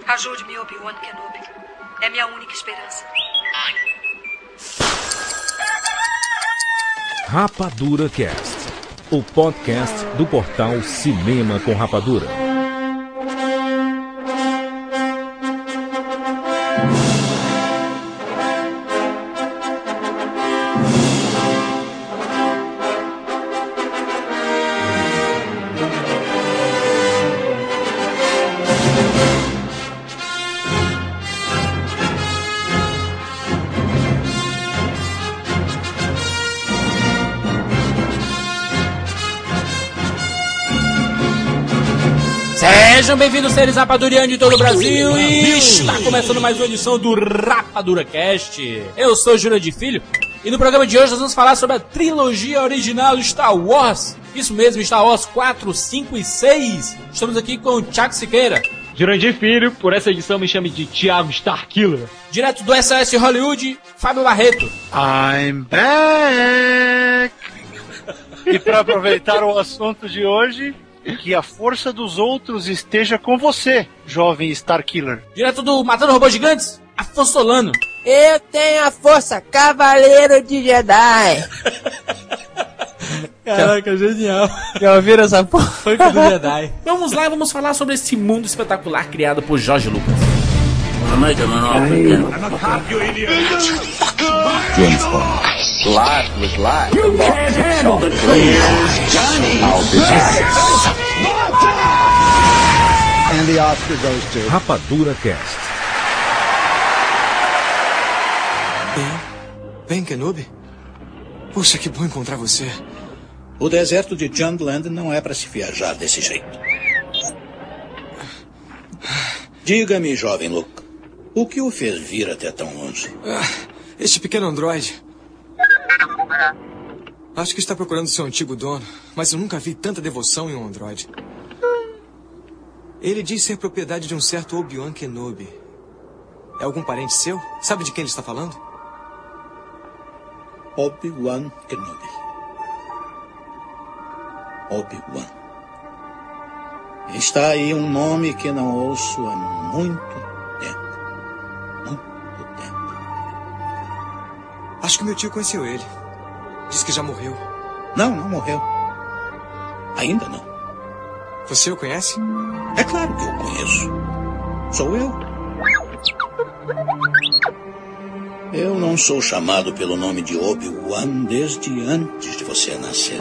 Ajude-me, Obi-Wan Kenobi. É minha única esperança. Rapadura Cast, o podcast do portal Cinema com Rapadura. Sejam bem-vindos, seres rapadurianos de todo o Brasil, e está começando mais uma edição do Rapadura Cast. Eu sou Júlio de Filho, e no programa de hoje nós vamos falar sobre a trilogia original Star Wars. Isso mesmo, Star Wars 4, 5 e 6. Estamos aqui com o Thiago Siqueira. Jurandir Filho, por essa edição me chame de Thiago Starkiller. Direto do SOS Hollywood, Fábio Barreto. I'm back! E para aproveitar o assunto de hoje, que a força dos outros esteja com você, jovem Starkiller. Direto do Matando Robôs Gigantes, Afonso Solano. Eu tenho a força, Cavaleiro de Jedi. Caraca, genial. Já ouviram essa porra? Funk do Jedi. Vamos lá, vamos falar sobre esse mundo espetacular criado por Jorge Lucas. James Bond. Life was life. You can't handle the truth, Johnny. I'll be back. And the Oscar goes to Rapadura Cast. Vem, Kenobi. Puxa, que bom encontrar você. O deserto de Jungland não é para se viajar desse jeito. Diga-me, jovem Luke, o que o fez vir até tão longe? Este pequeno androide. Acho que está procurando seu antigo dono, mas eu nunca vi tanta devoção em um androide. Ele diz ser propriedade de um certo Obi-Wan Kenobi. É algum parente seu? Sabe de quem ele está falando? Obi-Wan Kenobi. Obi-Wan. Está aí um nome que não ouço há muito tempo. Muito tempo. Acho que meu tio conheceu ele. Diz que já morreu. Não morreu. Ainda não. Você o conhece? É claro que eu conheço. Sou eu. Eu não sou chamado pelo nome de Obi-Wan desde antes de você nascer.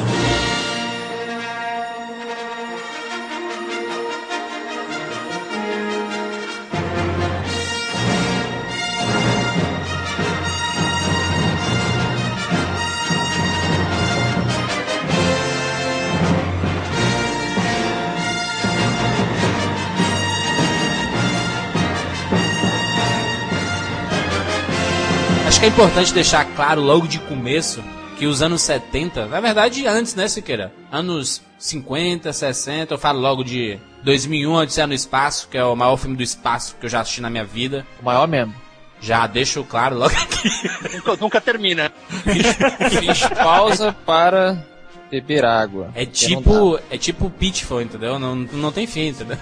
Acho que é importante deixar claro logo de começo que os anos 70, na verdade antes, né, Siqueira? Anos 50, 60, eu falo logo de 2001, Odisseia no Espaço, que é o maior filme do espaço que eu já assisti na minha vida. O maior mesmo. Já deixo claro logo aqui. Nunca termina. Fiz pausa para beber água. É tipo Pitfall, entendeu? Não tem fim, entendeu?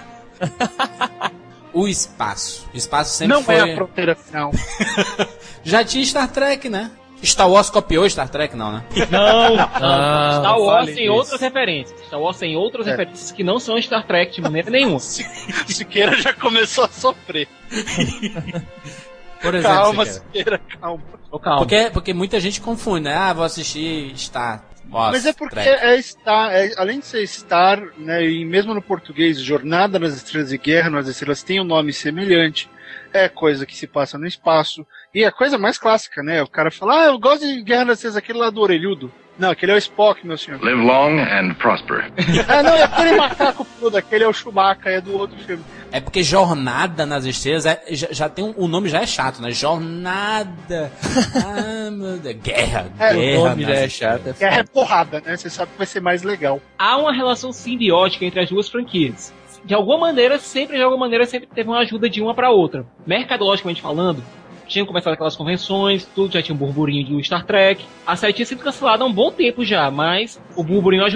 O espaço. O espaço sempre não foi... é a fronteira final. Já tinha Star Trek, né? Star Wars copiou Star Trek, não, né? Não. Star Wars tem outras referências. Star Wars tem outras referências que não são Star Trek de maneira nenhuma. Siqueira já começou a sofrer. Por exemplo, Calma, Siqueira, calma. Porque muita gente confunde, né? Vou assistir Star Wars. Mas é porque Trek. além de ser Star, né, e mesmo no português, Jornada nas Estrelas e Guerra nas Estrelas tem um nome semelhante. É coisa que se passa no espaço. E a coisa mais clássica, né? O cara fala, eu gosto de Guerra nas Estrelas, aquele lá do orelhudo. Não, aquele é o Spock, meu senhor. Live long and prosper. Não, é aquele macaco todo, aquele é o Chewbacca, é do outro filme. É porque Jornada nas Estrelas já tem o nome já é chato, né? Jornada. Meu Deus. Guerra. O nome já é chato. Guerra é porrada, né? Você sabe que vai ser mais legal. Há uma relação simbiótica entre as duas franquias. De alguma maneira, sempre teve uma ajuda de uma pra outra. Mercadologicamente falando, tinham começado aquelas convenções, tudo já tinha um burburinho de Star Trek. A série tinha sido cancelada há um bom tempo já, mas o burburinho ajudou.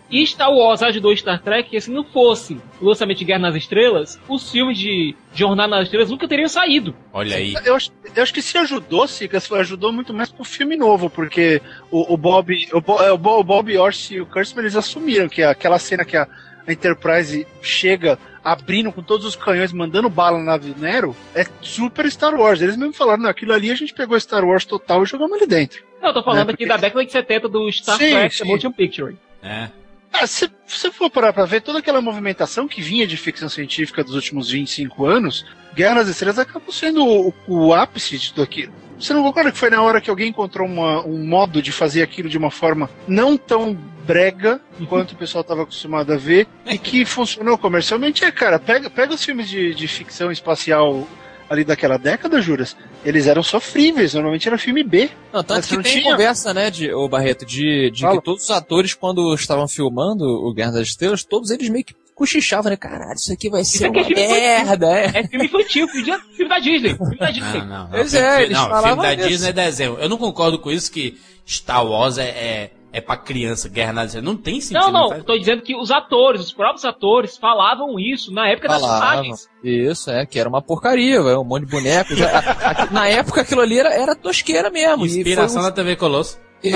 E Star Wars ajudou Star Trek, que se não fosse o lançamento de Guerra nas Estrelas, os filmes de Jornada nas Estrelas nunca teriam saído. Olha aí. Eu acho que se ajudou, Sigas, ajudou muito mais pro filme novo, porque o Bob Orsi e o Kurtzman, eles assumiram que aquela cena que a Enterprise chega abrindo com todos os canhões, mandando bala na nave Nero, é super Star Wars. Eles mesmo falaram, não, aquilo ali a gente pegou Star Wars total e jogamos ali dentro. Não, eu tô falando aqui da década de 70 do Star Trek, The Motion Picture. Se você for parar pra ver toda aquela movimentação que vinha de ficção científica dos últimos 25 anos, Guerra nas Estrelas acabou sendo o ápice de tudo aquilo. Você não concorda que foi na hora que alguém encontrou um modo de fazer aquilo de uma forma não tão brega quanto o pessoal estava acostumado a ver e que funcionou comercialmente? Cara, pega os filmes de ficção espacial ali daquela década, Juras, eles eram sofríveis, normalmente era filme B. Não, tanto que tem conversa, né, Barreto, de que todos os atores, quando estavam filmando o Guerra das Estrelas, todos eles meio que cochichavam, né? Caralho, isso aqui vai ser uma merda. É filme infantil, filme da Disney. Não. Pois é, eles falavam filme da Disney é desenho. Eu não concordo com isso que Star Wars é pra criança, Guerra nas Estrelas. Não tem sentido. Não, tô dizendo que os próprios atores falavam isso na época das filmagens. Isso, que era uma porcaria, um monte de boneco. Na época aquilo ali era tosqueira mesmo. Inspiração da TV Colosso.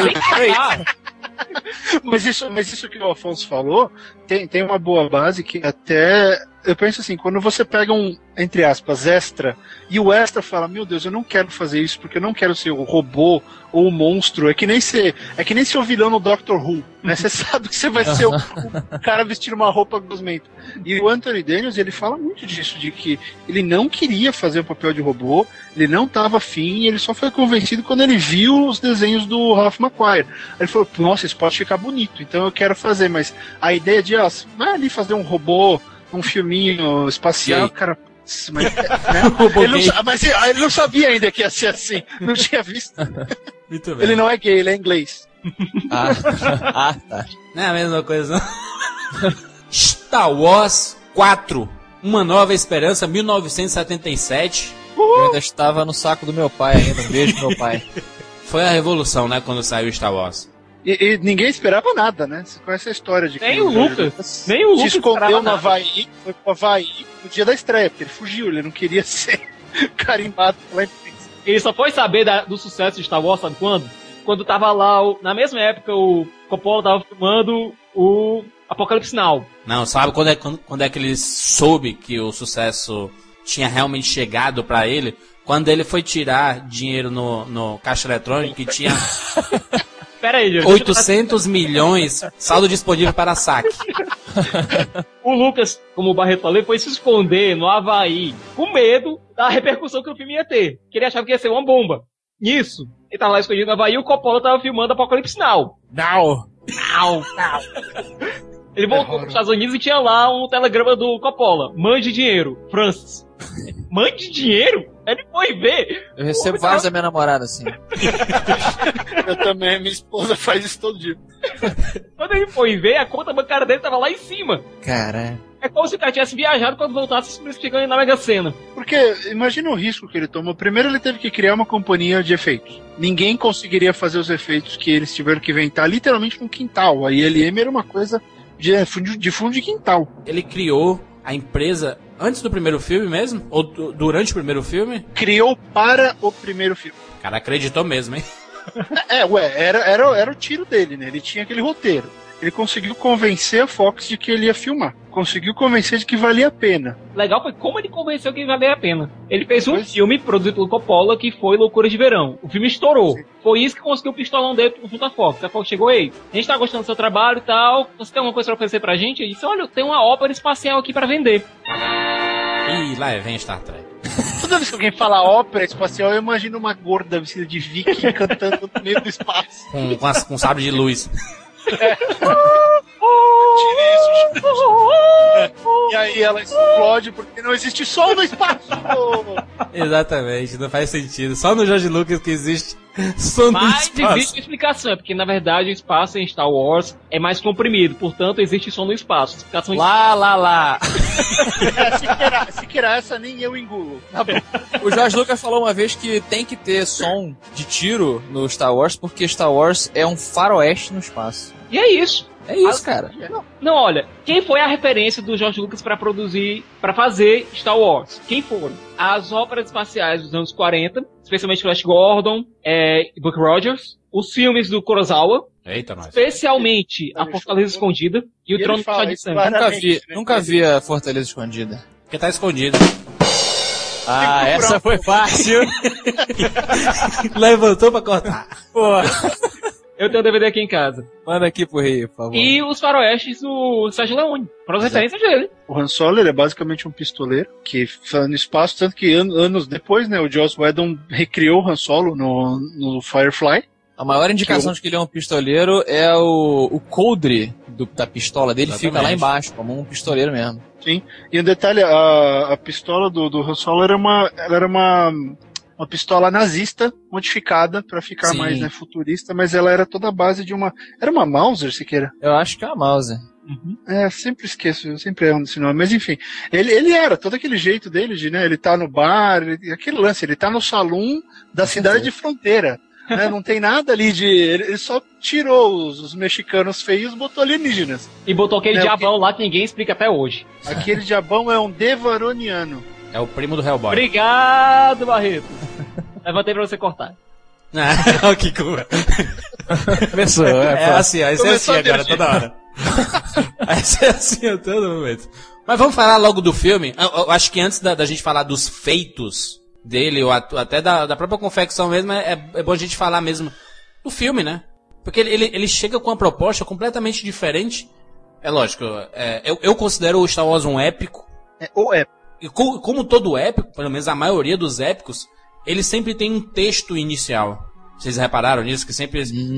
Mas isso que o Afonso falou tem uma boa base que até eu penso assim, quando você pega um, entre aspas, extra, e o extra fala, meu Deus, eu não quero fazer isso porque eu não quero ser o robô ou o monstro, é que nem ser o vilão no Doctor Who, né? Você sabe que você vai ser o cara vestindo uma roupa gosmenta. E o Anthony Daniels, ele fala muito disso, de que ele não queria fazer o papel de robô, ele não estava afim, ele só foi convencido quando ele viu os desenhos do Ralph McQuarrie. Ele falou, nossa, isso pode ficar bonito, então eu quero fazer, mas a ideia de, vai ali fazer um robô, um filminho espacial, cara, mas, né? Ele não sabia ainda que ia ser assim, não tinha visto. Muito bem. Ele não é gay, ele é inglês. Tá. Não é a mesma coisa, não. Star Wars 4, Uma Nova Esperança, 1977. Eu ainda estava no saco do meu pai ainda, um beijo pro meu pai. Foi a revolução, né, quando saiu Star Wars. E ninguém esperava nada, né? Você conhece a história de que nem o Lucas se escondeu no Havaí, foi pro Havaí no dia da estreia, porque ele fugiu, ele não queria ser carimbado pela imprensa. Ele só foi saber do sucesso de Star Wars, sabe quando? Quando tava lá, na mesma época, o Coppola tava filmando o Apocalipse Now. Não, sabe quando é que ele soube que o sucesso tinha realmente chegado pra ele? Quando ele foi tirar dinheiro no caixa eletrônico que tinha... Pera aí, 800 milhões, saldo disponível para saque. O Lucas, como o Barreto falou, foi se esconder no Havaí, com medo da repercussão que o filme ia ter. Que ele achava que ia ser uma bomba. Nisso, ele tava lá escondido no Havaí e o Coppola tava filmando Apocalipse Now. Não. Ele voltou para os Estados Unidos e tinha lá um telegrama do Coppola. Mande dinheiro, Francis. Mande dinheiro? Ele foi ver. Eu recebo vários da minha namorada, assim. Eu também, minha esposa faz isso todo dia. Quando ele foi ver, a conta bancária dele tava lá em cima. Caralho. É como se o cara tivesse viajado quando voltasse chegando na Mega Sena. Porque imagina o risco que ele tomou. Primeiro ele teve que criar uma companhia de efeitos. Ninguém conseguiria fazer os efeitos que eles tiveram que inventar literalmente num quintal. A ILM era uma coisa de fundo de quintal. Ele criou a empresa antes do primeiro filme mesmo? Ou durante o primeiro filme? Criou para o primeiro filme. O cara acreditou mesmo, hein? Era o tiro dele, né? Ele tinha aquele roteiro. Ele conseguiu convencer a Fox de que ele ia filmar. Conseguiu convencer de que valia a pena. Legal foi como ele convenceu que valia a pena. Ele fez um filme produzido pelo Coppola que foi Loucura de Verão. O filme estourou. Sim. Foi isso que conseguiu o pistolão dele junto à Fox. A Fox chegou, ei, a gente tá gostando do seu trabalho e tal, você tem alguma coisa pra oferecer pra gente? Ele disse, olha, eu tenho uma ópera espacial aqui pra vender. Ih, lá vem Star Trek. Toda vez que alguém fala ópera espacial, eu imagino uma gorda vestida de viking cantando no meio do espaço. Com sabre de luz. E aí ela explode porque não existe sol no espaço. Exatamente, não faz sentido. Só no George Lucas que existe som no espaço. Mas existe explicação, é porque na verdade o espaço em Star Wars é mais comprimido, portanto existe som no espaço. Explicação Lá. Se queira essa, nem eu engulo. Tá bom. O George Lucas falou uma vez que tem que ter som de tiro no Star Wars porque Star Wars é um faroeste no espaço. E é isso. É isso, cara. Não, olha, quem foi a referência do George Lucas pra fazer Star Wars? Quem foram? As óperas espaciais dos anos 40, especialmente Flash Gordon, Buck Rogers, os filmes do Kurosawa, Eita, nós. especialmente A Fortaleza Escondida e O Trono de Chá de Sangue. Nunca vi a Fortaleza Escondida. Porque tá escondido. Ah, essa foi fácil. Levantou pra cortar. Pô. Eu tenho o DVD aqui em casa. Manda aqui pro Rio, por favor. E os faroestes do Sérgio Leone, para as referências dele. O Han Solo, ele é basicamente um pistoleiro que foi no espaço, tanto que anos depois, né, o Joss Whedon recriou o Han Solo no Firefly. A maior indicação de que ele é um pistoleiro é o coldre da pistola dele. Exatamente. Fica lá embaixo, como um pistoleiro mesmo. Sim, e um detalhe, a pistola do Han Solo era uma pistola nazista modificada pra ficar Sim. mais, né, futurista, mas ela era toda a base de uma... Era uma Mauser, sequer? Eu acho que é uma Mauser. Uhum. Sempre esqueço, eu sempre erro nesse nome, mas enfim, ele era todo aquele jeito dele de, né, ele tá no bar, aquele lance, ele tá no salão da cidade de fronteira, né, não tem nada ali de... Ele só tirou os mexicanos feios e botou alienígenas. E botou aquele diabão lá que ninguém explica até hoje. Aquele diabão é um devaroniano. É o primo do Hellboy. Obrigado, Barreto. Levantei pra você cortar. Que coisa. Começou, assim, aí você é assim agora, toda hora. Aí você é assim a todo momento. Mas vamos falar logo do filme. Eu acho que antes da gente falar dos feitos dele, ou até da própria confecção mesmo, é bom a gente falar mesmo do filme, né? Porque ele chega com uma proposta completamente diferente. É lógico, eu considero o Star Wars um épico. Ou épico. E como todo épico, pelo menos a maioria dos épicos, ele sempre tem um texto inicial. Vocês repararam nisso? Que sempre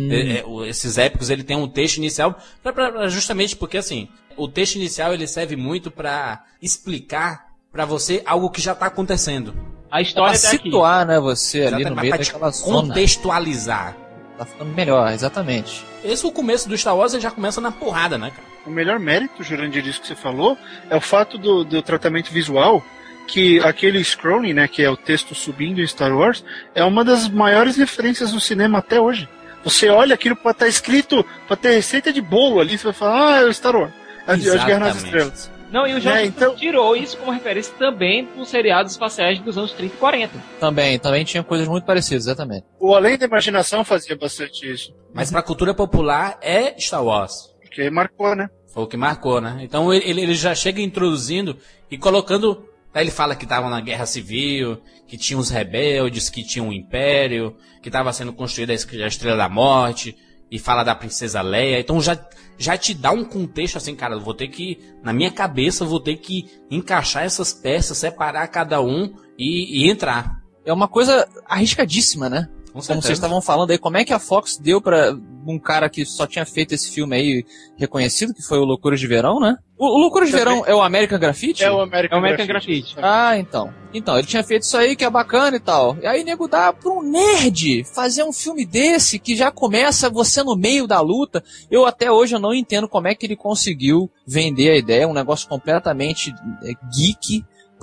esses épicos ele tem um texto inicial, justamente porque assim, o texto inicial ele serve muito pra explicar pra você algo que já tá acontecendo. A história pra situar, né, você ali no meio daquela zona. Contextualizar. Tá ficando melhor, exatamente. Esse é o começo do Star Wars, ele já começa na porrada, né, cara? O melhor mérito, Jurandir, disso que você falou, é o fato do tratamento visual, que aquele scrolling, né, que é o texto subindo em Star Wars, é uma das maiores referências do cinema até hoje. Você olha aquilo para estar escrito, para ter receita de bolo ali, você vai falar, é o Star Wars, é o de Guerra nas Estrelas. Não, e o Jorge tirou isso como referência também dos seriados espaciais dos anos 30 e 40. Também tinha coisas muito parecidas, exatamente. O Além da Imaginação fazia bastante isso. Mas pra cultura popular é Star Wars. Porque marcou, né? Foi o que marcou, né? Então ele já chega introduzindo e colocando... Aí ele fala que estavam na Guerra Civil, que tinha os rebeldes, que tinha um império, que estava sendo construída a Estrela da Morte, e fala da Princesa Leia. Então já te dá um contexto assim, cara, na minha cabeça, vou ter que encaixar essas peças, separar cada um e entrar. É uma coisa arriscadíssima, né? Como vocês estavam falando aí, como é que a Fox deu pra um cara que só tinha feito esse filme aí reconhecido, que foi o Loucura de Verão, né? O Loucura de Verão é o American Graffiti? É o American Graffiti. Ah, então. Então, ele tinha feito isso aí, que é bacana e tal. E aí, nego, dá pra um nerd fazer um filme desse, que já começa você no meio da luta. Eu até hoje eu não entendo como é que ele conseguiu vender a ideia, um negócio completamente geek,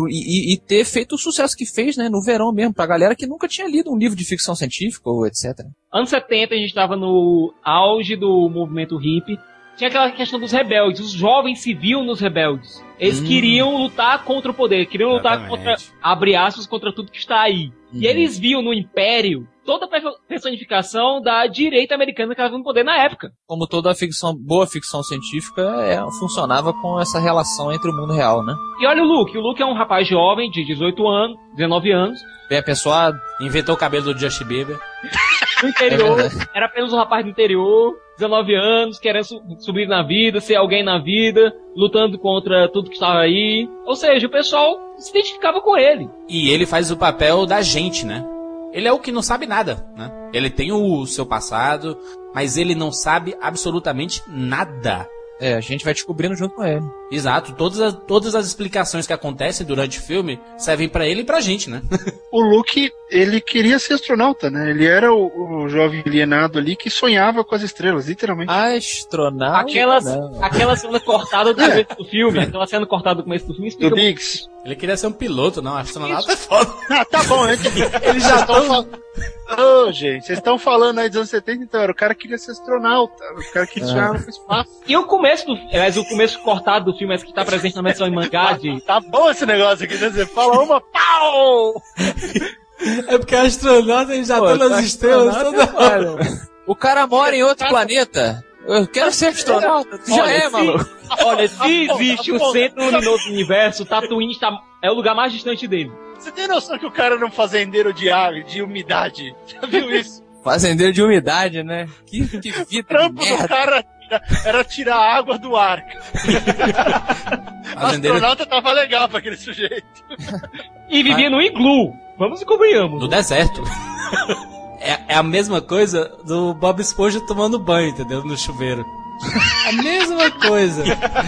e ter feito o sucesso que fez, né, no verão mesmo, pra galera que nunca tinha lido um livro de ficção científica ou etc. Anos 70 a gente estava no auge do movimento hippie. Tinha aquela questão dos rebeldes, os jovens se viam nos rebeldes. Eles queriam lutar contra o poder, queriam lutar contra, abre aspas, contra tudo que está aí. E eles viam no Império toda a personificação da direita americana que estava no poder na época. Como toda boa ficção científica funcionava com essa relação entre o mundo real, né? E olha o Luke é um rapaz jovem de 18 anos, 19 anos. Bem apessoado. Inventou o cabelo do Justin Bieber. No interior, era apenas um rapaz do interior, 19 anos, querendo subir na vida, ser alguém na vida, lutando contra tudo que estava aí. Ou seja, o pessoal se identificava com ele. E ele faz o papel da gente, né? Ele é o que não sabe nada, né? Ele tem o seu passado, mas ele não sabe absolutamente nada. A gente vai descobrindo junto com ele. Exato, todas as explicações que acontecem durante o filme servem pra ele e pra gente, né? O Luke, ele queria ser astronauta, né? Ele era o jovem alienado ali que sonhava com as estrelas, literalmente. Astronauta? Aquela cena cortada do começo do filme, aquela cena cortada do começo do filme explica do Biggs. Ele queria ser um piloto, não. Astronauta é foda. Ah, tá bom. Eles já estão falando... Ô, gente, vocês estão falando aí dos anos 70, então. O cara queria ser astronauta. O cara queria tirar no espaço. E o começo o começo cortado do filme, esse que tá presente na versão em mangá de... Tá bom esse negócio aqui, né? Você fala uma, pau! É porque astronauta ele já tá nas estrelas toda hora. O cara mora em outro planeta. Eu quero ser astronauta. Tu já é, maluco. Olha, se existe o centro luminoso do universo, Tatooine é o lugar mais distante dele. Você tem noção que o cara era um fazendeiro de água, de umidade? Já viu isso? Fazendeiro de umidade, né? Que vida o trampo de merda. do cara era tirar a água do ar. O astronauta tava legal pra aquele sujeito. E vivia no iglu. Vamos e convenhamos. No deserto. É a mesma coisa do Bob Esponja tomando banho, entendeu? No chuveiro. A mesma coisa.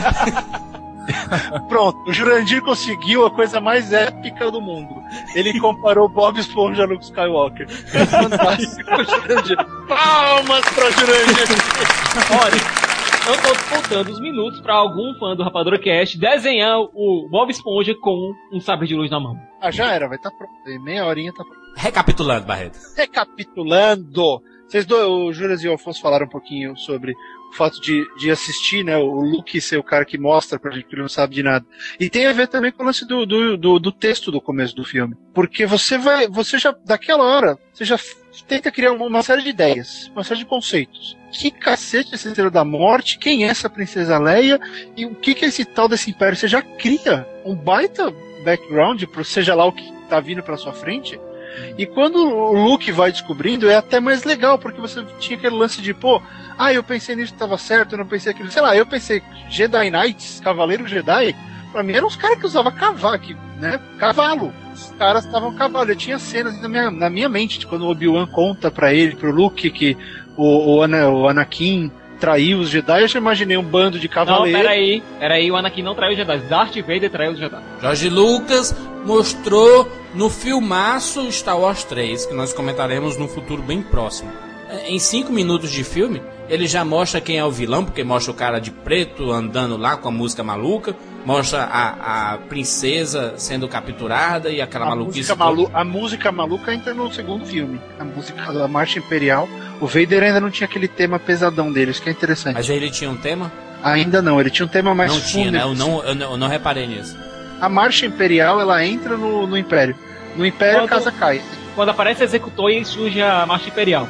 Pronto, o Jurandir conseguiu a coisa mais épica do mundo. Ele comparou Bob Esponja a Luke Skywalker. Fantástico, Jurandir. Palmas pra Jurandir. Olha, eu tô contando os minutos pra algum fã do Rapadura Cast desenhar o Bob Esponja com um sabre de luz na mão. Ah, já era, vai estar pronto. Em meia horinha tá pronto. Recapitulando, Barreto. Recapitulando. Vocês dois, o Juras e o Afonso falaram um pouquinho sobre o fato de assistir, né, o Luke ser o cara que mostra pra gente que ele não sabe de nada. E tem a ver também com o lance do texto do começo do filme. Porque você já, daquela hora, você já tenta criar uma série de ideias, uma série de conceitos. Que cacete é esse Estrela da Morte? Quem é essa Princesa Leia? E o que é esse tal desse Império? Você já cria um baita background pro seja lá o que tá vindo pela sua frente. E quando o Luke vai descobrindo, é até mais legal, porque você tinha aquele lance de, eu pensei nisso que tava certo, eu não pensei aquilo. Sei lá, eu pensei, Jedi Knights, Cavaleiro Jedi, pra mim eram os caras que usavam cavalo. Os caras estavam cavalo. Eu tinha cenas na minha mente, de quando o Obi-Wan conta pra ele, pro Luke, que o Anakin traiu os Jedi, eu já imaginei um bando de cavaleiros. Não, peraí, o Anakin não traiu os Jedi, Darth Vader traiu os Jedi. George Lucas mostrou no filmaço Star Wars 3, que nós comentaremos no futuro bem próximo. Em 5 minutos de filme, ele já mostra quem é o vilão, porque mostra o cara de preto andando lá com a música maluca, mostra a princesa sendo capturada e aquela maluquice. A música maluca entra no segundo filme. A música da Marcha Imperial. O Vader ainda não tinha aquele tema pesadão deles, que é interessante. Mas ele tinha um tema? Ainda não, ele tinha um tema mais fundo. Não tinha, né? Eu não reparei nisso. A Marcha Imperial, ela entra no Império. No Império, a casa cai. Quando aparece o Executor e surge a Marcha Imperial.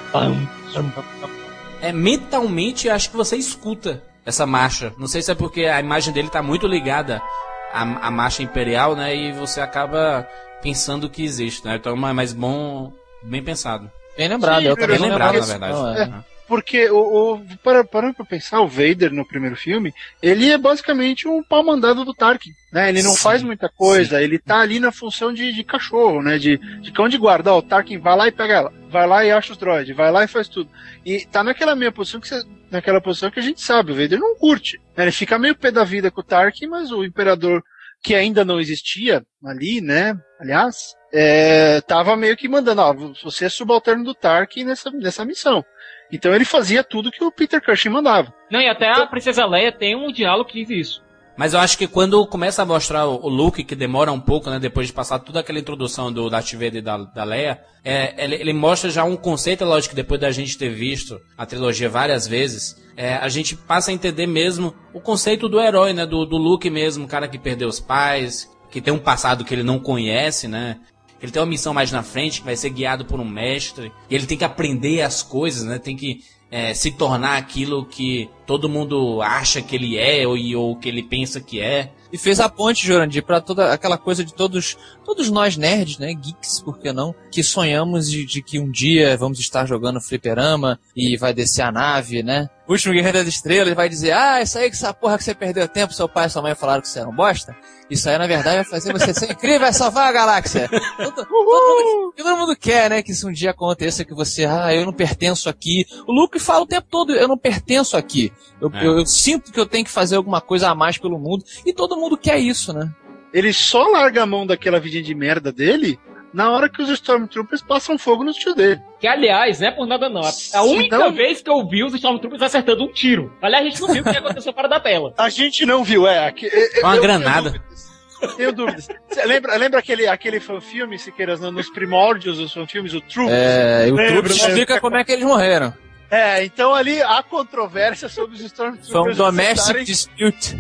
Mentalmente, acho que você escuta essa marcha. Não sei se é porque a imagem dele tá muito ligada à Marcha Imperial, né? E você acaba pensando que existe, né? Então é mais bom, bem pensado. Bem lembrado, eu também lembrado, na verdade. Porque parando pra pensar, o Vader no primeiro filme, ele é basicamente um pau mandado do Tarkin, né? Ele não faz muita coisa, ele tá ali na função de cachorro, né? De cão de guarda. O Tarkin vai lá e pega ela, vai lá e acha os droids, vai lá e faz tudo. E tá naquela mesma posição naquela posição que a gente sabe, o Vader não curte. Ele fica meio pé da vida com o Tarkin, mas o Imperador, que ainda não existia ali, né? Aliás, tava meio que mandando, você é subalterno do Tarkin nessa missão. Então ele fazia tudo que o Peter Cushing mandava. Não, e até a Princesa Leia tem um diálogo que diz isso. Mas eu acho que quando começa a mostrar o Luke, que demora um pouco, né, depois de passar toda aquela introdução do Darth Vader e da Leia, ele mostra já um conceito, lógico, que depois da gente ter visto a trilogia várias vezes, a gente passa a entender mesmo o conceito do herói, né, do Luke mesmo, o cara que perdeu os pais, que tem um passado que ele não conhece, né. Ele tem uma missão mais na frente, que vai ser guiado por um mestre. E ele tem que aprender as coisas, né? Tem que se tornar aquilo que todo mundo acha que ele é ou que ele pensa que é. E fez a ponte, Jurandir, pra toda aquela coisa de todos nós nerds, né? Geeks, por que não? Que sonhamos de que um dia vamos estar jogando fliperama e vai descer a nave, né? O último Guerreiro das Estrelas vai dizer, isso aí, essa porra que você perdeu tempo, seu pai e sua mãe falaram que você era um bosta. Isso aí, na verdade, vai fazer você ser incrível, vai salvar a galáxia. Todo mundo quer, né, que isso um dia aconteça, que você, eu não pertenço aqui. O Luke fala o tempo todo, eu não pertenço aqui. Eu sinto que eu tenho que fazer alguma coisa a mais pelo mundo, e todo mundo quer isso, né? Ele só larga a mão daquela vidinha de merda dele na hora que os Stormtroopers passam fogo no tio dele. Que, aliás, não é por nada não. A única vez que eu vi os Stormtroopers acertando um tiro. Aliás, a gente não viu o que aconteceu fora da tela. A gente não viu, uma granada. Tenho dúvidas. Você lembra aquele fanfilme, Siqueiras, nos primórdios dos fanfilmes, o Troops? O Troops explica como é que eles morreram. Então ali há controvérsia sobre os Stormtroopers. Foi um domestic dispute.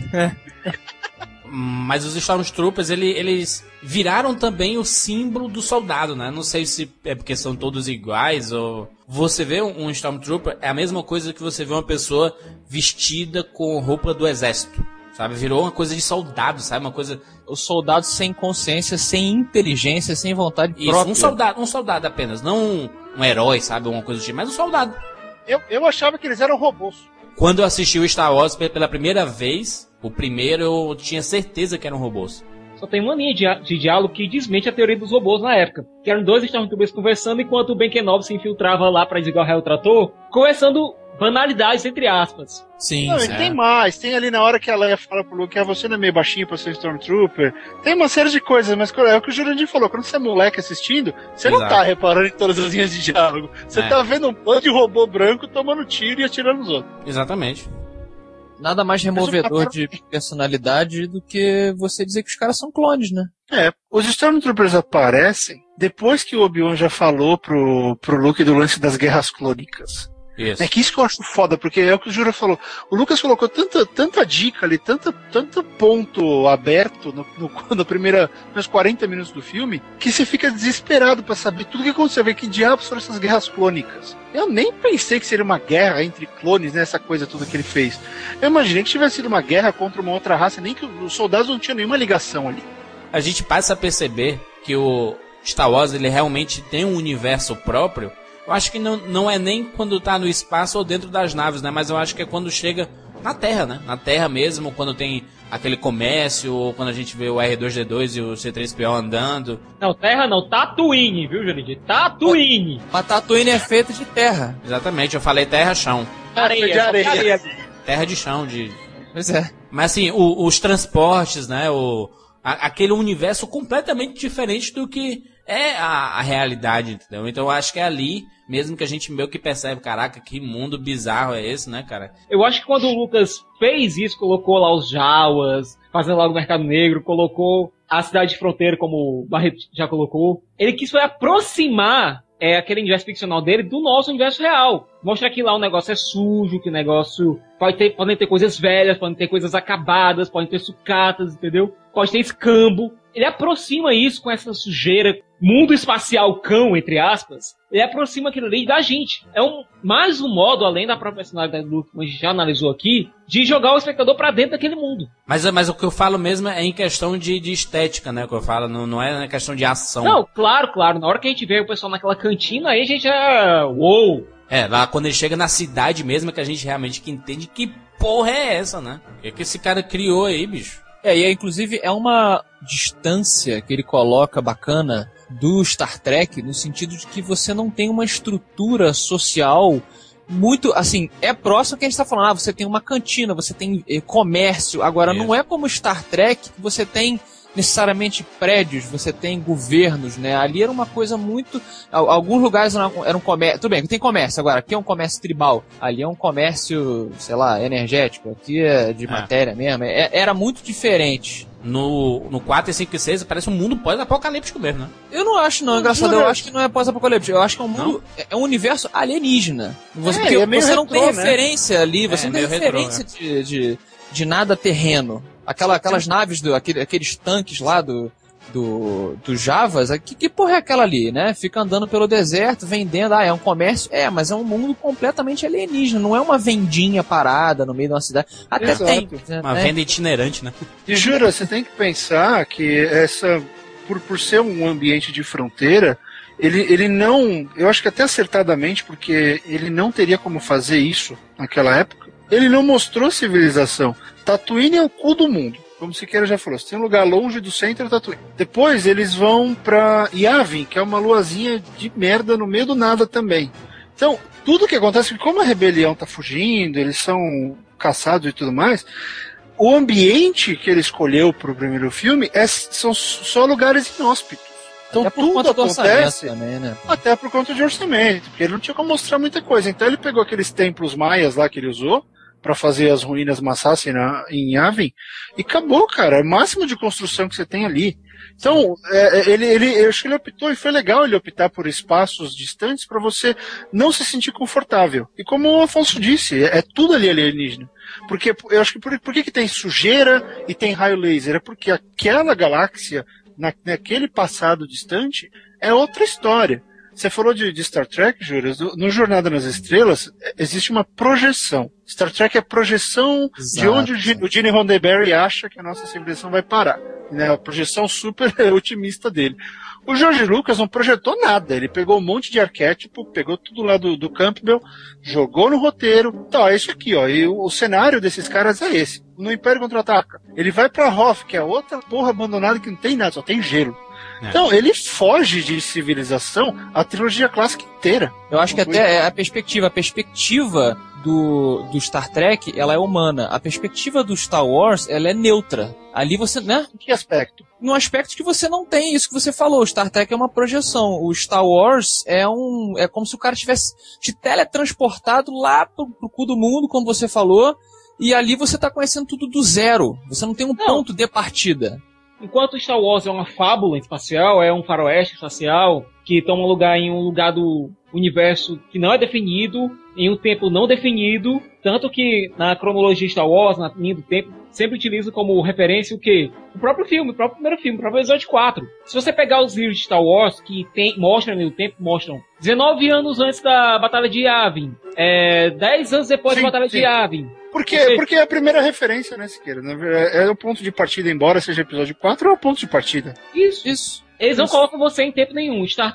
Mas os Stormtroopers, eles viraram também o símbolo do soldado, né? Não sei se é porque são todos iguais ou... Você vê um Stormtrooper, é a mesma coisa que você vê uma pessoa vestida com roupa do exército, sabe? Virou uma coisa de soldado, sabe? Uma coisa... O soldado sem consciência, sem inteligência, sem vontade própria. Isso, um soldado apenas, não um herói, sabe? Uma coisa do tipo, mas um soldado. Eu achava que eles eram robôs. Quando eu assisti o Star Wars pela primeira vez, o primeiro eu tinha certeza que eram robôs. Só tem uma linha de diálogo que desmente a teoria dos robôs na época. Que eram dois Stormtroopers conversando enquanto o Ben Kenobi se infiltrava lá pra desgarrar o trator, conversando banalidades, entre aspas. Sim, não, e tem mais. Tem ali na hora que a Leia fala pro Luke, você não é meio baixinho pra ser Stormtrooper. Tem uma série de coisas, mas é o que o Jurandir falou. Quando você é moleque assistindo, você não tá reparando em todas as linhas de diálogo. Você tá vendo um bando de robô branco tomando tiro e atirando nos outros. Exatamente. Nada mais removedor de personalidade do que você dizer que os caras são clones, né? Os Stormtroopers aparecem depois que o Obi-Wan já falou pro Luke do lance das guerras clônicas. Isso. É que isso que eu acho foda, porque é o que o Jura falou. O Lucas colocou tanta dica ali, tanto ponto aberto nos primeiros 40 minutos do filme, que você fica desesperado pra saber tudo o que aconteceu, ver que diabos foram essas guerras clônicas. Eu nem pensei que seria uma guerra entre clones, né, essa coisa toda que ele fez. Eu imaginei que tivesse sido uma guerra contra uma outra raça, nem que os soldados não tinham nenhuma ligação ali. A gente passa a perceber que o Star Wars, ele realmente tem um universo próprio. Eu acho que não é nem quando tá no espaço ou dentro das naves, né? Mas eu acho que é quando chega na Terra, né? Na Terra mesmo, quando tem aquele comércio, ou quando a gente vê o R2-D2 e o C-3PO andando. Não, Terra não, Tatooine, viu, Jurandir? Tatooine! Mas Tatooine é feita de terra. Exatamente, eu falei terra-chão. Areia, de areia. Terra de chão, Pois é. Mas assim, os transportes, né? Aquele universo completamente diferente do que é a realidade, entendeu? Então eu acho que é ali mesmo que a gente meio que percebe, caraca, que mundo bizarro é esse, né, cara? Eu acho que quando o Lucas fez isso, colocou lá os Jawas, fazendo lá o Mercado Negro, colocou a Cidade de Fronteira, como o Barreto já colocou, ele quis aproximar aquele universo ficcional dele do nosso universo real. Mostrar que lá o negócio é sujo, que o negócio podem ter coisas velhas, podem ter coisas acabadas, podem ter sucatas, entendeu? Pode ter escambo. Ele aproxima isso com essa sujeira, mundo espacial cão, entre aspas, ele aproxima aquilo ali da gente. É mais um modo, além da própria personalidade do Luke, que a gente já analisou aqui, de jogar o espectador pra dentro daquele mundo. Mas o que eu falo mesmo é em questão de estética, né? O que eu falo, não é na questão de ação. Não, claro. Na hora que a gente vê o pessoal naquela cantina, aí a gente já... Uou! Lá quando ele chega na cidade mesmo, é que a gente realmente entende que porra é essa, né? O que esse cara criou aí, bicho? E inclusive é uma distância que ele coloca bacana do Star Trek, no sentido de que você não tem uma estrutura social muito, assim, é próximo que a gente está falando, você tem uma cantina, você tem comércio, agora não é como Star Trek, que você tem necessariamente prédios, você tem governos, né? Ali era uma coisa muito... Alguns lugares eram comércio... Tudo bem, tem comércio agora. Aqui é um comércio tribal. Ali é um comércio, sei lá, energético. Aqui é de matéria mesmo. Era muito diferente. No 4 e 5 e 6 parece um mundo pós-apocalíptico mesmo, né? Eu não acho, não. Engraçado, eu acho que não é pós-apocalíptico. Eu acho que é um mundo... É um universo alienígena. Porque você não tem referência ali. Você não tem referência de nada terreno. Aquelas naves, aqueles tanques lá do Javas, que porra é aquela ali, né? Fica andando pelo deserto, vendendo, é um comércio, mas é um mundo completamente alienígena, não é uma vendinha parada no meio de uma cidade. Até Exato. tem. Uma venda itinerante, né? E jura, você tem que pensar que por ser um ambiente de fronteira, ele não, eu acho que até acertadamente, porque ele não teria como fazer isso naquela época, ele não mostrou civilização. Tatooine é o cu do mundo, como Siqueira já falou. Você tem um lugar longe do centro, Tatooine. Depois eles vão pra Yavin, que é uma luazinha de merda no meio do nada também. Então, tudo que acontece, como a rebelião tá fugindo, eles são caçados e tudo mais, o ambiente que ele escolheu pro primeiro filme são só lugares inóspitos. Então tudo acontece também, né? Até por conta de orçamento, porque ele não tinha como mostrar muita coisa. Então ele pegou aqueles templos maias lá que ele usou pra fazer as ruínas Massassi em Yavin, e acabou, cara. É o máximo de construção que você tem ali. Então, eu acho que ele optou, e foi legal ele optar por espaços distantes para você não se sentir confortável. E como o Afonso disse, é tudo ali alienígena. Porque eu acho que por que tem sujeira e tem raio laser? É porque aquela galáxia, naquele passado distante, é outra história. Você falou de Star Trek, Júlio, no Jornada nas Estrelas existe uma projeção. Star Trek é a projeção de onde o Gene Roddenberry acha que a nossa civilização vai parar. Né, a projeção super otimista dele. O George Lucas não projetou nada, ele pegou um monte de arquétipo, pegou tudo lá do Campbell, jogou no roteiro, tá, é isso aqui, ó, e o cenário desses caras é esse. No Império Contra-Ataca, ele vai pra Hoth, que é outra porra abandonada que não tem nada, só tem gelo. Então, ele foge de civilização a trilogia clássica inteira. Eu acho que até é a perspectiva do Star Trek, ela é humana. A perspectiva do Star Wars, ela é neutra. Ali você, né? Em que aspecto? No aspecto que você não tem isso que você falou. O Star Trek é uma projeção. O Star Wars é como se o cara tivesse te teletransportado lá pro cu do mundo, como você falou, e ali você tá conhecendo tudo do zero. Você não tem um ponto de partida. Enquanto Star Wars é uma fábula espacial, é um faroeste espacial que toma lugar em um lugar do universo que não é definido, em um tempo não definido, tanto que na cronologia Star Wars, na linha do tempo, sempre utiliza como referência o quê? O próprio filme, o próprio primeiro filme, o próprio episódio 4. Se você pegar os livros de Star Wars, que mostram na linha do tempo, mostram 19 anos antes da Batalha de Yavin, 10 anos depois da Batalha de Yavin. Porque é a primeira referência, né, Siqueira? É o ponto de partida, embora seja episódio 4, é o ponto de partida. Isso. Eles não colocam você em tempo nenhum. Star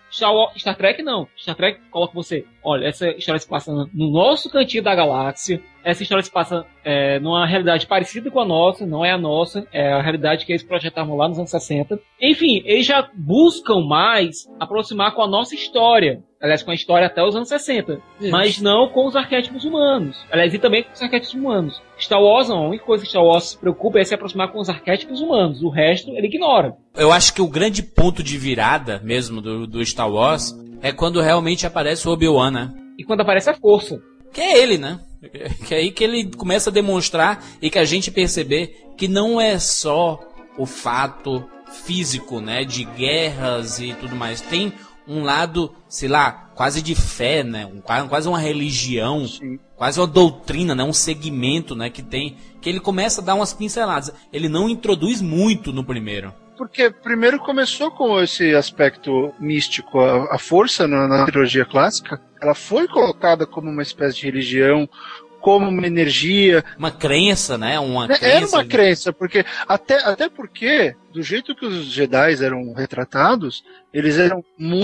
Trek não. Star Trek coloca você. Olha, essa história se passa no nosso cantinho da galáxia. Essa história se passa numa realidade parecida com a nossa. Não é a nossa. É a realidade que eles projetavam lá nos anos 60. Enfim, eles já buscam mais aproximar com a nossa história. Aliás, com a história até os anos 60. Isso. Mas não com os arquétipos humanos. Aliás, e também com os arquétipos humanos. Star Wars não. A única coisa que Star Wars se preocupa é se aproximar com os arquétipos humanos. O resto, ele ignora. Eu acho que o grande ponto de virada mesmo do Star Wars é quando realmente aparece o Obi-Wan, né? E quando aparece a Força. Que é ele, né? Que é aí que ele começa a demonstrar e que a gente perceber que não é só o fato físico, né? De guerras e tudo mais. Tem um lado, sei lá, quase de fé, né? Quase uma religião, quase uma doutrina, né? Um segmento, né? Que ele começa a dar umas pinceladas. Ele não introduz muito no primeiro. Porque primeiro começou com esse aspecto místico, a força na trilogia clássica, ela foi colocada como uma espécie de religião, como uma energia. Uma crença, né? Era uma crença, porque até porque, do jeito que os Jedi eram retratados, eles eram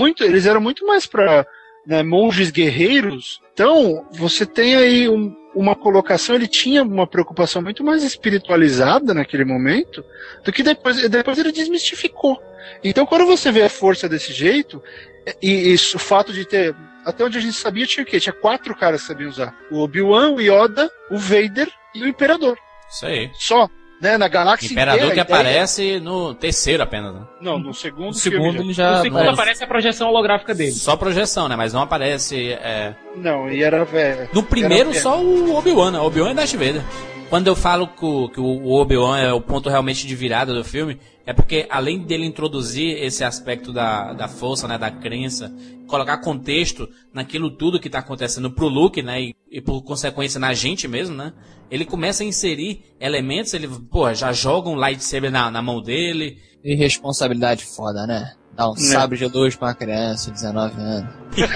muito mais para, né, monges guerreiros. Então, você tem aí uma colocação, ele tinha uma preocupação muito mais espiritualizada naquele momento, do que depois ele desmistificou. Então, quando você vê a força desse jeito, e o fato de ter, até onde a gente sabia, tinha o quê? Tinha 4 caras que sabiam usar. O Obi-Wan, o Yoda, o Vader e o Imperador. Isso aí. Só. Né, na galáxia inteira. Imperador que aparece no terceiro apenas, né? Não, no segundo. No segundo ele já. No segundo aparece a projeção holográfica dele. Só projeção, né? Mas não aparece. Não, e era velho. No primeiro só o Obi-Wan, né? O Obi-Wan é Darth Vader. Quando eu falo que o Obi-Wan é o ponto realmente de virada do filme, é porque além dele introduzir esse aspecto da força, né, da crença, colocar contexto naquilo tudo que tá acontecendo pro Luke, né, e por consequência na gente mesmo, né, ele começa a inserir elementos, ele, já joga um lightsaber na mão dele. Irresponsabilidade foda, né? Dá um sabre de luz pra uma criança de 19 anos.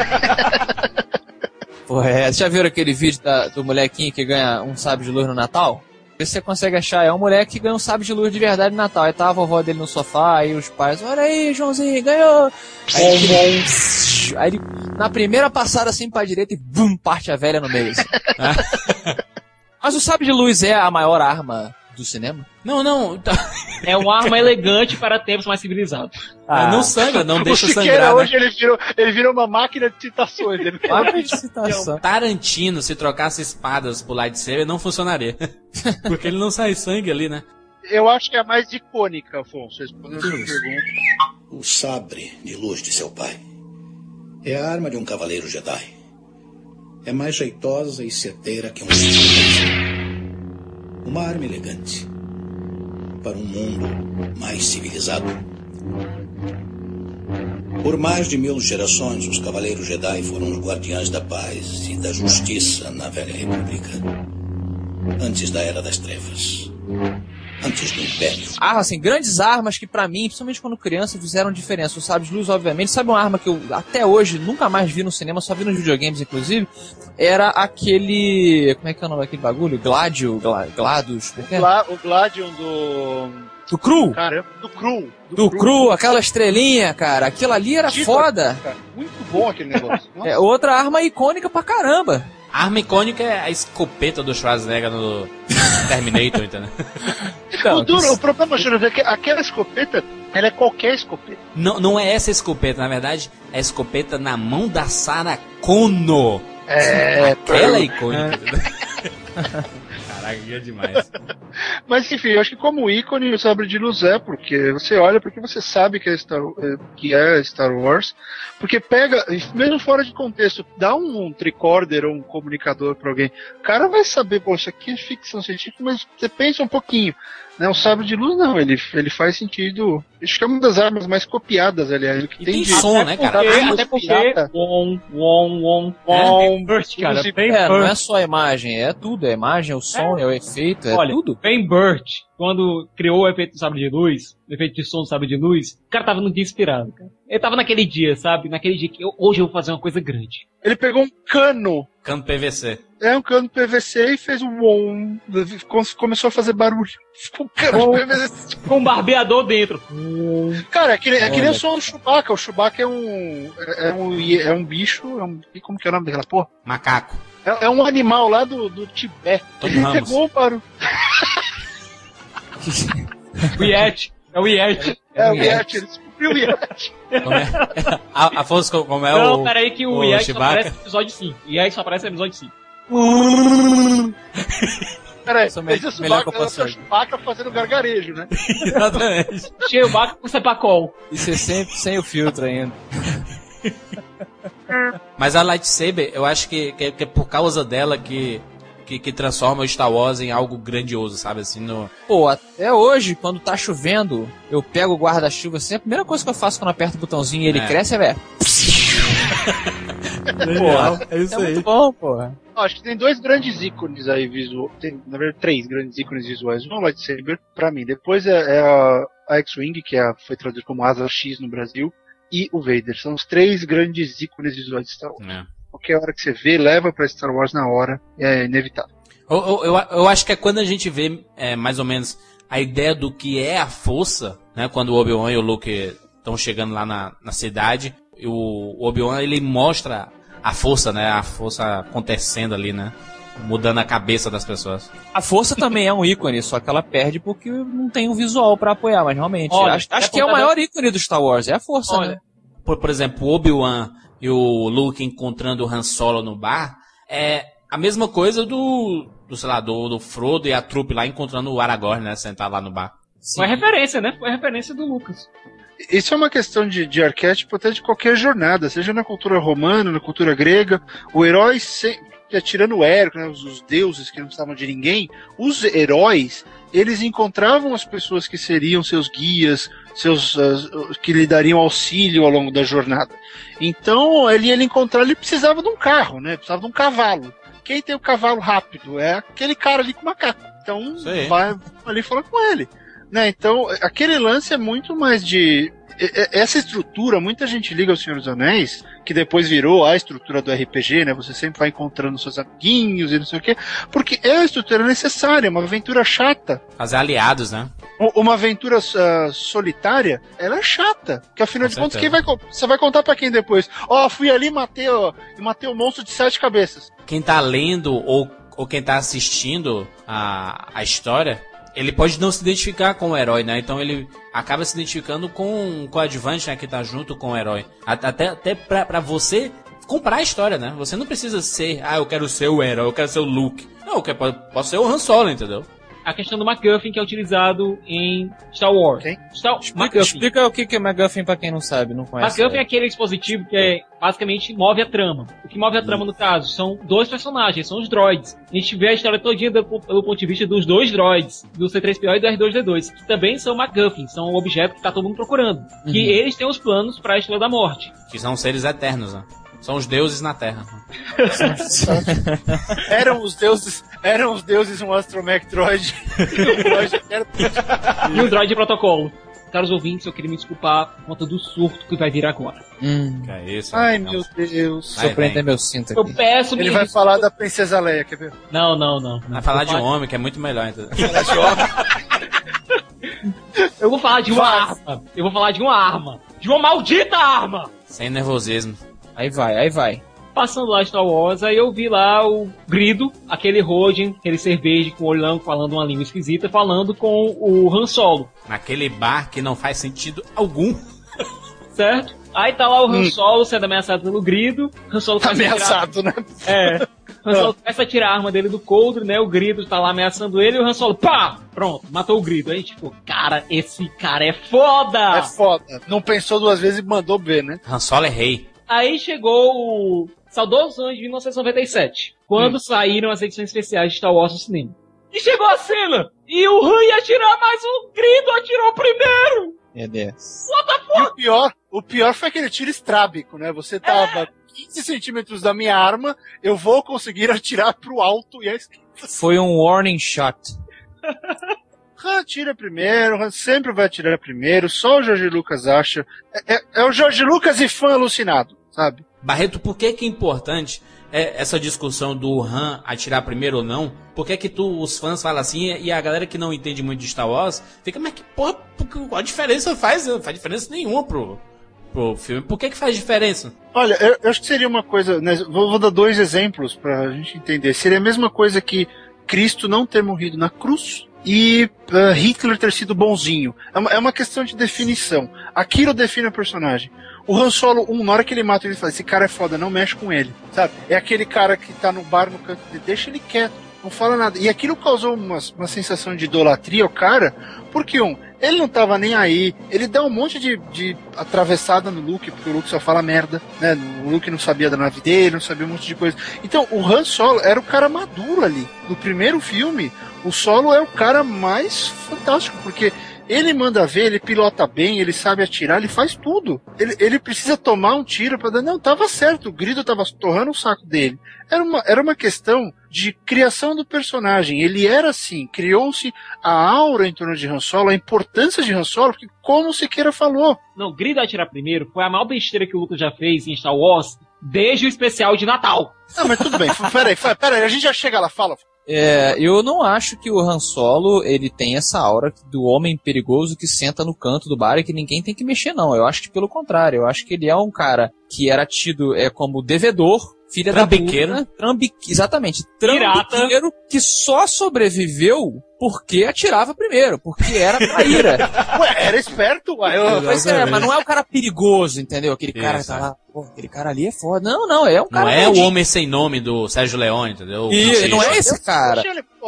Vocês já viram aquele vídeo do molequinho que ganha um sabre de luz no Natal? Se você consegue achar, é um moleque que ganha um sabre de luz de verdade no Natal. Aí tá a vovó dele no sofá, aí os pais, olha aí, Joãozinho, ganhou! Aí ele, na primeira passada assim pra direita e bum, parte a velha no meio. Assim. Mas o sabre de luz é a maior arma do cinema? Não. É uma arma elegante para tempos mais civilizados. Não sangra, não deixa sangrar. O Siqueira né? hoje ele virou uma máquina de citações. Máquina de citação. Tarantino, se trocasse espadas pro lightsaber, não funcionaria. Porque ele não sai sangue ali, né? Eu acho que é a mais icônica, Afonso, respondendo a sua pergunta. O sabre de luz de seu pai é a arma de um cavaleiro Jedi. é mais jeitosa e certeira que um rifle. Uma arma elegante para um mundo mais civilizado. Por mais de 1000 gerações, os Cavaleiros Jedi foram os guardiães da paz e da justiça na Velha República. Antes da Era das Trevas. Antes do Império. Assim, grandes armas que pra mim, principalmente quando criança, fizeram diferença. O sabre de luz, obviamente. Sabe uma arma que eu até hoje nunca mais vi no cinema, só vi nos videogames, inclusive? Era aquele... Como é que é o nome daquele bagulho? GLaDOS? O Gladion do Cru? Caramba, do Cru. Do Cru, aquela estrelinha, cara. Aquilo ali era foda. Cara, muito bom aquele negócio. É outra arma icônica pra caramba. A arma icônica é a escopeta do Schwarzenegger no Terminator, entendeu? Então, o problema, Júlio, é que aquela escopeta, ela é qualquer escopeta. Não é essa escopeta, na verdade, é a escopeta na mão da Sarah Connor. Aquela é icônica. Caraca, é demais. Mas enfim, eu acho que como ícone o sabre de luz porque você olha porque você sabe que é Star Wars, porque pega, mesmo fora de contexto, dá um tricorder ou um comunicador pra alguém, o cara vai saber, pô, isso aqui é ficção científica, mas você pensa um pouquinho, né? O sabre de luz não, ele faz sentido, acho que é uma das armas mais copiadas, aliás, que tem de som, né, cara? Até porque não é só a imagem, é tudo, é a imagem, é o som, é o efeito, é tudo. Ben Burt, quando criou o efeito do sabre de luz, o efeito de som do sabre de luz, o cara tava num dia inspirado, cara. Ele tava naquele dia, sabe? Naquele dia que hoje eu vou fazer uma coisa grande. Ele pegou um cano. Cano PVC. É, um cano PVC e fez um... Começou a fazer barulho. Ficou um cano PVC. Com um barbeador dentro. Cara, é que nem o som do Chewbacca. O Chewbacca é um bicho... como que é o nome daquela porra? Macaco. É um animal lá do Tibete. Ele pegou o barulho. O Yeti. É o Yeti. É o Yeti. Ele descobriu o Yeti. Como é? Afonso, como é Não, o... peraí que o Yeti só Chewbacca? aparece no episódio 5. O Yeti só aparece no episódio 5. Peraí, Esse é o esse é melhor que eu o posso fazer. Chewbacca fazendo gargarejo, né? Exatamente. Chewbacca com Sepacol. Isso é sempre sem o filtro ainda. Mas a lightsaber, eu acho que é por causa dela que transforma o Star Wars em algo grandioso, sabe? Assim, Pô, até hoje, quando tá chovendo, eu pego o guarda-chuva assim, a primeira coisa que eu faço quando aperto o botãozinho e ele cresce é Porra, é isso aí. Muito bom, porra. Acho que tem dois grandes ícones aí visuais. Tem, na verdade, 3 grandes ícones visuais. Um é o lightsaber, pra mim. Depois é a X-Wing, que foi traduzida como Asa X no Brasil. E o Vader. São os 3 grandes ícones visuais de Star Wars. Qualquer hora que você vê, leva pra Star Wars na hora. É inevitável. Eu acho que é quando a gente vê mais ou menos a ideia do que é a força, né? Quando o Obi-Wan e o Luke estão chegando lá na cidade. E o Obi-Wan, ele mostra a força, né? A força acontecendo ali, né? Mudando a cabeça das pessoas. A força também é um ícone, só que ela perde porque não tem um visual pra apoiar, mas realmente. Olha, acho que é o maior ícone do Star Wars, é a força, né? Por exemplo, o Obi-Wan e o Luke encontrando o Han Solo no bar, é a mesma coisa do Frodo e a trupe lá encontrando o Aragorn, né? Sentado lá no bar. Sim. Foi referência, né? Foi referência do Lucas. Isso é uma questão de arquétipo até de qualquer jornada, seja na cultura romana, na cultura grega, o herói, tirando o Hércules, né, os deuses que não precisavam de ninguém, os heróis, eles encontravam as pessoas que seriam seus guias, que lhe dariam auxílio ao longo da jornada. Então, ele precisava de um carro, né? Precisava de um cavalo. Quem tem o cavalo rápido é aquele cara ali com o macaco. Então, vai ali falar com ele. Né? Então, aquele lance é muito mais de... Essa estrutura, muita gente liga ao Senhor dos Anéis, que depois virou a estrutura do RPG, né? Você sempre vai encontrando seus amiguinhos e não sei o quê, porque é a estrutura necessária, uma aventura chata. Fazer aliados, né? Uma aventura solitária, ela é chata. Porque afinal de contas, você vai contar pra quem depois? Fui ali e matei o monstro de 7 cabeças. Quem tá lendo ou quem tá assistindo a história, ele pode não se identificar com o herói, né? Então ele acaba se identificando com o adjuvante, né? Que tá junto com o herói. Até pra você comprar a história, né? Você não precisa ser, eu quero ser o herói, eu quero ser o Luke. Não, posso ser o Han Solo, entendeu? a questão do MacGuffin que é utilizado em Star Wars. Quem? Explica o que é MacGuffin pra quem não sabe, não conhece. MacGuffin é aquele dispositivo que basicamente move a trama. O que move a trama, no caso, são 2 personagens, são os droids. A gente vê a história todinha pelo ponto de vista dos 2 droids, do C-3PO e do R2-D2, que também são MacGuffin, são um objeto que tá todo mundo procurando. Que eles têm os planos pra Estrela da Morte. Que são seres eternos, né? São os deuses na Terra. Eram os deuses um astromech droid. E um droid de protocolo. Caros ouvintes, eu queria me desculpar por conta do surto que vai vir agora. Que é isso? Ai, meu Deus. Deixa eu prender meu cinto aqui. Eu peço Ele vai falar da Princesa Leia, quer ver? Não. Vai falar de um homem, que é muito melhor, entendeu? Eu vou falar de uma arma. Eu vou falar de uma arma. De uma maldita arma! Sem nervosismo. Aí vai. Passando lá Star Wars, aí eu vi lá o Grido, aquele Rogen, aquele ser verde com olhão, falando uma língua esquisita, falando com o Han Solo. Naquele bar que não faz sentido algum. Certo? Aí tá lá o Han Solo sendo ameaçado pelo Grido. Han Solo começa ameaçado, né? Han Solo começa a tirar a arma dele do coldre, né? O Grido tá lá ameaçando ele e o Han Solo, pá! Pronto, matou o Grido. Aí tipo, cara, esse cara é foda! É foda. Não pensou 2 vezes e mandou ver, né? Han Solo é rei. Aí chegou o saudoso ano de 1997, quando saíram as edições especiais de Star Wars no cinema. E chegou a cena! E o Han ia atirar, mas o Grido atirou primeiro! Meu Deus. What the fuck? E o pior foi aquele tiro estrábico, né? Você tava 15 centímetros da minha arma, eu vou conseguir atirar pro alto e a esquerda. Foi um warning shot. Han atira primeiro, Han sempre vai atirar primeiro, só o Jorge Lucas acha. É o Jorge Lucas e fã alucinado, sabe? Barreto, por que é importante essa discussão do Han atirar primeiro ou não? Por que os fãs falam assim e a galera que não entende muito de Star Wars fica, mas que porra, qual a diferença faz? Não faz diferença nenhuma pro filme. Por que faz diferença? Olha, eu acho que seria uma coisa, né, vou dar 2 exemplos pra gente entender. Seria a mesma coisa que Cristo não ter morrido na cruz e Hitler ter sido bonzinho. É uma questão de definição. Aquilo define o personagem. O Han Solo, na hora que ele mata, ele fala, esse cara é foda, não mexe com ele, sabe? É aquele cara que tá no bar, no canto dele, deixa ele quieto, não fala nada. E aquilo causou uma sensação de idolatria ao cara, porque ele não tava nem aí, ele dá um monte de atravessada no Luke, porque o Luke só fala merda, né? O Luke não sabia da nave dele, não sabia um monte de coisa. Então, o Han Solo era o cara maduro ali. No primeiro filme, o Solo é o cara mais fantástico, porque ele manda ver, ele pilota bem, ele sabe atirar, ele faz tudo. Ele precisa tomar um tiro pra dar... Não, tava certo, o Grido tava torrando o saco dele. Era uma questão de criação do personagem. Ele era assim, criou-se a aura em torno de Han Solo, a importância de Han Solo, porque como o Siqueira falou. Não, Grido atirar primeiro foi a maior besteira que o Lucas já fez em Star Wars desde o especial de Natal. Não, mas tudo bem, peraí, a gente já chega lá, fala. Eu não acho que o Han Solo ele tem essa aura do homem perigoso que senta no canto do bar e que ninguém tem que mexer, não. Eu acho que pelo contrário, eu acho que ele é um cara que era tido como devedor, filha da puta, exatamente, trambiqueiro que só sobreviveu porque atirava primeiro, porque era traíra. Ué, era esperto, ué. Pois mas não é o cara perigoso, entendeu? Aquele cara que tá lá, pô, aquele cara ali é foda. Não, é um cara... Não é o Homem Sem Nome do Sérgio Leone, entendeu? E não é esse cara.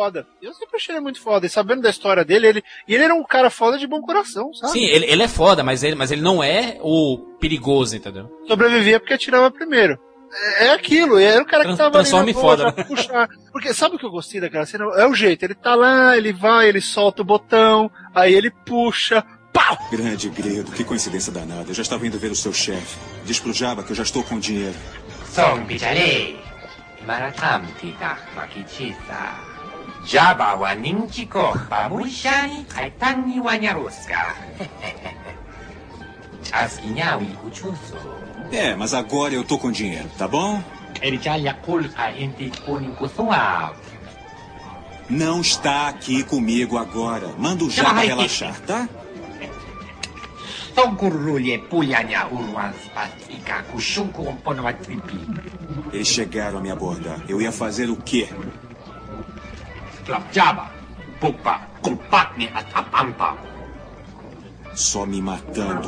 Eu sempre achei ele muito foda. E sabendo da história dele, ele era um cara foda de bom coração, sabe? Sim, ele é foda, mas ele não é o perigoso, entendeu? Sobrevivia porque atirava primeiro. É aquilo, era o cara que tava ali na foda, pra puxar. Porque sabe o que eu gostei daquela cena? É o jeito, ele tá lá, ele vai, ele solta o botão, aí ele puxa, pau! Grande Grido, que coincidência danada. Eu já estava indo ver o seu chefe. Diz pro Jabba que eu já estou com dinheiro. Song Picharei, Maratam Tita Makichisa. Jabba wa ninchiko, Bamushani, Kaitani wa Nyaruska. Askinyawi Uchuso. Mas agora eu tô com dinheiro, tá bom? Não está aqui comigo agora. Manda o Jabba relaxar, tá? Eles chegaram a me abordar. Eu ia fazer o quê? Só me matando.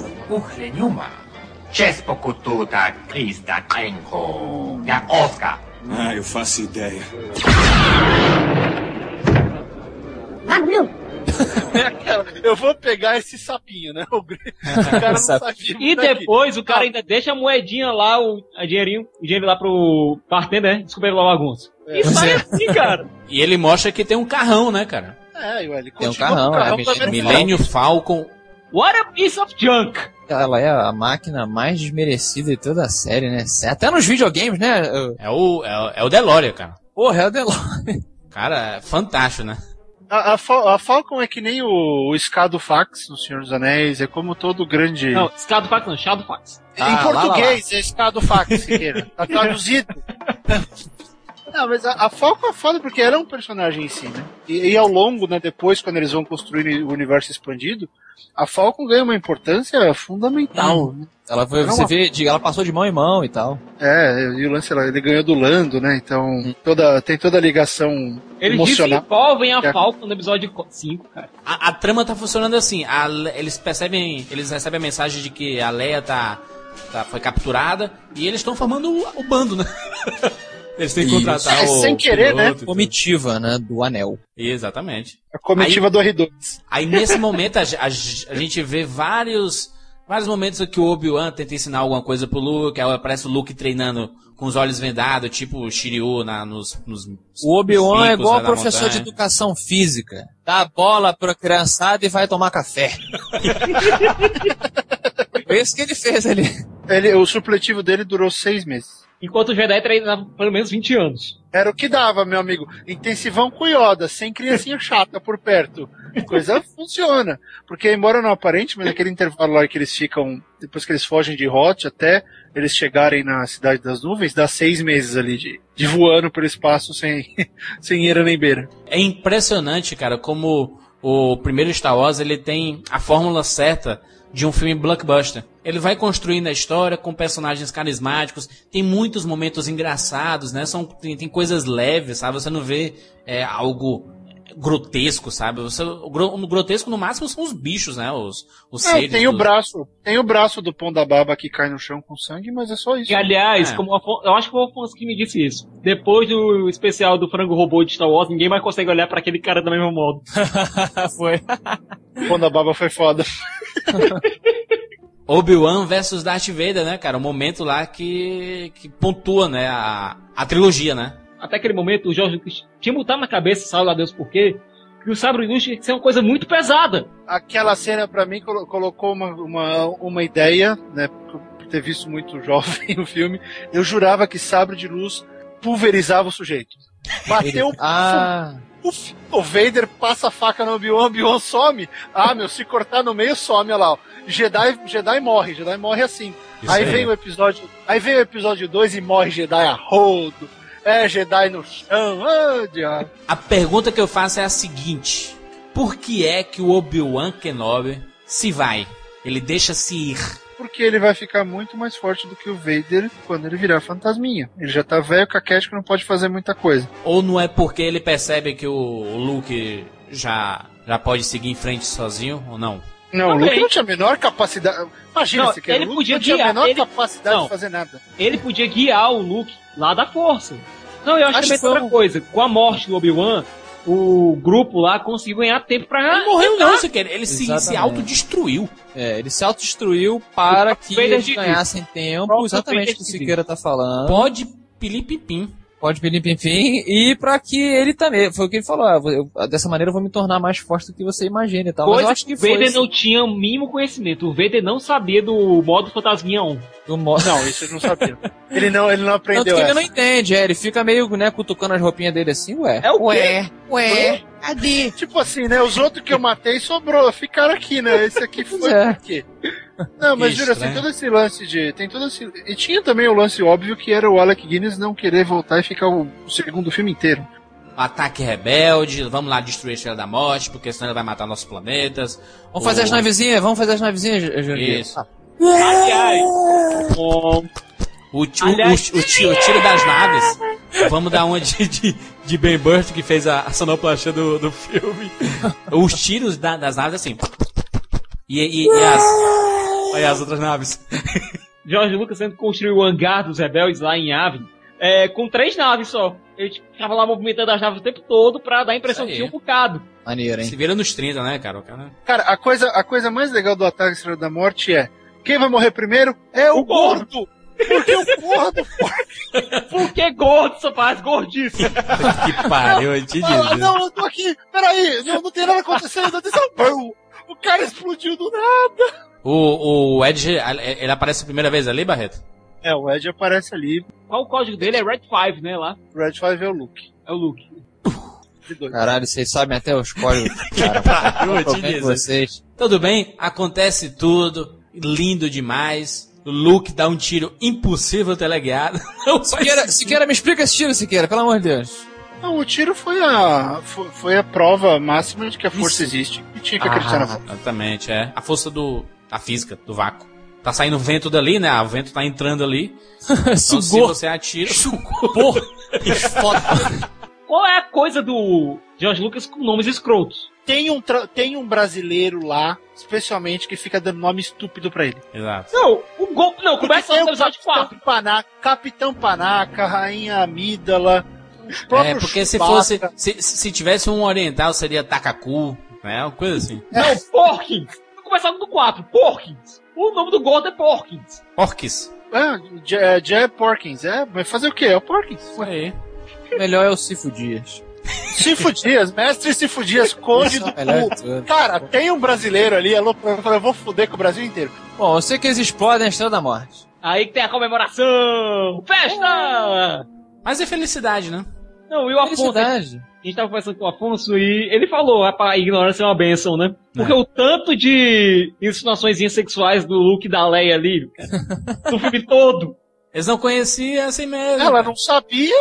Eu faço ideia. viu? Eu vou pegar esse sapinho, né? O cara não sabia. E depois o cara ainda deixa a moedinha lá, o dinheiro lá pro bartender, né? Desculpa aí, bagunça. E sai assim, cara. E ele mostra que tem um carrão, né, cara? Ele tem um carrão, Millennium Falcon. What a piece of junk! Ela é a máquina mais desmerecida de toda a série, né? Até nos videogames, né? É o DeLorean, cara. Porra, é o DeLorean. Cara, é fantástico, né? A Falcon é que nem o Scadofax no Senhor dos Anéis, é como todo grande... Não, Scadofax não, Shadowfax. Em português é Scadofax, Siqueira. Tá traduzido. Não, mas a Falcon é foda porque ela é um personagem em si, né? E ao longo, né, depois, quando eles vão construir o universo expandido, a Falcon ganha uma importância fundamental. Né? Ela foi, ela passou de mão em mão e tal. E o lance, ele ganhou do Lando, né? Então, tem toda a ligação eles emocional. Eles desenvolvem a Falcon no episódio 5, cara. A trama tá funcionando assim. Eles recebem a mensagem de que a Leia foi capturada e eles estão formando o bando, né? Eles têm que contratar sem querer, né? Comitiva, né? Do anel. Exatamente. A comitiva do R2. Aí nesse momento a gente vê vários momentos em que o Obi-Wan tenta ensinar alguma coisa pro Luke. Aí aparece o Luke treinando com os olhos vendados, tipo o Shiryu nos o Obi-Wan é igual professor de educação física. Dá a bola pra criançada e vai tomar café. Foi isso que ele fez ali. O supletivo dele durou 6 meses. Enquanto o Jedi treinava pelo menos 20 anos. Era o que dava, meu amigo. Intensivão com Yoda, sem criancinha chata por perto. Coisa funciona. Porque, embora não aparente, mas naquele intervalo lá que eles ficam, depois que eles fogem de Hoth até eles chegarem na Cidade das Nuvens, dá 6 meses ali de voando pelo espaço sem eira nem beira. É impressionante, cara, como o primeiro Star Wars ele tem a fórmula certa de um filme blockbuster. Ele vai construindo a história com personagens carismáticos, tem muitos momentos engraçados, né? Tem coisas leves, sabe? Você não vê algo grotesco, sabe? O grotesco no máximo são os bichos, né? Os seres. Tem o braço do Pão da Baba que cai no chão com sangue, mas é só isso. E, aliás, eu acho que foi o Afonso que me disse isso. Depois do especial do frango robô de Star Wars, ninguém mais consegue olhar pra aquele cara do mesmo modo. Foi. O Pão da Baba foi foda. Obi-Wan versus Darth Vader, né, cara? O momento lá que pontua, né, a trilogia, né? Até aquele momento, o George Lucas tinha botado na cabeça, sabe lá Deus por quê, que o sabre de luz tinha que ser uma coisa muito pesada. Aquela cena, pra mim, colocou uma ideia, né, por ter visto muito jovem o filme, eu jurava que sabre de luz pulverizava o sujeito. Bateu... Uf, o Vader passa a faca no Obi-Wan, Obi-Wan some. Se cortar no meio, some, olha lá. Ó. Jedi morre assim. Aí vem o episódio 2 e morre Jedi a rodo. Jedi no chão. Diabo. A pergunta que eu faço é a seguinte: por que é que o Obi-Wan Kenobi se vai? Ele deixa-se ir. Porque ele vai ficar muito mais forte do que o Vader quando ele virar fantasminha. Ele já tá velho, caquético, não pode fazer muita coisa. Ou não é porque ele percebe que o Luke já pode seguir em frente sozinho, ou não? Não, o Luke não tinha a menor capacidade. Imagina, ele podia guiar, tinha a menor capacidade de fazer nada. Ele podia guiar o Luke lá da força. Não, eu acho que também outra coisa. Com a morte do Obi-Wan, o grupo lá conseguiu ganhar tempo pra... Ele morreu não, você quer. Ele se autodestruiu. Ele se autodestruiu para que eles ganhassem tempo, exatamente o que o Siqueira tá falando. Pode pilim-pim-pim. E pra que ele também, foi o que ele falou, dessa maneira eu vou me tornar mais forte do que você imagina e tal. Mas eu acho que o Vader não tinha o mínimo conhecimento, o Vader não sabia do modo fantasminha 1. Não, isso ele não sabia. ele não aprendeu. Tanto que ele não entende, ele fica meio, né, cutucando as roupinhas dele assim, ué, cadê? Tipo assim, né, os outros que eu matei sobrou, ficaram aqui, né, esse aqui foi por quê? Não, mas jura, tem todo esse lance e tinha também o lance óbvio que era o Alec Guinness não querer voltar e ficar o segundo filme inteiro. Ataque rebelde, vamos lá destruir a Estrela da Morte, porque senão ele vai matar nossos planetas. Vamos fazer as navezinhas, Jurandir. Isso. O tiro das naves. Vamos dar uma de Ben Burtt, que fez a sonoplastia do filme. Os tiros das naves assim. E as outras naves. George Lucas sempre construiu o hangar dos rebeldes lá em Yavin com 3 naves só. Ele ficava lá movimentando as naves o tempo todo pra dar a impressão que tinha um bocado. Maneiro, hein? Se vira nos 30, né, cara? Cara, a coisa mais legal do Ataque Estrela da Morte é: quem vai morrer primeiro é o gordo! Porque o gordo... Porque gordo, só faz gordice. Que pariu, eu te disse. Não, eu tô aqui, peraí, não tem nada acontecendo, o cara explodiu do nada. O Ed, ele aparece a primeira vez ali, Barreto? O Ed aparece ali. Qual o código dele? É Red 5, né, lá? Red 5 é o Luke. É o Luke. Caralho, vocês sabem até os códigos. Cara, eu te disse. Vocês. Tudo bem, acontece tudo, lindo demais. O Luke dá um tiro impossível teleguiado. Siqueira, me explica esse tiro, Siqueira, pelo amor de Deus. Não, o tiro foi a prova máxima de que a força existe e tinha que acreditar na força. Exatamente, a força da física, do vácuo. Tá saindo vento dali, né? O vento tá entrando ali. Então se você atira... Porra! Foda. Qual é a coisa do George Lucas com nomes escrotos? Tem um brasileiro lá, especialmente, que fica dando nome estúpido pra ele. Exato. Não, começa no episódio 4. Capitão Panaca, Rainha Amídala, os próprios porque Chewbacca. se tivesse um oriental, seria Takaku, né? Uma coisa assim. Não, Porkins. Começando no 4, Porkins. O nome do gordo é Porkins. Porkins. Jay Porkins, mas fazer o quê? É o Porkins. Isso aí. Melhor é o Sifo Dias. Sifo Dias, mestre Sifo Dias, conde do cu. Cara, tem um brasileiro ali, eu vou foder com o Brasil inteiro. Bom, eu sei que eles explodem a Estrela da Morte. Aí que tem a comemoração! Festa! Mas é felicidade, né? Não, e o Afonso... A gente tava conversando com o Afonso e ele falou, a ignorância é uma bênção, né? Porque o tanto de insinuações sexuais do Luke e da Leia ali, cara, no filme todo. Eles não conheciam assim mesmo. Ela não sabia...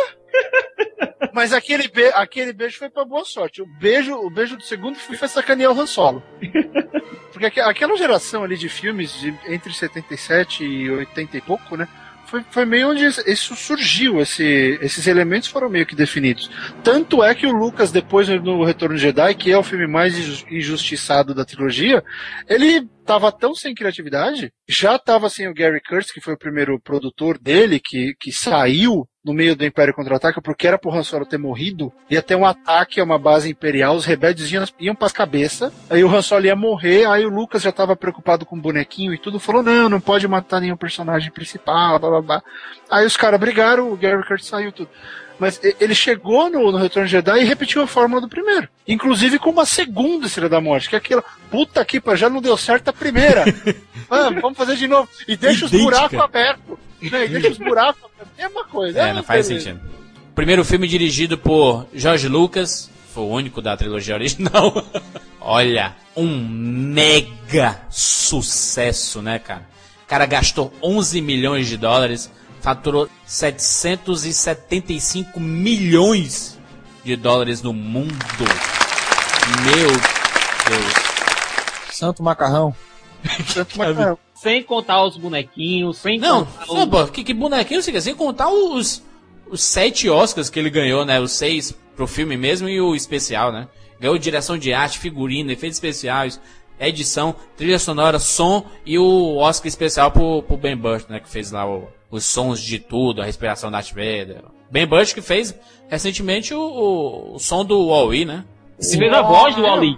Mas aquele beijo foi pra boa sorte. O beijo do segundo foi sacanear o Han Solo. Porque aquela geração ali de filmes entre 77 e 80 e pouco, né? Foi meio onde isso surgiu, esses elementos foram meio que definidos. Tanto é que o Lucas, depois no Retorno de Jedi, que é o filme mais injustiçado da trilogia, ele tava tão sem criatividade, já tava sem o Gary Kurtz, que foi o primeiro produtor dele, que saiu no meio do Império Contra-Ataca, porque era pro Han Solo ter morrido, ia ter um ataque a uma base imperial, os rebeldes iam pras cabeças, aí o Han Solo ia morrer, aí o Lucas já tava preocupado com o bonequinho e tudo, falou, não pode matar nenhum personagem principal, blá blá blá. Aí os caras brigaram, o Gary Kurtz saiu tudo. Mas ele chegou no Retorno de Jedi e repetiu a fórmula do primeiro. Inclusive com uma segunda Estrela da Morte, que é aquela, puta que já não deu certo a primeira. Vamos fazer de novo. E deixa os buracos abertos. E deixa os buracos abertos. Mesma coisa. Não faz sentido. Primeiro filme dirigido por George Lucas, foi o único da trilogia original. Olha, um mega sucesso, né, cara? O cara gastou 11 milhões de dólares, faturou 775 milhões de dólares no mundo. Meu Deus. Santo macarrão. Santo macarrão. Sem contar os bonequinhos, sem contar... que bonequinho? Sem contar os 7 Oscars que ele ganhou, né? Os 6 pro filme mesmo e o especial, né? Ganhou direção de arte, figurino, efeitos especiais, edição, trilha sonora, som e o Oscar especial pro Ben Burtt, né? Que fez lá os sons de tudo, a respiração da Darth Vader. Ben Burtt que fez recentemente o som do Wall-E, né? Se fez a voz do Wall-E.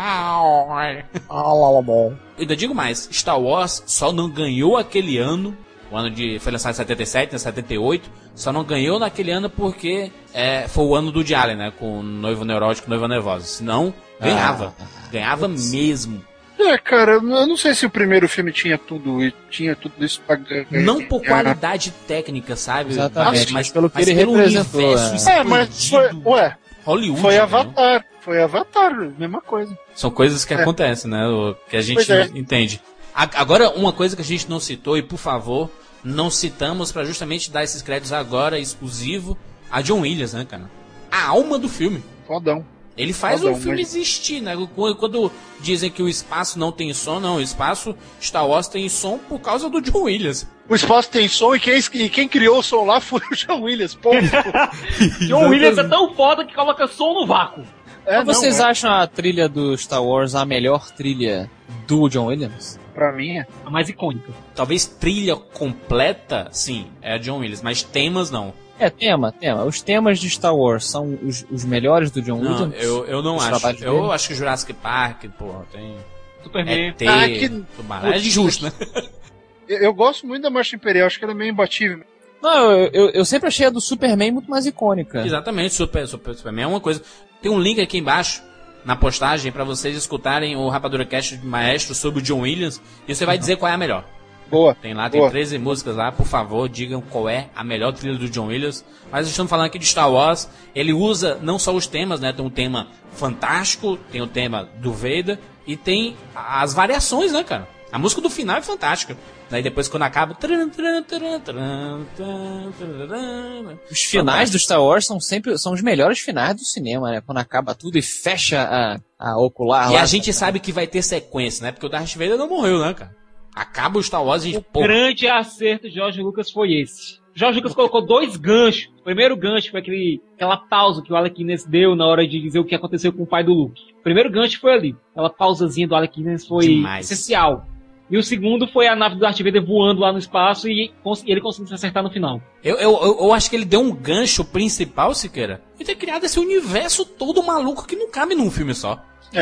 Ainda digo mais, Star Wars só não ganhou aquele ano, o ano foi lançado em 77, em 78, só não ganhou naquele ano porque foi o ano do Woody Allen, né? Com Noivo Neurótico, Noiva Nervosa. Senão, ganhava mesmo. Cara, eu não sei se o primeiro filme tinha tudo isso pra ganhar. Não por qualidade técnica, sabe? Exatamente, mas pelo que ele representou. Mas Hollywood. Foi Avatar, mesma coisa. São coisas que acontecem, né? Que a gente entende. Agora, uma coisa que a gente não citou, e por favor, não citamos pra justamente dar esses créditos agora, exclusivo, a John Williams, né, cara? A alma do filme. Fodão. Ele faz o filme existir, né? Quando dizem que o espaço não tem som, não. O espaço Star Wars tem som por causa do John Williams. O espaço tem som e quem criou o som lá foi o John Williams, ponto. John Williams é tão foda que coloca som no vácuo. Vocês acham a trilha do Star Wars a melhor trilha do John Williams? Pra mim a mais icônica. Talvez trilha completa, sim, é a John Williams, mas temas não. Tema. Os temas de Star Wars são os melhores do John Williams? Eu não acho. Eu acho que Jurassic Park, porra, tem... Superman. É injusto, né? Eu gosto muito da Marcha Imperial, acho que ela é meio imbatível. Não, eu sempre achei a do Superman muito mais icônica. Exatamente, Superman é uma coisa... Tem um link aqui embaixo, na postagem, pra vocês escutarem o Rapadura Cast de Maestro sobre o John Williams, e você vai dizer qual é a melhor. Boa. Tem 13 músicas lá, por favor, digam qual é a melhor trilha do John Williams. Mas estamos falando aqui de Star Wars, ele usa não só os temas, né? Tem um tema fantástico, tem o tema do Vader, e tem as variações, né, cara? A música do final é fantástica. Daí depois quando acaba... Os finais do Star Wars são os melhores finais do cinema, né? Quando acaba tudo e fecha a ocular. E a gente sabe que vai ter sequência, né? Porque o Darth Vader não morreu, né, cara? Acaba o Star Wars e... O grande acerto de George Lucas foi esse. George Lucas colocou 2 ganchos. O primeiro gancho foi aquela pausa que o Alec Guinness deu na hora de dizer o que aconteceu com o pai do Luke. O primeiro gancho foi ali. Aquela pausazinha do Alec Guinness foi essencial. E o segundo foi a nave do Darth Vader voando lá no espaço e ele conseguiu se acertar no final. Eu acho que ele deu um gancho principal, Siqueira, e ter criado esse universo todo maluco que não cabe num filme só.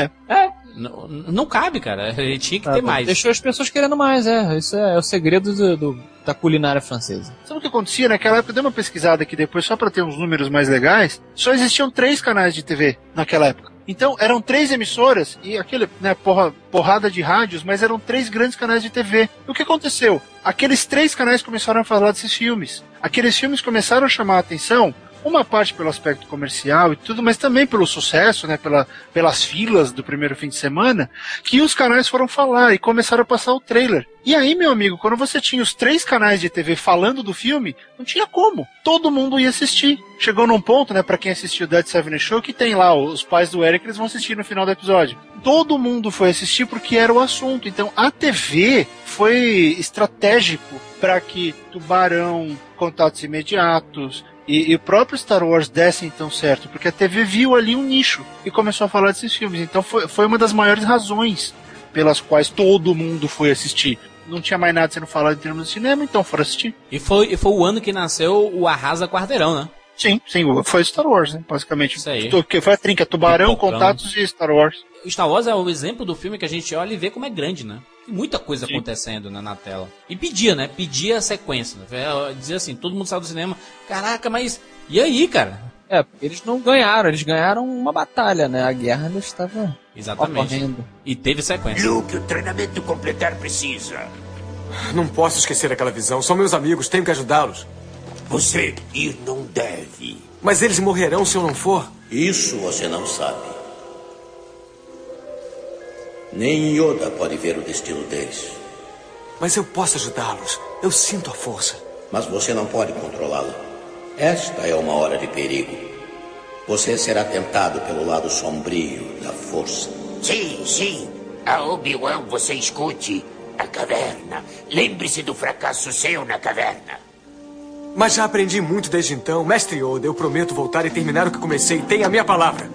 Não cabe, cara. Ele tinha que ter mais. Deixou as pessoas querendo mais, Isso é o segredo da culinária francesa. Sabe o que acontecia? Naquela época, eu dei uma pesquisada aqui depois, só pra ter uns números mais legais. Só existiam 3 canais de TV naquela época. Então, eram 3 emissoras e aquele, né, porrada de rádios, mas eram 3 grandes canais de TV. E o que aconteceu? Aqueles 3 canais começaram a falar desses filmes. Aqueles filmes começaram a chamar a atenção, uma parte pelo aspecto comercial e tudo, mas também pelo sucesso, né, pelas filas do primeiro fim de semana, que os canais foram falar e começaram a passar o trailer. E aí, meu amigo, quando você tinha os 3 canais de TV falando do filme, não tinha como. Todo mundo ia assistir. Chegou num ponto, né, pra quem assistiu o Dead 70 Show, que tem lá os pais do Eric, eles vão assistir no final do episódio. Todo mundo foi assistir porque era o assunto. Então, a TV foi estratégico para que Tubarão, Contatos Imediatos e o próprio Star Wars dessem tão certo, porque a TV viu ali um nicho e começou a falar desses filmes. Então foi uma das maiores razões pelas quais todo mundo foi assistir. Não tinha mais nada sendo falado em termos de cinema, então foram assistir. E foi o ano que nasceu o Arrasa Quarteirão, né? Sim, foi Star Wars, né? Basicamente. Isso aí. Foi a trinca, Tubarão, Contatos e Star Wars. O Star Wars é o exemplo do filme que a gente olha e vê como é grande, né? Tem muita coisa acontecendo, né, na tela. E pedia a sequência. Né? Dizia assim, todo mundo saiu do cinema, caraca, mas e aí, cara? Eles não ganharam, eles ganharam uma batalha, né? A guerra ainda estava ocorrendo. E teve sequência. Luke, o treinamento completar precisa. Não posso esquecer aquela visão, são meus amigos, tenho que ajudá-los. Você ir não deve. Mas eles morrerão se eu não for? Isso você não sabe. Nem Yoda pode ver o destino deles. Mas eu posso ajudá-los. Eu sinto a força. Mas você não pode controlá-la. Esta é uma hora de perigo. Você será tentado pelo lado sombrio da força. Sim. A Obi-Wan, você escute. A caverna. Lembre-se do fracasso seu na caverna. Mas já aprendi muito desde então. Mestre Yoda, eu prometo voltar e terminar o que comecei. Tenha a minha palavra.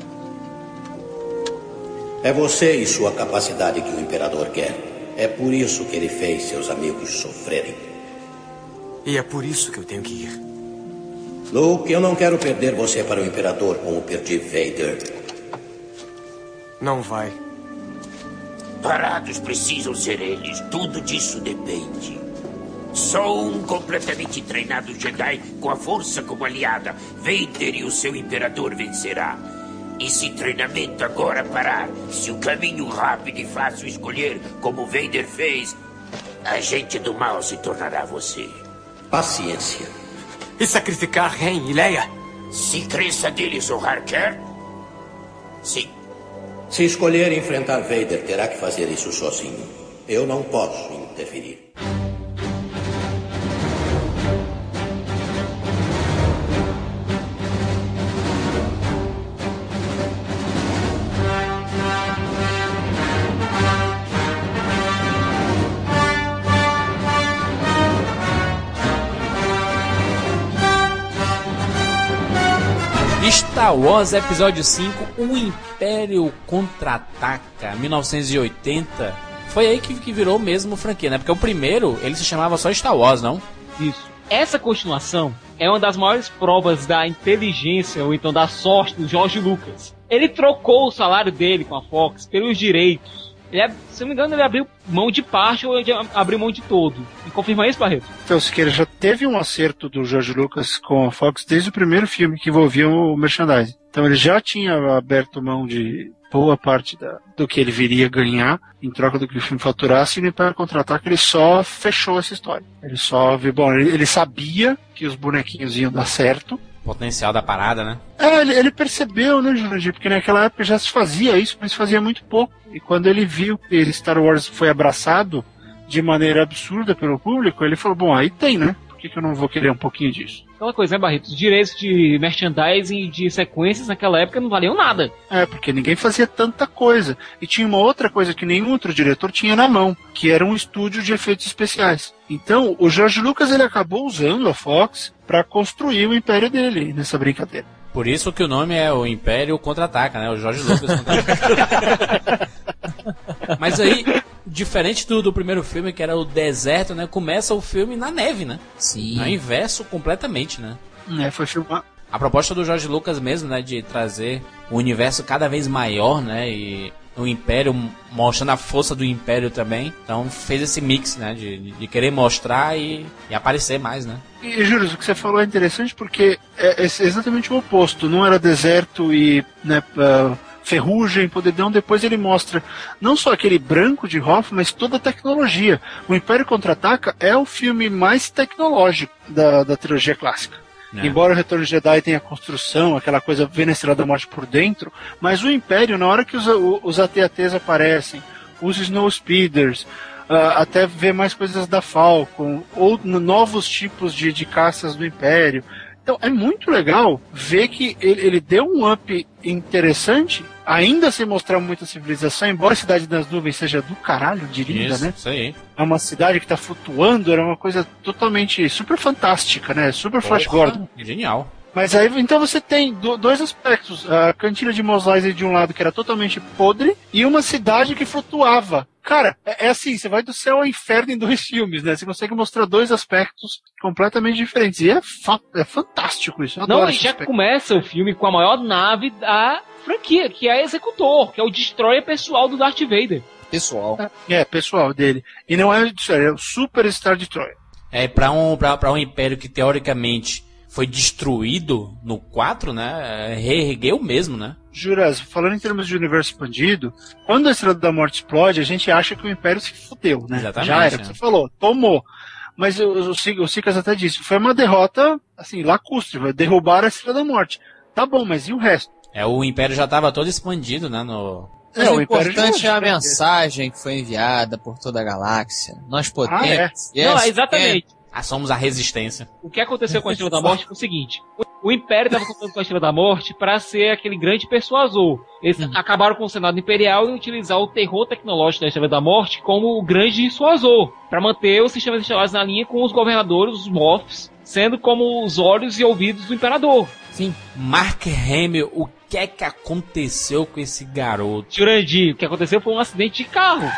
É você e sua capacidade que o Imperador quer. É por isso que ele fez seus amigos sofrerem. E é por isso que eu tenho que ir. Luke, eu não quero perder você para o Imperador como perdi Vader. Não vai. Parados precisam ser eles. Tudo disso depende. Só um completamente treinado Jedi com a força como aliada, Vader e o seu Imperador vencerá. E se treinamento agora parar, se o caminho rápido e fácil escolher, como Vader fez, a gente do mal se tornará você. Paciência. E sacrificar Ren e Leia? Se crença deles honrar quer? Sim. Se escolher enfrentar Vader, terá que fazer isso sozinho. Eu não posso interferir. Star Wars Episódio 5, O Império Contra-Ataca, 1980. Foi aí que virou mesmo franquia, né? Porque o primeiro, ele se chamava só Star Wars, não? Isso. Essa continuação é uma das maiores provas da inteligência ou então da sorte do George Lucas. Ele trocou o salário dele com a Fox pelos direitos. Se não me engano, ele abriu mão de parte ou ele abriu mão de todo. Me confirma isso, Barreto? Então, Siqueira, já teve um acerto do George Lucas com a Fox desde o primeiro filme que envolvia o merchandising. Então ele já tinha aberto mão de boa parte do que ele viria ganhar em troca do que o filme faturasse, e no Império Contra-Ataque ele só fechou essa história. Ele só viu, bom, ele sabia que os bonequinhos iam dar certo. Potencial da parada, né? Ele percebeu, né, Jurandir? Porque naquela época já se fazia isso, mas fazia muito pouco. E quando ele viu que Star Wars foi abraçado de maneira absurda pelo público, ele falou, bom, aí tem, né? Por que eu não vou querer um pouquinho disso? Aquela coisa, né, Barreto? Os direitos de merchandising de sequências naquela época não valiam nada. Porque ninguém fazia tanta coisa. E tinha uma outra coisa que nenhum outro diretor tinha na mão, que era um estúdio de efeitos especiais. Então, o George Lucas ele acabou usando a Fox para construir o império dele nessa brincadeira. Por isso que o nome é o Império Contra-Ataca, né? O George Lucas Contra-Ataca. Mas aí, diferente do primeiro filme, que era o deserto, né? Começa o filme na neve, né? Sim. É o inverso completamente, né? Foi filmar. A proposta do George Lucas mesmo, né? De trazer o universo cada vez maior, né? E o Império, mostrando a força do Império também. Então fez esse mix, né? De querer mostrar e aparecer mais, né? E, Júlio, o que você falou é interessante porque é exatamente o oposto. Não era deserto e, né, ferrugem, podridão. Depois ele mostra não só aquele branco de Hoth, mas toda a tecnologia. O Império Contra-Ataca é o filme mais tecnológico da trilogia clássica. Embora o Retorno de Jedi tenha a construção, aquela coisa vendo a Estrela da Morte por dentro, mas o Império, na hora que os AT-ATs aparecem, os Snowspeeders, até ver mais coisas da Falcon, ou novos tipos de caças do Império. Então é muito legal ver que ele deu um up interessante, ainda sem mostrar muita civilização, embora a Cidade das Nuvens seja do caralho de linda, né? Isso aí. É uma cidade que tá flutuando, era uma coisa totalmente super fantástica, né? Super Flash Gordon. Genial. Mas aí, então você tem dois aspectos. A cantina de Mos Eisley de um lado, que era totalmente podre, e uma cidade que flutuava. Cara, é assim, você vai do céu ao inferno em 2 filmes, né? Você consegue mostrar 2 aspectos completamente diferentes. E é fantástico isso. Eu adoro esse já aspecto. Começa o filme com a maior nave da franquia, que é a Executor, que é o destroyer pessoal do Darth Vader. Pessoal. Pessoal dele. E não é o Super Star Destroyer. Pra um império que teoricamente foi destruído no 4, né? Reergueu mesmo, né? Juras, falando em termos de universo expandido, quando a Estrela da Morte explode, a gente acha que o Império se fudeu, né? Exatamente, já era, você falou, tomou. Mas o Sikas até disse, foi uma derrota, assim, lacustre, vai derrubar a Estrela da Morte. Tá bom, mas e o resto? O Império já estava todo expandido, né? Mas o importante é a mensagem que foi enviada por toda a galáxia. Nós podemos. Não, exatamente. Somos a resistência. O que aconteceu com a Estrela da Morte foi o seguinte: o Império estava contando com a Estrela da Morte para ser aquele grande persuasor. Eles acabaram com o Senado Imperial e utilizar o terror tecnológico da Estrela da Morte como o grande dissuasor, para manter os sistemas estelares na linha com os governadores, os Moffs, sendo como os olhos e ouvidos do Imperador. Sim. Mark Hamill, o que é que aconteceu com esse garoto? Jurandir, o que aconteceu foi um acidente de carro.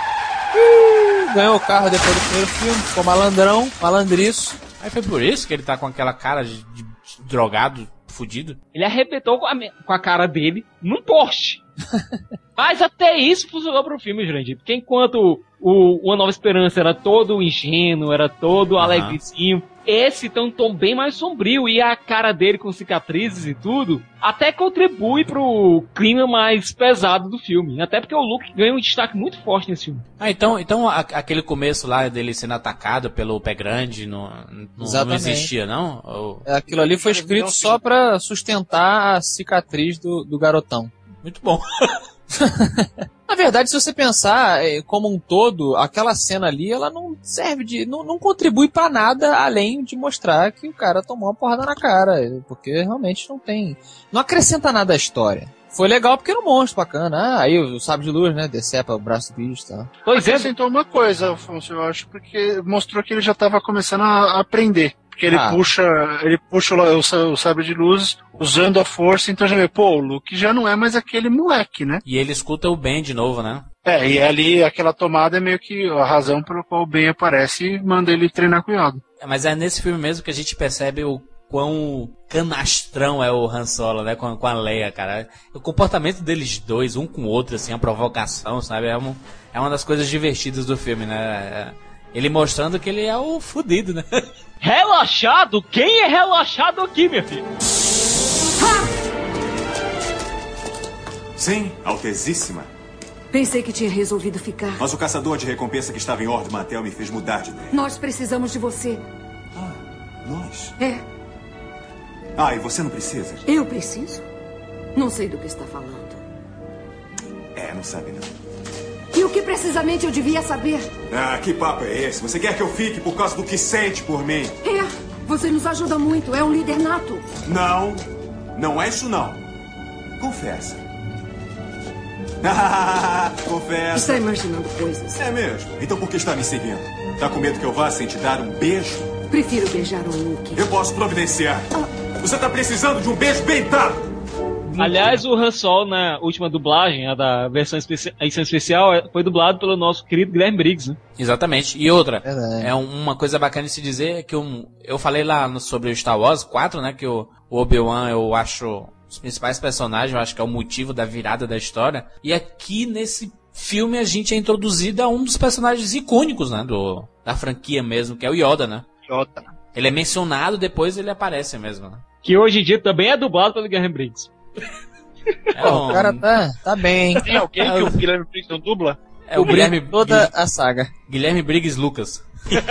Ganhou o carro depois do primeiro filme, ficou malandrão, malandriço. Aí foi por isso que ele tá com aquela cara de drogado, fudido? Ele arrebentou com a cara dele num poste. Mas até isso funcionou pro filme, Jurandir. Porque enquanto Uma Nova Esperança era todo ingênuo, era todo alegrezinho, esse tem um tom bem mais sombrio. E a cara dele com cicatrizes e tudo até contribui pro clima mais pesado do filme. Até porque o Luke ganha um destaque muito forte nesse filme. Então aquele começo lá dele sendo atacado pelo Pé Grande não existia, não? Aquilo ali foi escrito só pra sustentar a cicatriz do garotão. Muito bom. Na verdade, se você pensar como um todo, aquela cena ali, ela não serve de... Não contribui pra nada, além de mostrar que o cara tomou uma porrada na cara. Porque realmente não acrescenta nada à história. Foi legal porque era um monstro bacana. Aí o sabre de luz, né? Decepa o braço do bicho, tá? Acrescentou uma coisa, Alfonso, eu acho, porque mostrou que ele já tava começando a aprender. Porque ele puxa o sabre de luz usando a força, então já vê, o Luke já não é mais aquele moleque, né? E ele escuta o Ben de novo, né? E ali aquela tomada é meio que a razão pela qual o Ben aparece e manda ele treinar com o Yoda. Mas é nesse filme mesmo que a gente percebe o quão canastrão é o Han Solo, né? Com a Leia, cara. O comportamento deles dois, um com o outro, assim, a provocação, sabe? É uma das coisas divertidas do filme, né? Ele mostrando que ele é o fudido, né? Relaxado? Quem é relaxado aqui, meu filho? Sim, Altezíssima. Pensei que tinha resolvido ficar. Mas o caçador de recompensa que estava em Ord Mantell me fez mudar de ideia. Nós precisamos de você. Nós? É. Ah, e você não precisa? Eu preciso? Não sei do que está falando. Não sabe não. E o que precisamente eu devia saber? Ah, que papo é esse? Você quer que eu fique por causa do que sente por mim? Você nos ajuda muito, é um líder nato. Não, não é isso não. Confessa. Confessa. Está imaginando coisas. É mesmo? Então por que está me seguindo? Tá com medo que eu vá sem te dar um beijo? Prefiro beijar o Luke. Eu posso providenciar. Você tá precisando de um beijo bem dado. Aliás, o Han Solo na última dublagem, a da versão edição especial, foi dublado pelo nosso querido Guilherme Briggs, né? Exatamente. E outra, uma coisa bacana de se dizer é que eu falei lá sobre o Star Wars 4, né? Que o Obi-Wan eu acho os principais personagens, eu acho que é o motivo da virada da história. E aqui nesse filme a gente é introduzido a um dos personagens icônicos, né? Da franquia mesmo, que é o Yoda, né? Yoda. Ele é mencionado, depois ele aparece mesmo, né? Que hoje em dia também é dublado pelo Guilherme Briggs. O cara tá bem. Tem alguém que o Guilherme Briggs não dubla? É o Guilherme toda a saga. Guilherme Briggs Lucas.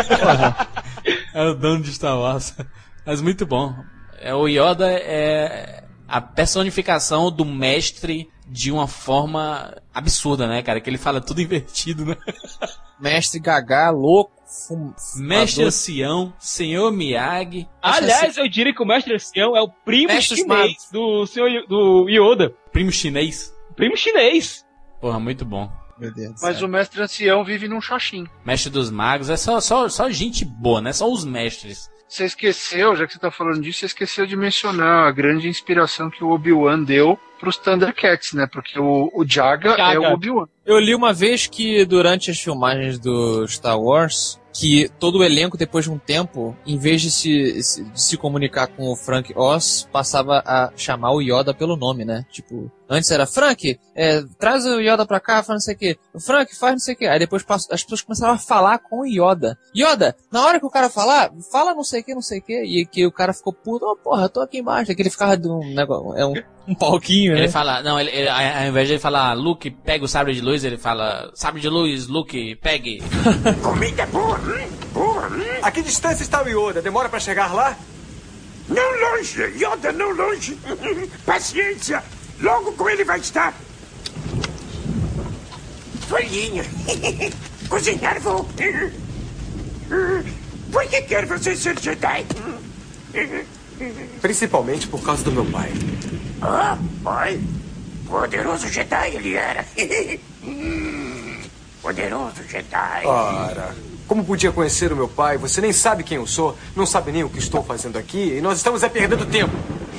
É o dono de Star Wars. Mas muito bom. O Yoda é a personificação do mestre de uma forma absurda, né, cara? Que ele fala tudo invertido, né? Mestre Gagá, louco. Mestre Ancião, Senhor Miyagi. Aliás, eu diria que o Mestre Ancião é o primo chinês do Yoda. Primo chinês? Primo chinês. Porra, muito bom. Meu Deus. Mas o Mestre Ancião vive num xaxim. Mestre dos Magos, é só gente boa, né? Só os mestres. Você esqueceu, já que você tá falando disso, você esqueceu de mencionar a grande inspiração que o Obi-Wan deu pros Thundercats, né? Porque o Jaga é o Obi-Wan. Eu li uma vez que durante as filmagens do Star Wars, que todo o elenco, depois de um tempo, em vez de se comunicar com o Frank Oz, passava a chamar o Yoda pelo nome, né? Tipo, antes era Frank, traz o Yoda pra cá, faz não sei o que. O Frank faz não sei o que. Aí depois as pessoas começaram a falar com o Yoda. Yoda, na hora que o cara falar, fala não sei o que, não sei o que. E que o cara ficou puto, porra, eu tô aqui embaixo. Que ele ficava de um negócio, um palquinho, né? Ele fala, não, ele, ao invés de ele falar, Luke, pega o sabre de luz, ele fala, sabre de luz, Luke, pegue. Comida boa, boa. A que distância está o Yoda? Demora pra chegar lá? Não longe, Yoda, não longe. Paciência, logo com ele vai estar. Folhinha. Cozinhar vou. Por que quer você ser Jedi? Principalmente por causa do meu pai. Ah, pai? Poderoso Jedi ele era. Poderoso Jedi. Ora, como podia conhecer o meu pai? Você nem sabe quem eu sou, não sabe nem o que estou fazendo aqui, e nós estamos perdendo tempo.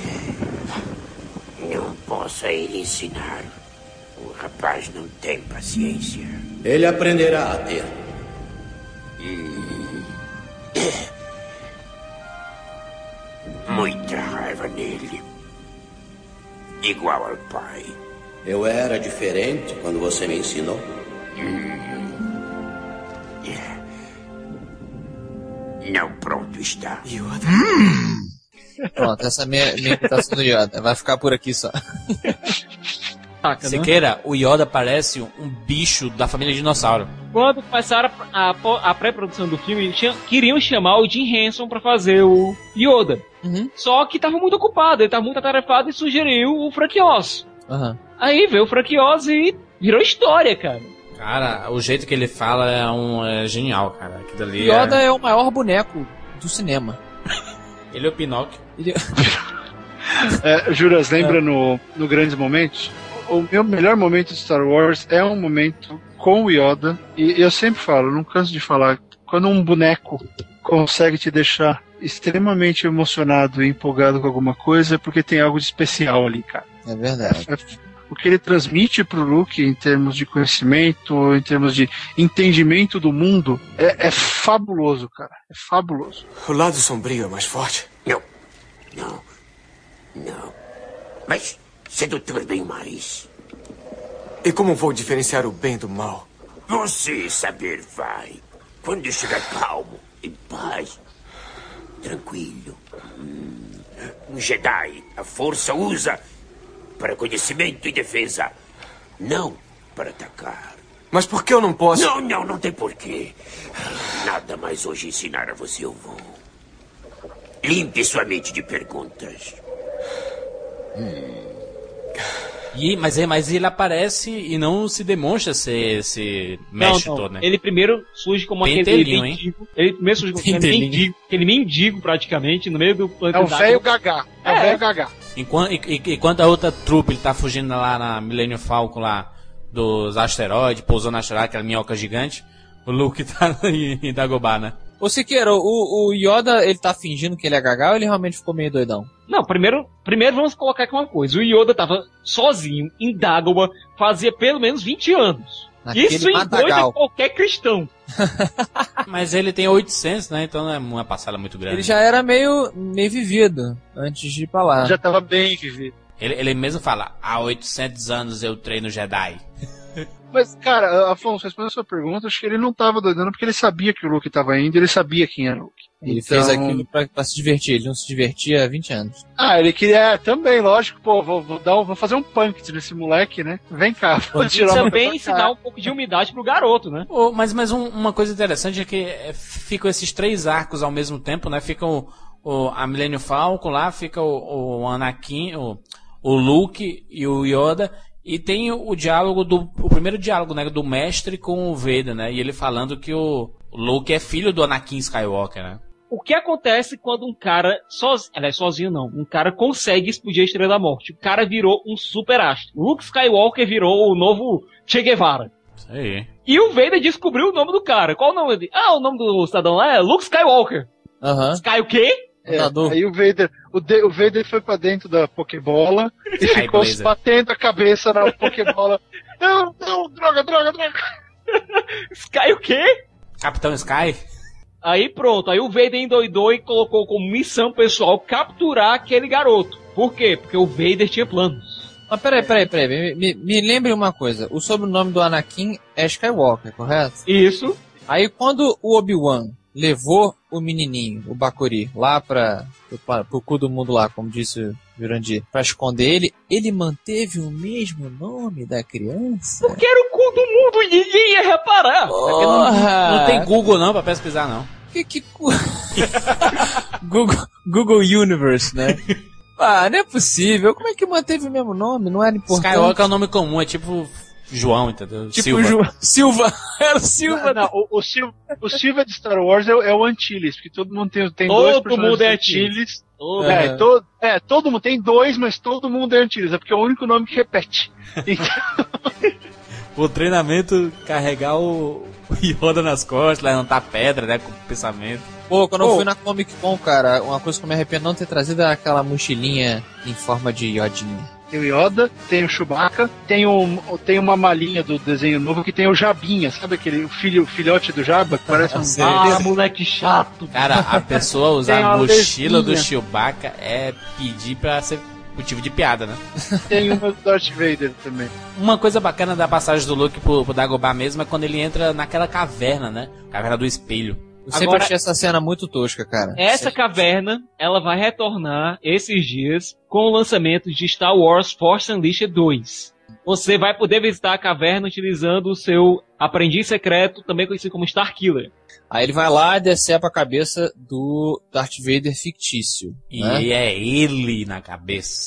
Não posso a ele ensinar. O rapaz não tem paciência. Ele aprenderá a ter. Muita raiva nele. Igual ao pai. Eu era diferente quando você me ensinou. Não pronto está. Yoda. Pronto, essa é minha imitação do Yoda. Vai ficar por aqui só. Siqueira, o Yoda parece um bicho da família dinossauro. Quando começaram a pré-produção do filme, queriam chamar o Jim Henson pra fazer o Yoda. Só que tava muito ocupado, ele tava muito atarefado e sugeriu o Frank Oz. Aí veio o Frank Oz e virou história, cara. Cara, o jeito que ele fala é genial, cara. Aquilo ali Yoda é o maior boneco do cinema. Ele é o Pinóquio. Juras, lembra no Grandes Momentos? O meu melhor momento de Star Wars é um momento com o Yoda. E eu sempre falo, não canso de falar, quando um boneco consegue te deixar extremamente emocionado e empolgado com alguma coisa, é porque tem algo de especial ali, cara. É verdade. O que ele transmite pro Luke em termos de conhecimento, em termos de entendimento do mundo, é fabuloso, cara. É fabuloso. O lado sombrio é mais forte? Não. Não. Mas sedutor bem mais. E como vou diferenciar o bem do mal? Você saber vai. Quando eu estiver calmo, em paz, tranquilo. Um Jedi, a força usa para conhecimento e defesa, não para atacar. Mas por que eu não posso? Não tem porquê. Nada mais hoje ensinar a você eu vou. Limpe sua mente de perguntas. Mas ele aparece e não se demonstra ser esse mestre todo, né? Ele primeiro surge como aquele mendigo. Ele primeiro surge como aquele mendigo, praticamente, no meio do planeta. É o velho Gagá. É o velho Gagá. Enquanto a outra trupe ele tá fugindo lá na Millennium Falcon lá dos asteroides, pousando na asteroide, aquela minhoca gigante, o Luke tá em Dagobah, né? Ô Siqueira, o Yoda, ele tá fingindo que ele é Gagá ou ele realmente ficou meio doidão? Não, primeiro vamos colocar aqui uma coisa. O Yoda tava sozinho em Dagobah fazia pelo menos 20 anos. Isso endoida qualquer cristão. Mas ele tem 800, né? Então não é uma passada muito grande. Ele já era meio vivido antes de ir pra lá. Já tava bem vivido. Ele mesmo fala, há 800 anos eu treino Jedi. Mas, cara, Afonso, respondendo a sua pergunta, acho que ele não tava doidando porque ele sabia que o Luke tava indo, ele sabia quem era o Luke. Ele fez aquilo pra se divertir, ele não se divertia há 20 anos. Ele queria também, lógico, pô, vou fazer um punk nesse moleque, né? Vem cá, vou tirar também ensinar um pouco de umidade pro garoto, né? Mas uma coisa interessante é que ficam esses 3 arcos ao mesmo tempo, né? Fica a Millennium Falcon lá, fica o Anakin, o Luke e o Yoda. E tem o diálogo o primeiro diálogo, né, do mestre com o Vader, né? E ele falando que o Luke é filho do Anakin Skywalker, né? O que acontece quando um cara sozinho não, um cara consegue explodir a Estrela da Morte? O cara virou um super astro. Luke Skywalker virou o novo Che Guevara. Isso aí. E o Vader descobriu o nome do cara. Qual o nome dele? O nome do cidadão lá é Luke Skywalker. Sky o quê? Aí o Vader foi pra dentro da Pokébola e ficou se batendo a cabeça na Pokébola. Não, droga. Sky o quê? Capitão Sky? Aí pronto, aí o Vader endoidou e colocou como missão pessoal capturar aquele garoto. Por quê? Porque o Vader tinha planos. Mas peraí, me lembre uma coisa, o sobrenome do Anakin é Skywalker, correto? Isso. Aí quando o Obi-Wan levou o menininho, o Bakuri, lá pro cu do mundo lá, como disse o Jurandir, pra esconder ele manteve o mesmo nome da criança? Porque era o cu do mundo e ninguém ia reparar. Não tem Google não pra pesquisar não. Que Google Universe, né? Não é possível. Como é que manteve o mesmo nome? Não era importante. Skywalker é um nome comum, é tipo João, entendeu? Tipo Silva. Era o Silva. Não, o Silva de Star Wars é o Antilles, porque todo mundo tem todo dois personagens. Todo mundo é Antilles. Todo mundo tem 2, mas todo mundo é Antilles. É porque é o único nome que repete. Então... O treinamento, carregar o Yoda nas costas, levantar pedra, né, com o pensamento. Pô, quando eu fui na Comic Con, cara, uma coisa que eu me arrependo não ter trazido é aquela mochilinha em forma de Yodinha. Tem o Yoda, tem o Chewbacca, tem uma malinha do desenho novo que tem o Jabinha, sabe aquele filhote do Jabba que parece um moleque chato. Cara, a pessoa usar a mochila do Chewbacca é pedir pra ser motivo de piada, né? Tem uma do Darth Vader também. Uma coisa bacana da passagem do Luke pro Dagobah mesmo é quando ele entra naquela caverna, né? Caverna do espelho. Eu sempre achei essa cena muito tosca, cara. Essa caverna, ela vai retornar esses dias com o lançamento de Star Wars Force Unleashed 2. Você vai poder visitar a caverna utilizando o seu aprendiz secreto, também conhecido como Starkiller. Aí ele vai lá e decepa a cabeça do Darth Vader fictício. E né? é ele na cabeça.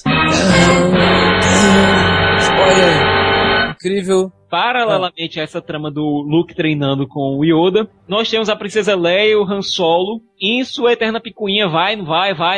Spoiler! Incrível. Paralelamente a essa trama do Luke treinando com o Yoda, nós temos a Princesa Leia e o Han Solo em sua eterna picuinha, não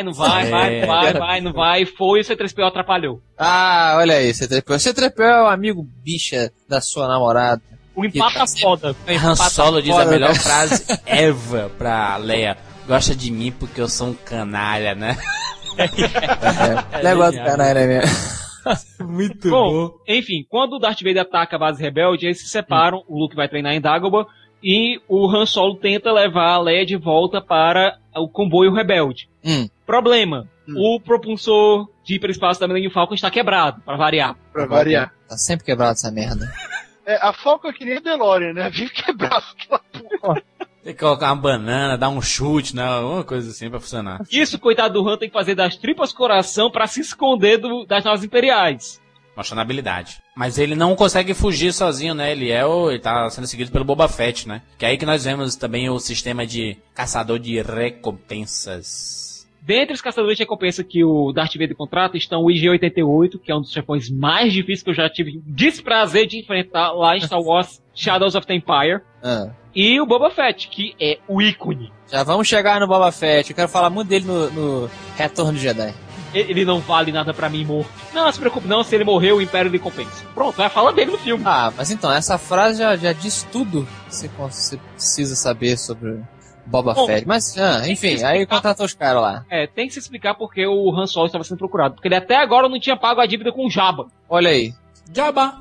vai, foi, o C-3PO atrapalhou. Olha aí, C-3PO. C-3PO é o amigo bicha da sua namorada. O empata foda. Han Solo diz a melhor frase ever pra Leia. Gosta de mim porque eu sou um canalha, né? Negócio do canalha mesmo. Muito bom. Enfim, quando o Darth Vader ataca a base rebelde, eles se separam, o Luke vai treinar em Dagobah, e o Han Solo tenta levar a Leia de volta para o comboio rebelde. Problema. O propulsor de hiperespaço da Millennium Falcon está quebrado, pra variar. Tá sempre quebrado essa merda. A Falcon é que nem a DeLorean, né? Vive quebrado aquela porra. Tem que colocar uma banana, dar um chute, né? Alguma coisa assim pra funcionar. Isso, coitado do Han, tem que fazer das tripas coração pra se esconder das naves imperiais. Mostrando a habilidade. Mas ele não consegue fugir sozinho, né? Ele tá sendo seguido pelo Boba Fett, né? Que é aí que nós vemos também o sistema de caçador de recompensas. Dentre os caçadores de recompensa que o Darth Vader contrata estão o IG-88, que é um dos chefões mais difíceis que eu já tive desprazer de enfrentar lá em Star Wars Shadows of the Empire. E o Boba Fett, que é o ícone. Já vamos chegar no Boba Fett. Eu quero falar muito dele no Retorno de Jedi. Ele não vale nada pra mim morto. Não se preocupe não, se ele morrer, o Império lhe compensa. Pronto, vai falar dele no filme. Ah, mas então, essa frase já diz tudo que você precisa saber sobre Boba Fett. Mas, enfim, aí contratou os caras lá. Tem que se explicar porque o Han Solo estava sendo procurado. Porque ele até agora não tinha pago a dívida com o Jabba. Olha aí. Jabba.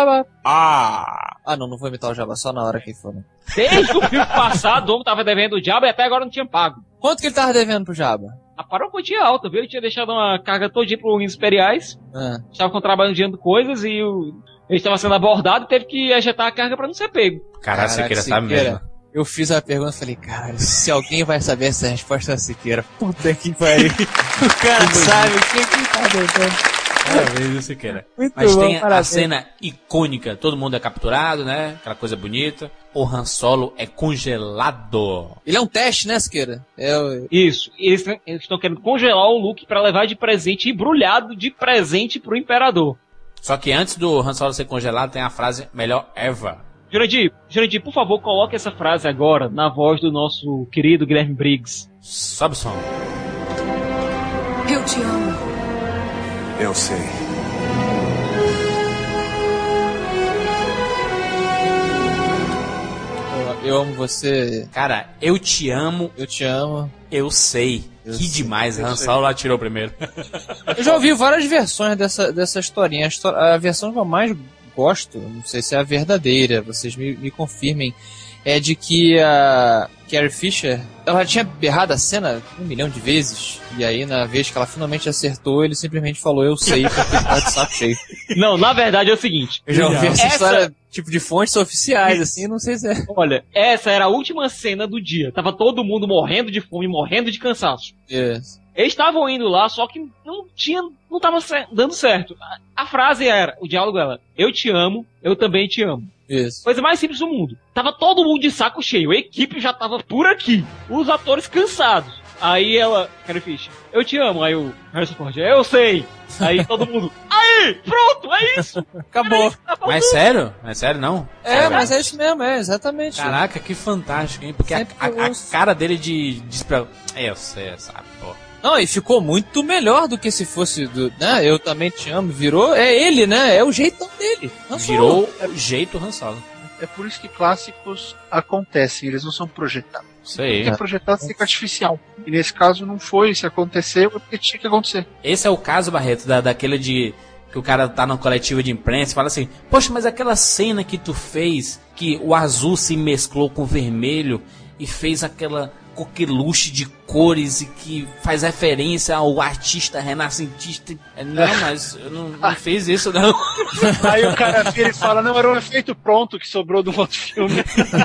Não vou imitar o Jabba, só na hora que for. Né? Desde o filme passado, o homem tava devendo o Jabba e até agora não tinha pago. Quanto que ele tava devendo pro Jabba? Parou uma quantia alta, viu? Ele tinha deixado uma carga todinha pro Rins Imperiais. Estava contrabandeando coisas e ele estava sendo abordado e teve que ejetar a carga pra não ser pego. Caralho, Siqueira sabe mesmo. Eu fiz a pergunta e falei, caralho, se alguém vai saber essa resposta da Siqueira, puta que pariu. O cara sabe o que tá devendo. Parabéns, Siqueira. Mas bom, tem a cena icônica, todo mundo é capturado, né? Aquela coisa bonita. O Han Solo é congelado. Ele é um teste, né, Siqueira? Isso. Eles estão querendo congelar o Luke pra levar de presente, embrulhado de presente pro Imperador. Só que antes do Han Solo ser congelado, tem a frase melhor ever. Jurandir, por favor, coloque essa frase agora na voz do nosso querido Guilherme Briggs. Sobe o som. Eu te amo. Eu sei. Eu amo você. Cara, eu te amo. Eu te amo. Eu sei. Que demais, Han Solo atirou primeiro. Eu já ouvi várias versões dessa historinha. A versão que eu mais gosto, não sei se é a verdadeira, vocês me confirmem, é de que a Carrie Fisher, ela tinha berrado a cena 1 milhão de vezes, e aí na vez que ela finalmente acertou, ele simplesmente falou, eu sei, porque ele tá de saco cheio. Não, na verdade é o seguinte. Eu já ouvi essa história, tipo, de fontes oficiais, assim, não sei se é... Olha, essa era a última cena do dia. Tava todo mundo morrendo de fome, morrendo de cansaço. Yes. Eles estavam indo lá, só que não tava dando certo. A frase era, o diálogo era, eu te amo, eu também te amo. Isso. Coisa mais simples do mundo. Tava todo mundo de saco cheio, a equipe já tava por aqui, os atores cansados. Aí ela, Carrie Fisher, eu te amo. Aí o Harrison Ford, eu sei. Aí todo mundo, aí, pronto, é isso. Acabou. Mas sério? Mas sério não? Mas é isso mesmo, exatamente. Caraca, que fantástico, hein? Porque a cara dele de eu sei, sabe, pô. Não, e ficou muito melhor do que se fosse né? Eu também te amo. Virou, é ele, né? É o jeitão dele. Virou o jeito Han Solo. É por isso que clássicos acontecem, eles não são projetados. Sei. Porque projetado fica artificial. E nesse caso não foi, se aconteceu é porque tinha que acontecer. Esse é o caso, Barreto, daquele de que o cara tá na coletiva de imprensa e fala assim, poxa, mas aquela cena que tu fez, que o azul se mesclou com o vermelho e fez aquela coqueluche de cores e que faz referência ao artista renascentista. Não, mas eu não fiz isso, não. Aí o cara vira e fala, não, era um efeito pronto que sobrou de um outro filme.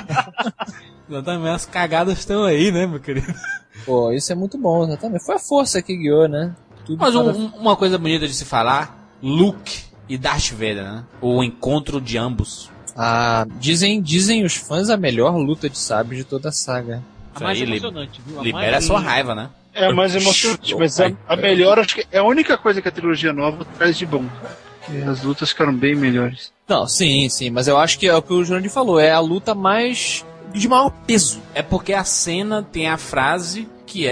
Exatamente, as cagadas estão aí, né, meu querido? Pô, isso é muito bom, exatamente. Foi a força que guiou, né? Tudo mas uma coisa bonita de se falar, Luke e Darth Vader, né? O encontro de ambos. Ah, dizem os fãs a melhor luta de sabre de toda a saga. A mais emocionante, viu? Libera a sua raiva, né? É a mais emocionante, mas a melhor, acho que é a única coisa que a trilogia nova traz de bom, cara. Que as lutas ficaram bem melhores. Não, sim, mas eu acho que é o que o Jurandir falou, é a luta mais de maior peso. É porque a cena tem a frase que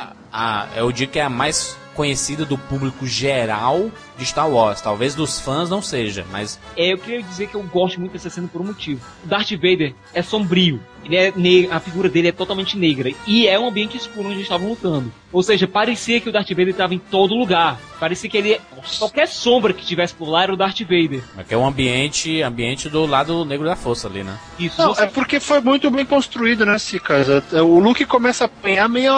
eu digo que é a mais conhecida do público geral de Star Wars. Talvez dos fãs não seja, mas... Eu queria dizer que eu gosto muito dessa cena por um motivo. O Darth Vader é sombrio. Ele é a figura dele é totalmente negra. E é um ambiente escuro onde eles estavam lutando. Ou seja, parecia que o Darth Vader estava em todo lugar. Parecia que ele... Qualquer sombra que tivesse por lá era o Darth Vader. É que é um ambiente do lado negro da força ali, né? Isso. Não, é porque foi muito bem construído, né, Cicas? O Luke começa a apanhar meia hora antes.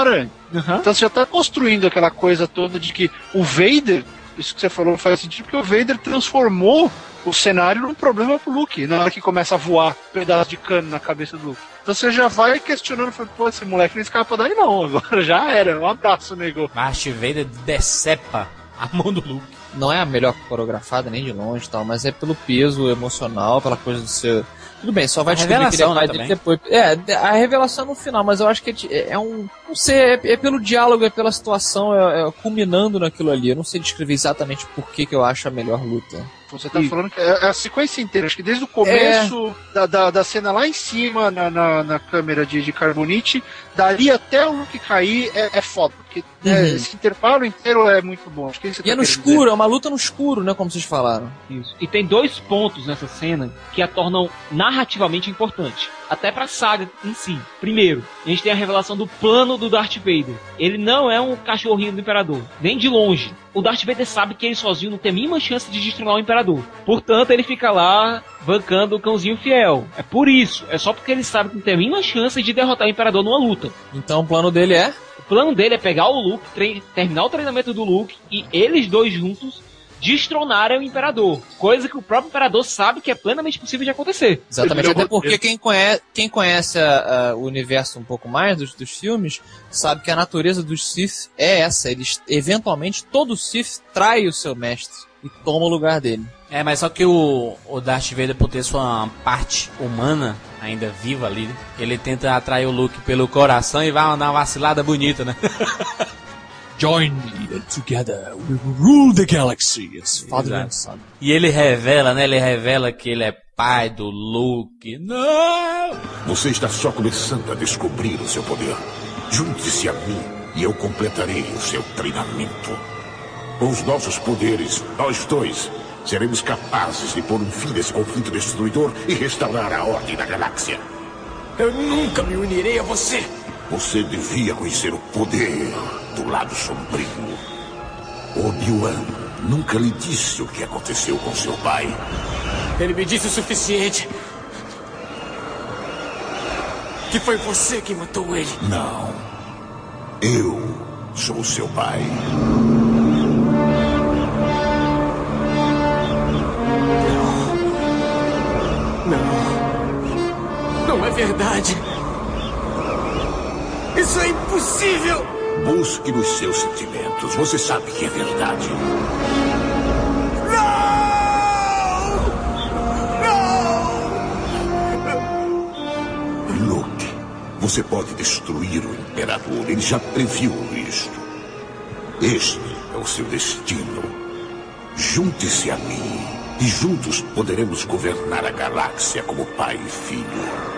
Então você já tá construindo aquela coisa toda de que o Vader, isso que você falou faz sentido, porque o Vader transformou o cenário num problema pro Luke, na hora que começa a voar pedaço de cano na cabeça do Luke. Então você já vai questionando, pô, esse moleque não escapa daí não, agora já era, um abraço, nego. Darth Vader decepa a mão do Luke. Não é a melhor coreografada, nem de longe e tal, mas é pelo peso emocional, pela coisa do seu... Tudo bem, só vai descobrir que ele é pai dele depois. A revelação no final, mas eu acho que é um... Não sei, é pelo diálogo, é pela situação, culminando naquilo ali. Eu não sei descrever exatamente por que eu acho a melhor luta. Você tá falando que é a sequência inteira, acho que desde o começo da cena lá em cima, na câmera de Carbonite, dali até o Luke cair, é foda, porque esse intervalo inteiro é muito bom. Acho que e é no escuro, é uma luta no escuro, né, como vocês falaram. Isso. E tem 2 pontos nessa cena que a tornam narrativamente importante, até pra saga em si. Primeiro, a gente tem a revelação do plano do Darth Vader. Ele não é um cachorrinho do Imperador, nem de longe. O Darth Vader sabe que ele sozinho não tem a mínima chance de destruir o Imperador. Portanto, ele fica lá bancando o cãozinho fiel. É por isso. É só porque ele sabe que não tem a mínima chance de derrotar o Imperador numa luta. Então o plano dele é? O plano dele é pegar o Luke, terminar o treinamento do Luke e eles dois juntos destronarem o Imperador. Coisa que o próprio Imperador sabe que é plenamente possível de acontecer. Exatamente, até porque quem conhece o universo um pouco mais dos filmes, sabe que a natureza dos Sith é essa. Eles, eventualmente, todo Sith trai o seu mestre e toma o lugar dele. Mas só que o Darth Vader, por ter sua parte humana ainda viva ali, ele tenta atrair o Luke pelo coração e vai dar uma vacilada bonita, né? Join me and together we will rule the galaxy as father and son. E ele revela, né? Ele revela que ele é pai do Luke. Não! Você está só começando a descobrir o seu poder. Junte-se a mim e eu completarei o seu treinamento. Com os nossos poderes, nós dois seremos capazes de pôr um fim nesse conflito destruidor e restaurar a ordem da galáxia. Eu nunca me unirei a você. Você devia conhecer o poder do lado sombrio. Obi-Wan nunca lhe disse o que aconteceu com seu pai. Ele me disse o suficiente. Que foi você que matou ele. Não. Eu sou seu pai. Não é verdade. Isso é impossível! Busque nos seus sentimentos. Você sabe que é verdade. Não! Luke, você pode destruir o Imperador. Ele já previu isto. Este é o seu destino. Junte-se a mim e juntos poderemos governar a galáxia como pai e filho.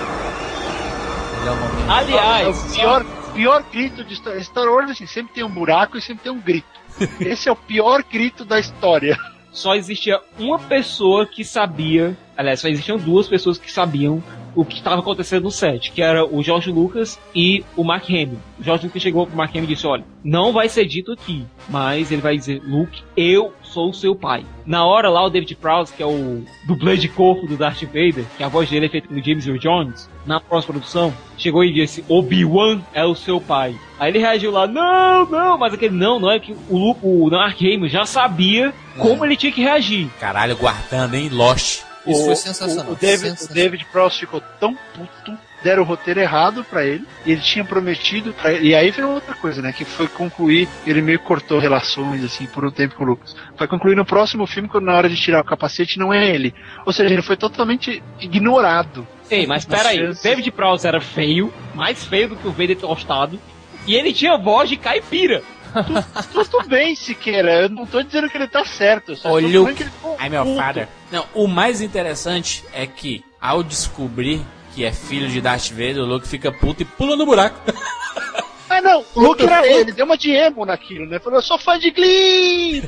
Aliás, o pior grito de Star Wars, assim, sempre tem um buraco e sempre tem um grito. Esse é o pior grito da história. Só existia uma pessoa que sabia, aliás, só existiam 2 pessoas que sabiam o que estava acontecendo no set, que era o George Lucas e o Mark Hamill. O George Lucas chegou pro Mark Hamill e disse, olha, não vai ser dito aqui, mas ele vai dizer, Luke, eu sou o seu pai. Na hora lá, o David Prowse, que é o dublê de corpo do Darth Vader, que a voz dele é feita pelo James Earl Jones, na pós-produção, chegou e disse, Obi-Wan é o seu pai. Aí ele reagiu lá, não, mas aquele não é que o Mark Hamill já sabia como ele tinha que reagir. Caralho, guardando, hein, Lost. Isso foi sensacional. O David Prowse ficou tão puto, deram o roteiro errado pra ele, e ele tinha prometido, e aí veio outra coisa, né, que foi concluir, ele meio cortou relações, assim, por um tempo com o Lucas. Vai concluir no próximo filme, quando na hora de tirar o capacete não é ele. Ou seja, ele foi totalmente ignorado. Ei, mas peraí, o David Prowse era feio, mais feio do que o Vader tostado, e ele tinha voz de caipira. Tudo bem, Siqueira, eu não tô dizendo que ele tá certo. Ô, Luke, I'm your father. Não, o mais interessante é que, ao descobrir que é filho de Darth Vader, o Luke fica puto e pula no buraco. Ah, não, o Luke era ele, deu uma de emo naquilo, né? Falou, eu sou fã de Glee!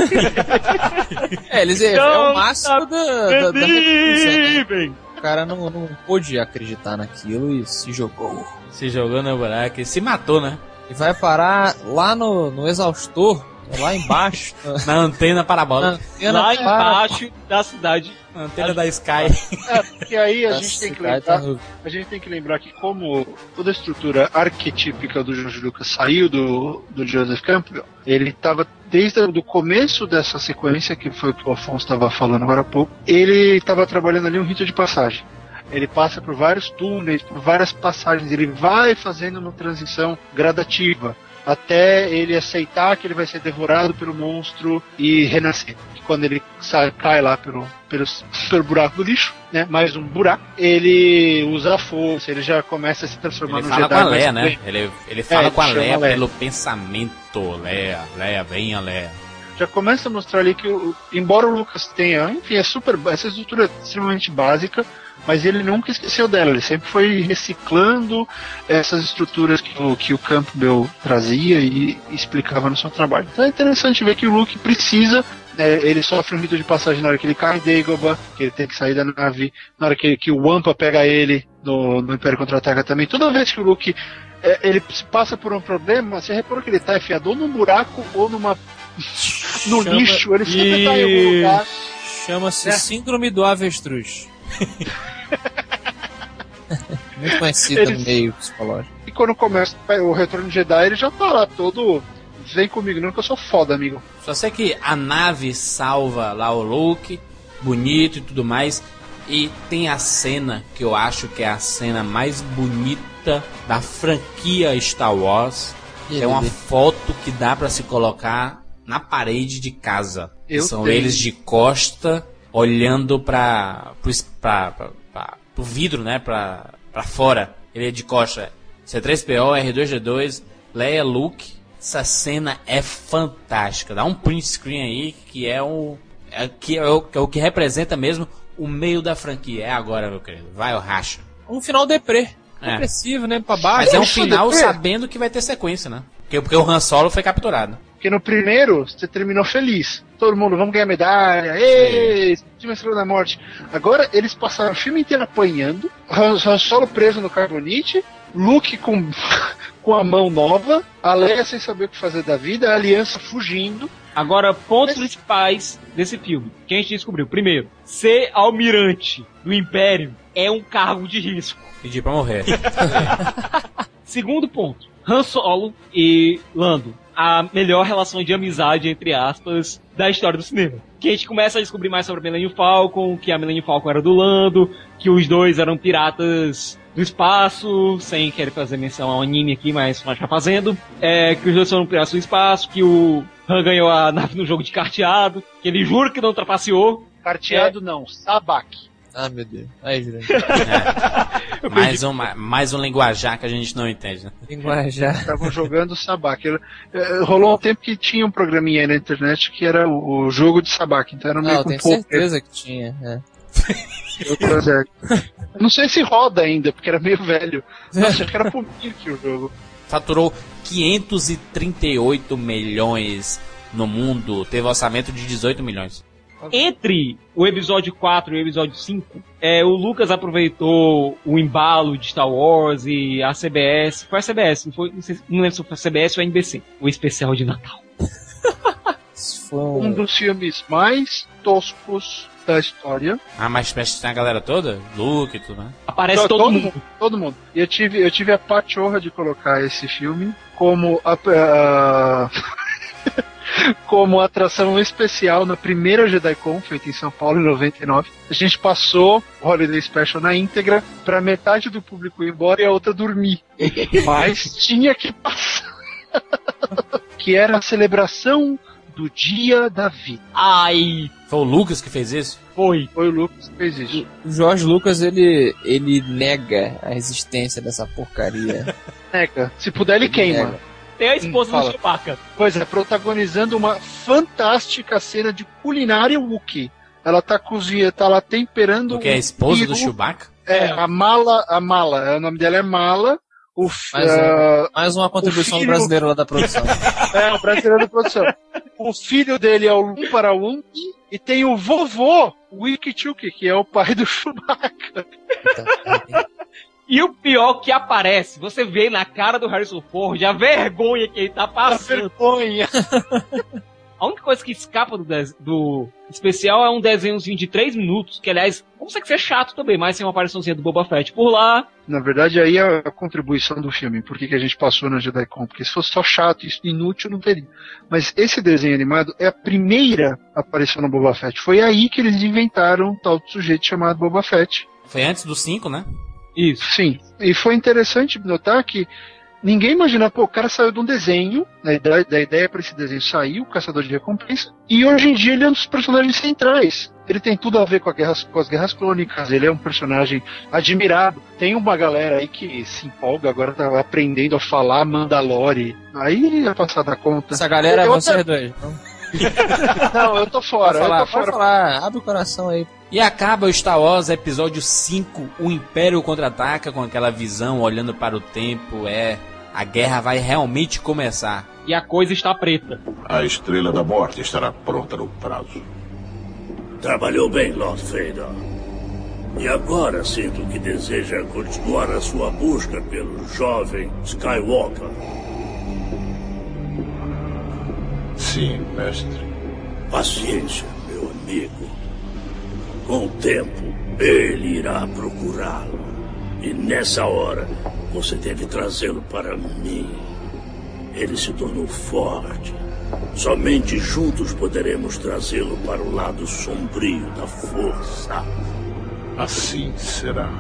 É o máximo da recusa, né? O cara não pôde acreditar naquilo e se jogou. Se jogou no buraco e se matou, né? E vai parar lá no exaustor, lá embaixo. Na antena parabólica. Lá embaixo da cidade Antena da Sky. Porque aí a gente tem que lembrar que como toda a estrutura arquetípica do George Lucas saiu do Joseph Campbell, ele estava desde o começo dessa sequência, que foi o que o Afonso estava falando agora há pouco, ele estava trabalhando ali um rito de passagem. Ele passa por vários túneis, por várias passagens, ele vai fazendo uma transição gradativa, até ele aceitar que ele vai ser devorado pelo monstro e renascer. Quando ele cai lá pelo buraco do lixo, né? Mais um buraco, ele usa a força, ele já começa a se transformar no Jedi. Ele fala com a Leia, né? Ele fala com a Leia pelo pensamento. Leia, venha, Leia. Já começa a mostrar ali que, embora o Lucas tenha, enfim, essa estrutura é extremamente básica, mas ele nunca esqueceu dela, ele sempre foi reciclando essas estruturas que o Campbell trazia e explicava no seu trabalho. Então é interessante ver que o Luke precisa, ele sofre um rito de passagem na hora que ele cai em Dagobah, que ele tem que sair da nave, na hora que o Wampa pega ele no Império Contra-Ataca também. Toda vez que o Luke ele passa por um problema, você reparou que ele está enfiado ou num buraco ou no lixo, ele sempre está em algum lugar. Chama-se Síndrome do Avestruz. Muito conhecido no meio psicológico. E quando começa o Retorno de Jedi, ele já tá lá todo... Vem comigo não, que eu sou foda, amigo. Só sei que a nave salva lá o Luke, bonito e tudo mais. E tem a cena que eu acho que é a cena mais bonita da franquia Star Wars. É uma foto que dá pra se colocar na parede de casa. São eles de costa, olhando pro vidro, né? Pra fora. Ele é de costa. C3PO, R2D2, Leia, Luke. Essa cena é fantástica. Dá um print screen aí que é o que representa mesmo o meio da franquia. É agora, meu querido. Vai o racha. Um final depressivo, né? Pra baixo. Mas é um final sabendo que vai ter sequência, né? Porque o Han Solo foi capturado. Porque no primeiro, você terminou feliz. Todo mundo, vamos ganhar medalha. Ei, time Estrela da Morte. Agora, eles passaram o filme inteiro apanhando. Han Solo preso no Carbonite. Luke com a mão nova. A Leia sem saber o que fazer da vida. A Aliança fugindo. Agora, pontos principais desse filme. Que a gente descobriu. Primeiro, ser almirante do Império é um cargo de risco. Pedir pra morrer. Segundo ponto. Han Solo e Lando. A melhor relação de amizade, entre aspas, da história do cinema. Que a gente começa a descobrir mais sobre a Millennium Falcon, que a Millennium Falcon era do Lando, que os dois eram piratas do espaço, sem querer fazer menção ao anime aqui, mas já fazendo. Que os dois foram piratas do espaço, que o Han ganhou a nave no jogo de carteado, que ele jura que não trapaceou. Carteado não, sabaque. Ah, meu Deus. Aí, Jurandir. Mais um linguajar que a gente não entende, né? Linguajar. Estavam jogando sabaque. Rolou um tempo que tinha um programinha aí na internet que era o jogo de sabaque. Então era meio eu tenho certeza que tinha. Eu não sei se roda ainda, porque era meio velho. Nossa, acho que era Pumic o jogo. Faturou 538 milhões no mundo. Teve orçamento de 18 milhões. Entre o episódio 4 e o episódio 5, o Lucas aproveitou o embalo de Star Wars e a CBS. Foi a CBS, não lembro se foi a CBS ou a NBC. O especial de Natal. Um dos filmes mais toscos da história. Ah, mas tem a galera toda? Luke e tudo, né? Aparece todo mundo. Todo mundo. E eu tive a pachorra de colocar esse filme como como atração especial na primeira JediCon, feita em São Paulo em 99. A gente passou o Holiday Special na íntegra pra metade do público ir embora e a outra dormir. Mas tinha que passar. Que era a celebração do Dia da Vida. Ai! Foi o Lucas que fez isso? Foi o Lucas que fez isso. O George Lucas, ele nega a existência dessa porcaria. Nega. Se puder, ele queima. Tem a esposa do Chewbacca. Pois é, protagonizando uma fantástica cena de culinária Wookiee. Ela tá cozinhando, tá lá temperando... O que é a esposa do Chewbacca? A Mala. O nome dela é Mala. Mais uma contribução do brasileiro lá da produção. O brasileiro da produção. O filho dele é o Lumpara-Wump e tem o vovô, o Wiki-Chuki, que é o pai do Chewbacca. E o pior que aparece, você vê na cara do Harrison Ford a vergonha que ele tá passando. A vergonha. A única coisa que escapa do especial é um desenhozinho de 3 minutos, que aliás, consegue ser chato também, mas tem uma apariçãozinha do Boba Fett por lá. Na verdade, aí é a contribuição do filme. Por que a gente passou na JediCon? Porque se fosse só chato e inútil, não teria. Mas esse desenho animado é a primeira aparição no Boba Fett. Foi aí que eles inventaram um tal de sujeito chamado Boba Fett. Foi antes do 5, né? Isso. Sim. E foi interessante notar que ninguém imagina, o cara saiu de um desenho, da ideia para esse desenho sair, o Caçador de Recompensa, e hoje em dia ele é um dos personagens centrais. Ele tem tudo a ver com as Guerras Clônicas, ele é um personagem admirado. Tem uma galera aí que se empolga, agora tá aprendendo a falar Mandalore. Aí é passar da conta. Essa galera é vocês dois. Não, eu tô fora. Pode falar, abre o coração aí. E acaba o Star Wars episódio 5, o Império Contra-Ataca, com aquela visão olhando para o tempo, a guerra vai realmente começar. E a coisa está preta. A Estrela da Morte estará pronta no prazo. Trabalhou bem, Lord Vader. E agora sinto que deseja continuar a sua busca pelo jovem Skywalker. Sim, mestre. Paciência, meu amigo. Com o tempo, ele irá procurá-lo. E nessa hora, você deve trazê-lo para mim. Ele se tornou forte. Somente juntos poderemos trazê-lo para o lado sombrio da força. Assim será.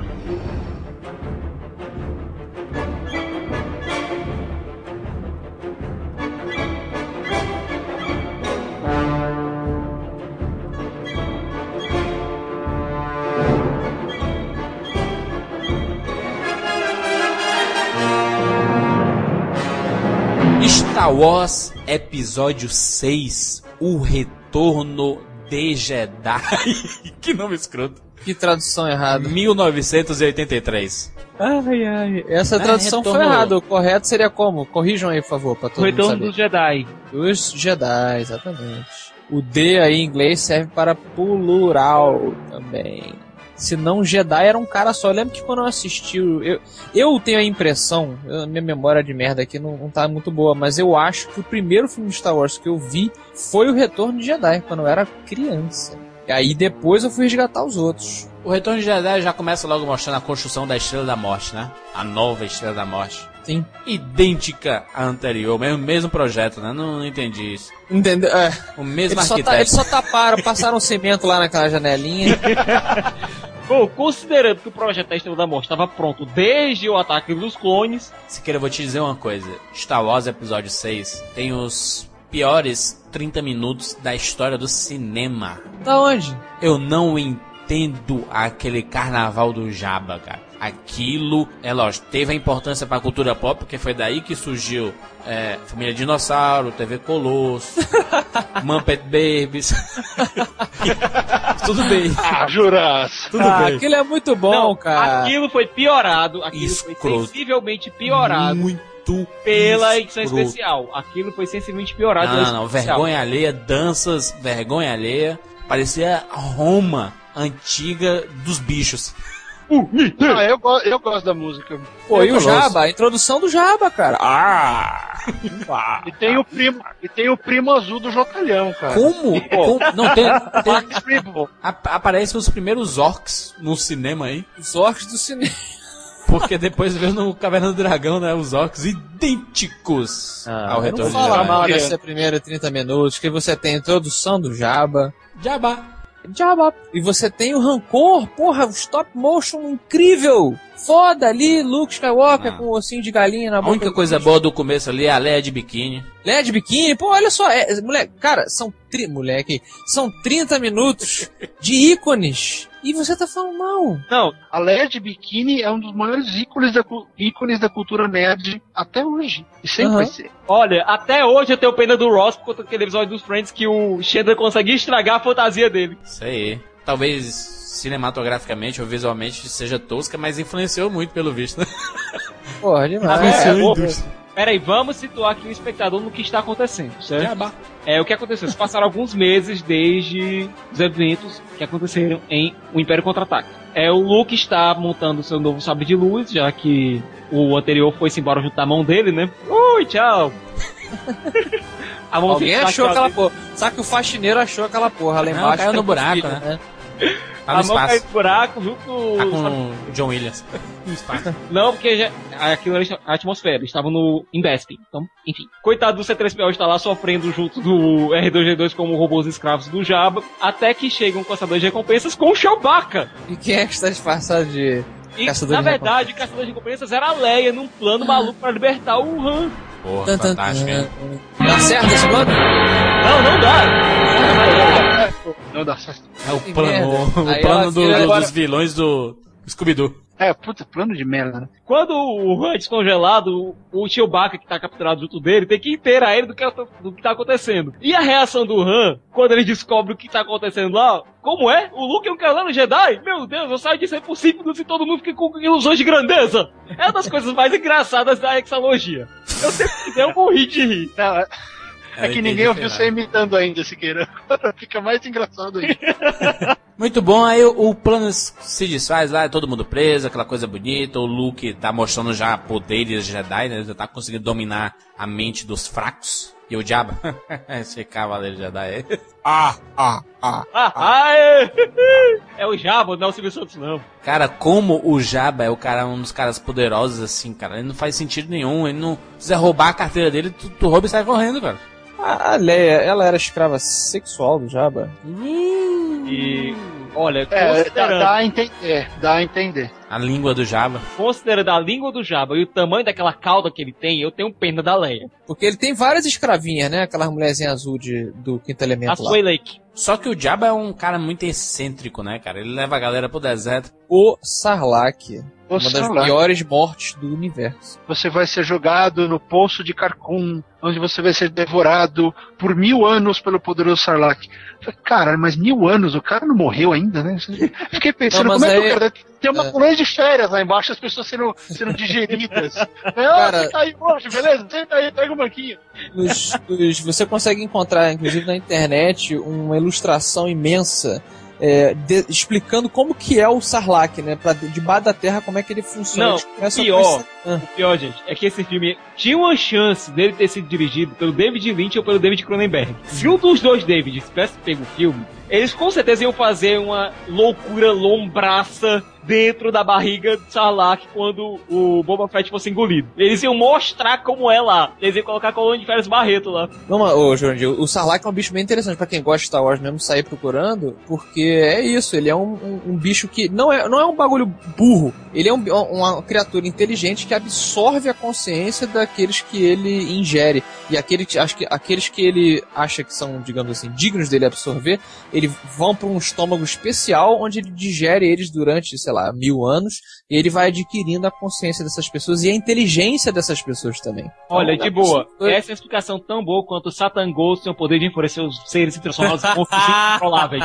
Star Wars Episódio 6, O Retorno de Jedi. Que nome escroto. Que tradução errada. 1983. Ai. Essa tradução foi errada. O correto seria como? Corrijam aí, por favor, pra todo mundo saber. Retorno dos Jedi. Dos Jedi, exatamente. O D aí em inglês serve para plural também. Se não, Jedi era um cara só. Eu lembro que quando eu assisti, eu tenho a impressão, minha memória de merda aqui não tá muito boa, mas eu acho que o primeiro filme de Star Wars que eu vi foi o Retorno de Jedi, quando eu era criança. E aí depois eu fui resgatar os outros. O Retorno de Jedi já começa logo mostrando a construção da Estrela da Morte, né? A nova Estrela da Morte. Sim. Idêntica à anterior, mesmo projeto, né? Não entendi isso. Entendeu? É. O mesmo arquiteto. Eles só taparam, passaram cimento lá naquela janelinha. Bom, considerando que o projeto da Estrela da Morte estava pronto desde o ataque dos clones... Siqueira, eu vou te dizer uma coisa. Star Wars Episódio 6 tem os piores 30 minutos da história do cinema. Da onde? Eu não entendo aquele carnaval do Jabba, cara. Aquilo, é lógico, teve a importância pra cultura pop, porque foi daí que surgiu Família Dinossauro, TV Colosso, Muppet Babies. Tudo bem. Juras. Tudo bem. Aquilo é muito bom, não, cara. Aquilo foi piorado, foi sensivelmente piorado. Muito pela edição especial. Aquilo foi sensivelmente piorado. Não, vergonha alheia, danças, vergonha alheia. Parecia Roma antiga dos bichos. Eu gosto da música. Pô, e o Jabba, a introdução do Jabba, cara. E tem o primo azul do Jotalhão, cara. Como? Não tem aparecem os primeiros orcs no cinema aí. Os orcs do cinema. Porque depois veio no Caverna do Dragão, né? Os orcs idênticos ao Retorno de Jedi. Não fala mal dessa primeira 30 minutos, que você tem a introdução do Jabba. Jabba. E você tem o Rancor, porra, o stop motion incrível. Foda ali, Luke Skywalker com o ossinho de galinha na boca. A única coisa boa do começo ali é a Leia de biquíni. Leia de biquíni? Pô, olha só, moleque, cara, são 30 minutos de ícones. E você tá falando mal. Não, a Leia de biquíni é um dos maiores ícones da cultura nerd até hoje. E sempre vai ser. Olha, até hoje eu tenho pena do Ross por conta daquele episódio dos Friends que o Chandler conseguia estragar a fantasia dele. Isso aí. Talvez cinematograficamente ou visualmente seja tosca, mas influenciou muito pelo visto, né? Porra, demais. Peraí, vamos situar aqui o espectador no que está acontecendo, certo? O que aconteceu? Se passaram alguns meses desde os eventos que aconteceram em O Império Contra-Ataca. O Luke está montando seu novo sabre de luz, já que o anterior foi-se embora junto da mão dele, né? Ui, tchau! Alguém achou aquela porra. Sabe que o faxineiro achou aquela porra lá embaixo. Caiu no buraco, né? Tá no a mão espaço. caiu no buraco junto com... Tá com o John Williams. No espaço. Não, porque aquilo era a atmosfera, eles estavam em Bespin. Então, enfim. Coitado do C-3PO está lá sofrendo junto do R2-D2 como robôs escravos do Jabba, até que chega um caçador de recompensas com o Chewbacca. E quem é que está disfarçado de caçador na de verdade, o caçador de recompensas era a Leia, num plano maluco para libertar o Han. Porra, fantástico, hein? Dá certo esse plano? Não dá. Não dá certo. É o plano dos vilões do Scooby-Doo. Puta, plano de merda, né? Quando o Han é descongelado, o Chewbacca que tá capturado junto dele tem que inteirar ele do que tá acontecendo. E a reação do Han, quando ele descobre o que tá acontecendo lá, como é? O Luke é um cavaleiro Jedi? Meu Deus, eu saio disso é possível se todo mundo fica com ilusões de grandeza. É uma das coisas mais engraçadas da hexalogia. Eu sempre morri de rir. Não, é que ninguém ouviu você imitando ainda, Siqueira. Fica mais engraçado ainda. Muito bom, aí o plano se desfaz lá, todo mundo preso, aquela coisa bonita, o Luke tá mostrando já poderes Jedi, né, já tá conseguindo dominar a mente dos fracos, e o Jabba, esse cavaleiro Jedi é o Jabba, não é o Silvio Santos não. Cara, como o Jabba é um dos caras poderosos assim, cara, ele não faz sentido nenhum, ele não precisa roubar a carteira dele, tu rouba e sai correndo, cara. A Leia, ela era escrava sexual do Jabba? E, olha, dá a entender. A língua do Jabba. Considerando a língua do Jabba e o tamanho daquela cauda que ele tem, eu tenho pena da Leia. Porque ele tem várias escravinhas, né? Aquela mulherzinha azul do Quinto Elemento a Sway Lake. Só que o Jabba é um cara muito excêntrico, né, cara? Ele leva a galera pro deserto. O Sarlacc. Uma das piores mortes do universo. Você vai ser jogado no poço de Carcum, onde você vai ser devorado por 1000 anos pelo poderoso Sarlacc. Cara, mas 1000 anos, o cara não morreu ainda, né? Fiquei pensando, não, como é que o cara tem uma colônia de férias lá embaixo, as pessoas sendo digeridas. Cara, você tá aí, poxa, beleza? Senta aí, pega um banquinho. Você consegue encontrar, inclusive na internet, uma ilustração imensa explicando como que é o Sarlacc, né? Debaixo da terra, como é que ele funciona. Não, o pior, gente, é que esse filme tinha uma chance dele ter sido dirigido pelo David Lynch ou pelo David Cronenberg. Se um dos dois Davids tivesse pego o filme, eles com certeza iam fazer uma loucura lombraça dentro da barriga do Sarlacc quando o Boba Fett fosse engolido. Eles iam mostrar como é lá. Eles iam colocar a colônia de férias Barreto lá. Não, Jurandir, o Sarlacc é um bicho bem interessante pra quem gosta de Star Wars mesmo sair procurando, porque é isso, ele é um bicho que não é um bagulho burro. Ele é uma criatura inteligente que absorve a consciência daqueles que ele ingere. E aqueles que ele acha que são, digamos assim, dignos dele absorver, eles vão para um estômago especial onde ele digere eles durante, sei lá, 1000 anos, e ele vai adquirindo a consciência dessas pessoas e a inteligência dessas pessoas também. Olha, de boa, essa é uma explicação tão boa quanto o Satan Ghost tem o poder de enfurecer os seres e transformá-los em monstros incontroláveis.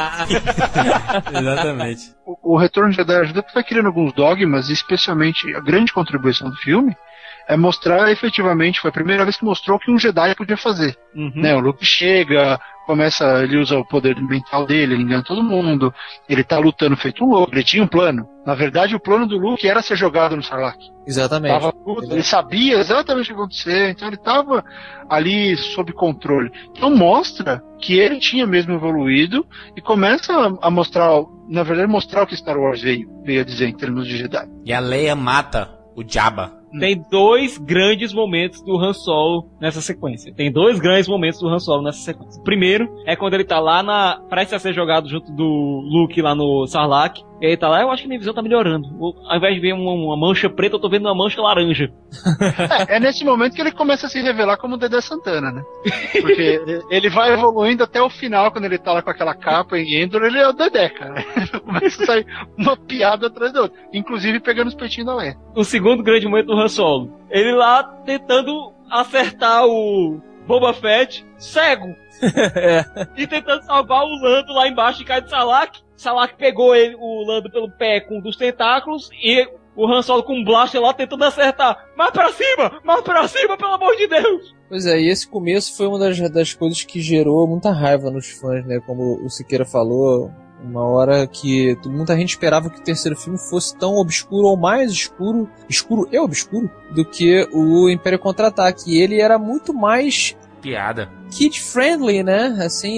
Exatamente. O Retorno de Jedi ajuda porque vai criando alguns dogmas, e especialmente a grande contribuição do filme é mostrar efetivamente, foi a primeira vez que mostrou o que um Jedi podia fazer. Né, o Luke chega, ele usa o poder mental dele, ele engana todo mundo, ele tá lutando feito um louco, ele tinha um plano. Na verdade, o plano do Luke era ser jogado no Sarlacc. Exatamente. Ele sabia exatamente o que ia acontecer, então ele tava ali sob controle. Então mostra que ele tinha mesmo evoluído e começa a mostrar, na verdade, mostrar o que Star Wars veio a dizer em termos de Jedi. E a Leia mata o Jabba. Tem dois grandes momentos do Han Solo nessa sequência. O primeiro é quando ele tá lá prestes a ser jogado junto do Luke lá no Sarlacc. E ele tá lá, eu acho que minha visão tá melhorando. Ao invés de ver uma mancha preta, eu tô vendo uma mancha laranja. É nesse momento que ele começa a se revelar como o Dedé Santana, né? Porque ele vai evoluindo até o final, quando ele tá lá com aquela capa em Endor, ele é o Dedé, cara. Começa a sair uma piada atrás da outra. Inclusive pegando os peitinhos da Leia. O segundo grande momento do Han Solo. Ele lá tentando acertar o Boba Fett cego. E tentando salvar o Lando lá embaixo de Caio de Sarlacc. Sarlacc pegou o Lando pelo pé com um dos tentáculos e o Han Solo com um blaster lá tentando acertar. Mais pra cima, pelo amor de Deus! Pois é, e esse começo foi uma das coisas que gerou muita raiva nos fãs, né? Como o Siqueira falou, Uma hora que muita gente esperava que o terceiro filme fosse tão obscuro ou mais escuro e obscuro do que o Império Contra-Ataque. E ele era muito mais piada. Kid-friendly, né? Assim,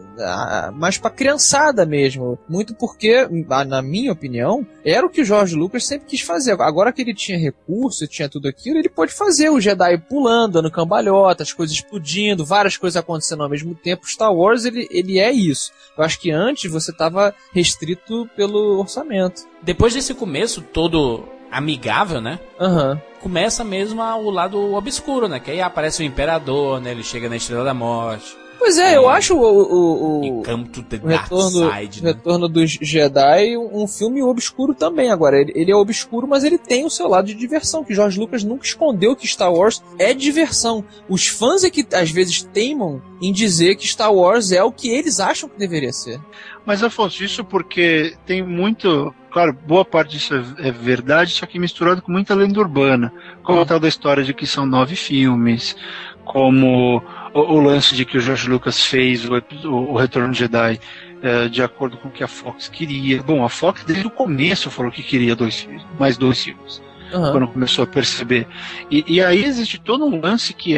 mais pra criançada mesmo. Muito porque, na minha opinião, era o que o George Lucas sempre quis fazer. Agora que ele tinha recurso, tinha tudo aquilo, ele pôde fazer o Jedi pulando, dando cambalhota, as coisas explodindo, várias coisas acontecendo ao mesmo tempo. Star Wars, ele é isso. Eu acho que antes você tava restrito pelo orçamento. Depois desse começo todo amigável, né? Começa mesmo o lado obscuro, né? Que aí aparece o Imperador, né? Ele chega na Estrela da Morte. Pois é, eu acho o Side, Retorno dos Jedi um filme obscuro também. Agora, ele é obscuro, mas ele tem o seu lado de diversão, que George Lucas nunca escondeu que Star Wars é diversão. Os fãs é que às vezes teimam em dizer que Star Wars é o que eles acham que deveria ser. Mas, Afonso, isso porque tem muito... Claro, boa parte disso é verdade, só que misturado com muita lenda urbana. Como a tal da história de que são 9 filmes, como o lance de que o George Lucas fez o Retorno de Jedi de acordo com o que a Fox queria. Bom, a Fox desde o começo falou que queria mais 2 filmes, quando começou a perceber. E aí existe todo um lance que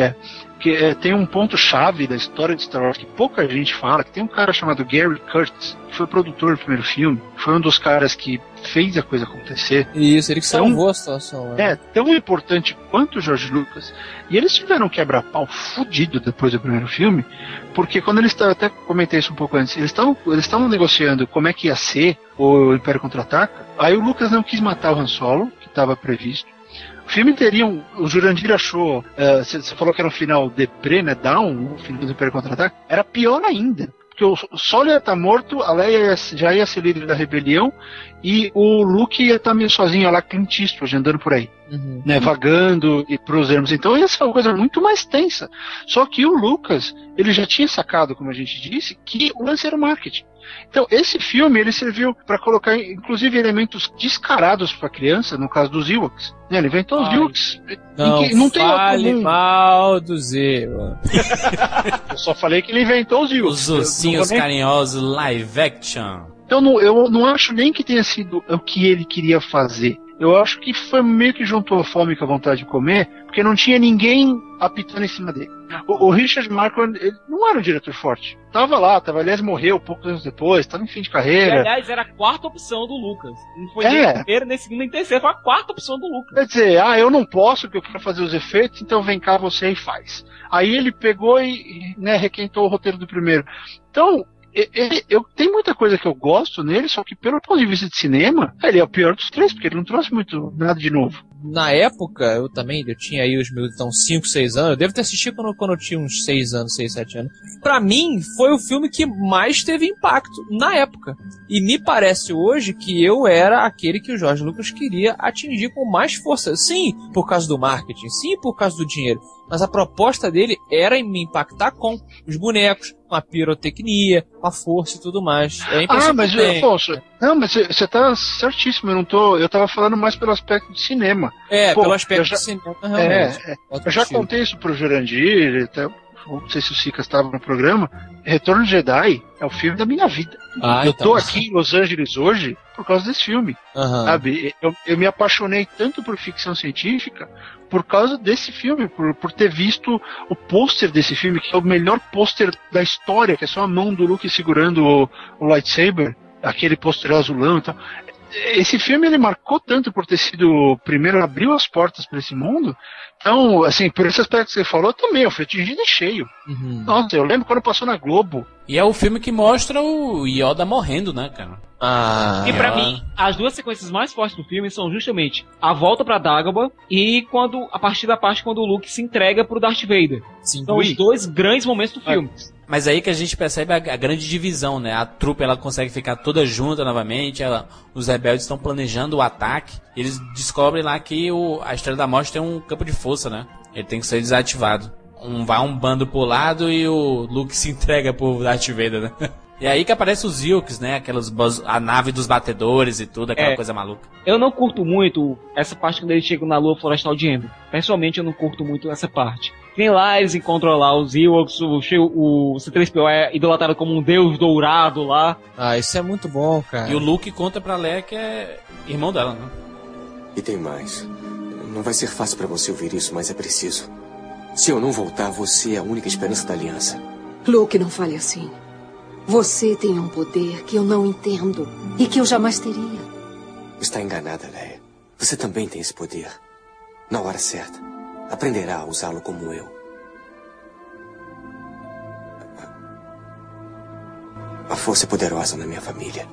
tem um ponto-chave da história de Star Wars que pouca gente fala, que tem um cara chamado Gary Kurtz, que foi produtor do primeiro filme, foi um dos caras que fez a coisa acontecer. Isso, ele que salvou a situação. É tão importante quanto o George Lucas. E eles tiveram um quebra-pau fudido depois do primeiro filme, porque quando eles estavam, até comentei isso um pouco antes, eles estavam negociando como é que ia ser o Império Contra-Ataca, aí o Lucas não quis matar o Han Solo, que estava previsto. O filme teria o Jurandir achou, você falou que era um final deprê, né, down, o final do Império Contra-Ataque, era pior ainda, porque o Solo ia estar morto, a Leia já ia ser líder da rebelião, e o Luke ia estar meio sozinho lá, Clint Eastwood, andando por aí, né, vagando e pros ermos. Então ia ser uma coisa muito mais tensa. Só que o Lucas, ele já tinha sacado, como a gente disse, que o lance era o marketing. Então, esse filme, ele serviu para colocar, inclusive, elementos descarados para criança, no caso dos Ewoks. Ele inventou os Ewoks. Não fale mal dos Ewoks. Eu só falei que ele inventou os Ewoks. Os ursinhos carinhosos live action. Então, eu não acho nem que tenha sido o que ele queria fazer. Eu acho que foi meio que juntou a fome com a vontade de comer, porque não tinha ninguém apitando em cima dele. O Richard Marquand, ele não era um diretor forte. Aliás, morreu poucos anos depois, estava em fim de carreira. E, aliás, era a 4ª opção do Lucas. Não foi nem a primeira, nem a segunda, nem a terceira, foi a 4ª opção do Lucas. Quer dizer, eu não posso, porque eu quero fazer os efeitos, então vem cá você e faz. Aí ele pegou e requentou o roteiro do primeiro. Então, eu tenho muita coisa que eu gosto nele, só que pelo ponto de vista de cinema, ele é o pior dos 3, porque ele não trouxe nada de novo. Na época, eu tinha aí os meus 5, 6 anos, eu devo ter assistido quando eu tinha uns 6 anos, 6, 7 anos. Pra mim, foi o filme que mais teve impacto na época. E me parece hoje que eu era aquele que o George Lucas queria atingir com mais força. Sim, por causa do marketing, sim, por causa do dinheiro. Mas a proposta dele era em me impactar com os bonecos, com a pirotecnia, com a força e tudo mais. Mas, Afonso, mas você tá certíssimo, eu tava falando mais pelo aspecto de cinema. Pelo aspecto de cinema. Eu já contei isso pro Jurandir, até, não sei se o Sicas estava no programa. Retorno de Jedi é o filme da minha vida. Eu tô aqui em Los Angeles hoje por causa desse filme. Sabe? Eu me apaixonei tanto por ficção científica por causa desse filme, por ter visto o pôster desse filme, que é o melhor pôster da história, que é só a mão do Luke segurando o lightsaber, aquele pôster azulão e tal. Esse filme, ele marcou tanto por ter sido o primeiro, abriu as portas para esse mundo. Então, assim, por esse aspecto que você falou, também, eu fui atingido em cheio. Nossa, eu lembro quando passou na Globo. E é o filme que mostra o Yoda morrendo, né, cara? E pra mim, as 2 sequências mais fortes do filme são justamente a volta pra Dagobah e a partir da parte quando o Luke se entrega pro Darth Vader. São os 2 grandes momentos do filme. Mas aí que a gente percebe a grande divisão, né? A trupe, ela consegue ficar toda junta novamente, os rebeldes estão planejando o ataque, eles descobrem lá que a Estrela da Morte tem um campo de força, né? Ele tem que ser desativado. Vai um bando pro lado e o Luke se entrega pro Darth Vader, né? E aí que aparece os Ewoks, né? A nave dos batedores e tudo, aquela coisa maluca. Eu não curto muito essa parte quando eles chegam na lua florestal de Endor. Pessoalmente, eu não curto muito essa parte. Tem lá, eles encontram lá os Ewoks, o C-3PO é idolatrado como um deus dourado lá. Ah, isso é muito bom, cara. E o Luke conta pra Leia que é irmão dela, né? E tem mais. Não vai ser fácil pra você ouvir isso, mas é preciso. Se eu não voltar, você é a única esperança da aliança. Luke, não fale assim. Você tem um poder que eu não entendo e que eu jamais teria. Está enganada, Leia. Você também tem esse poder. Na hora certa, aprenderá a usá-lo como eu. A força é poderosa na minha família.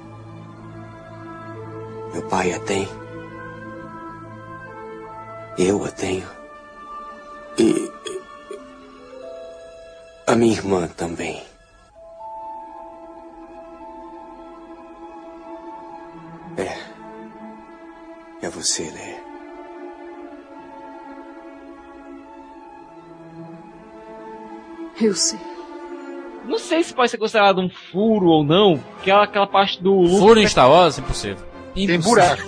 Meu pai a tem. Eu a tenho. E a minha irmã também. É você, Leia. Eu sei. Não sei se pode ser considerado um furo ou não, que é aquela parte do Luke... Furo em Star Wars? Impossível. Tem buraco.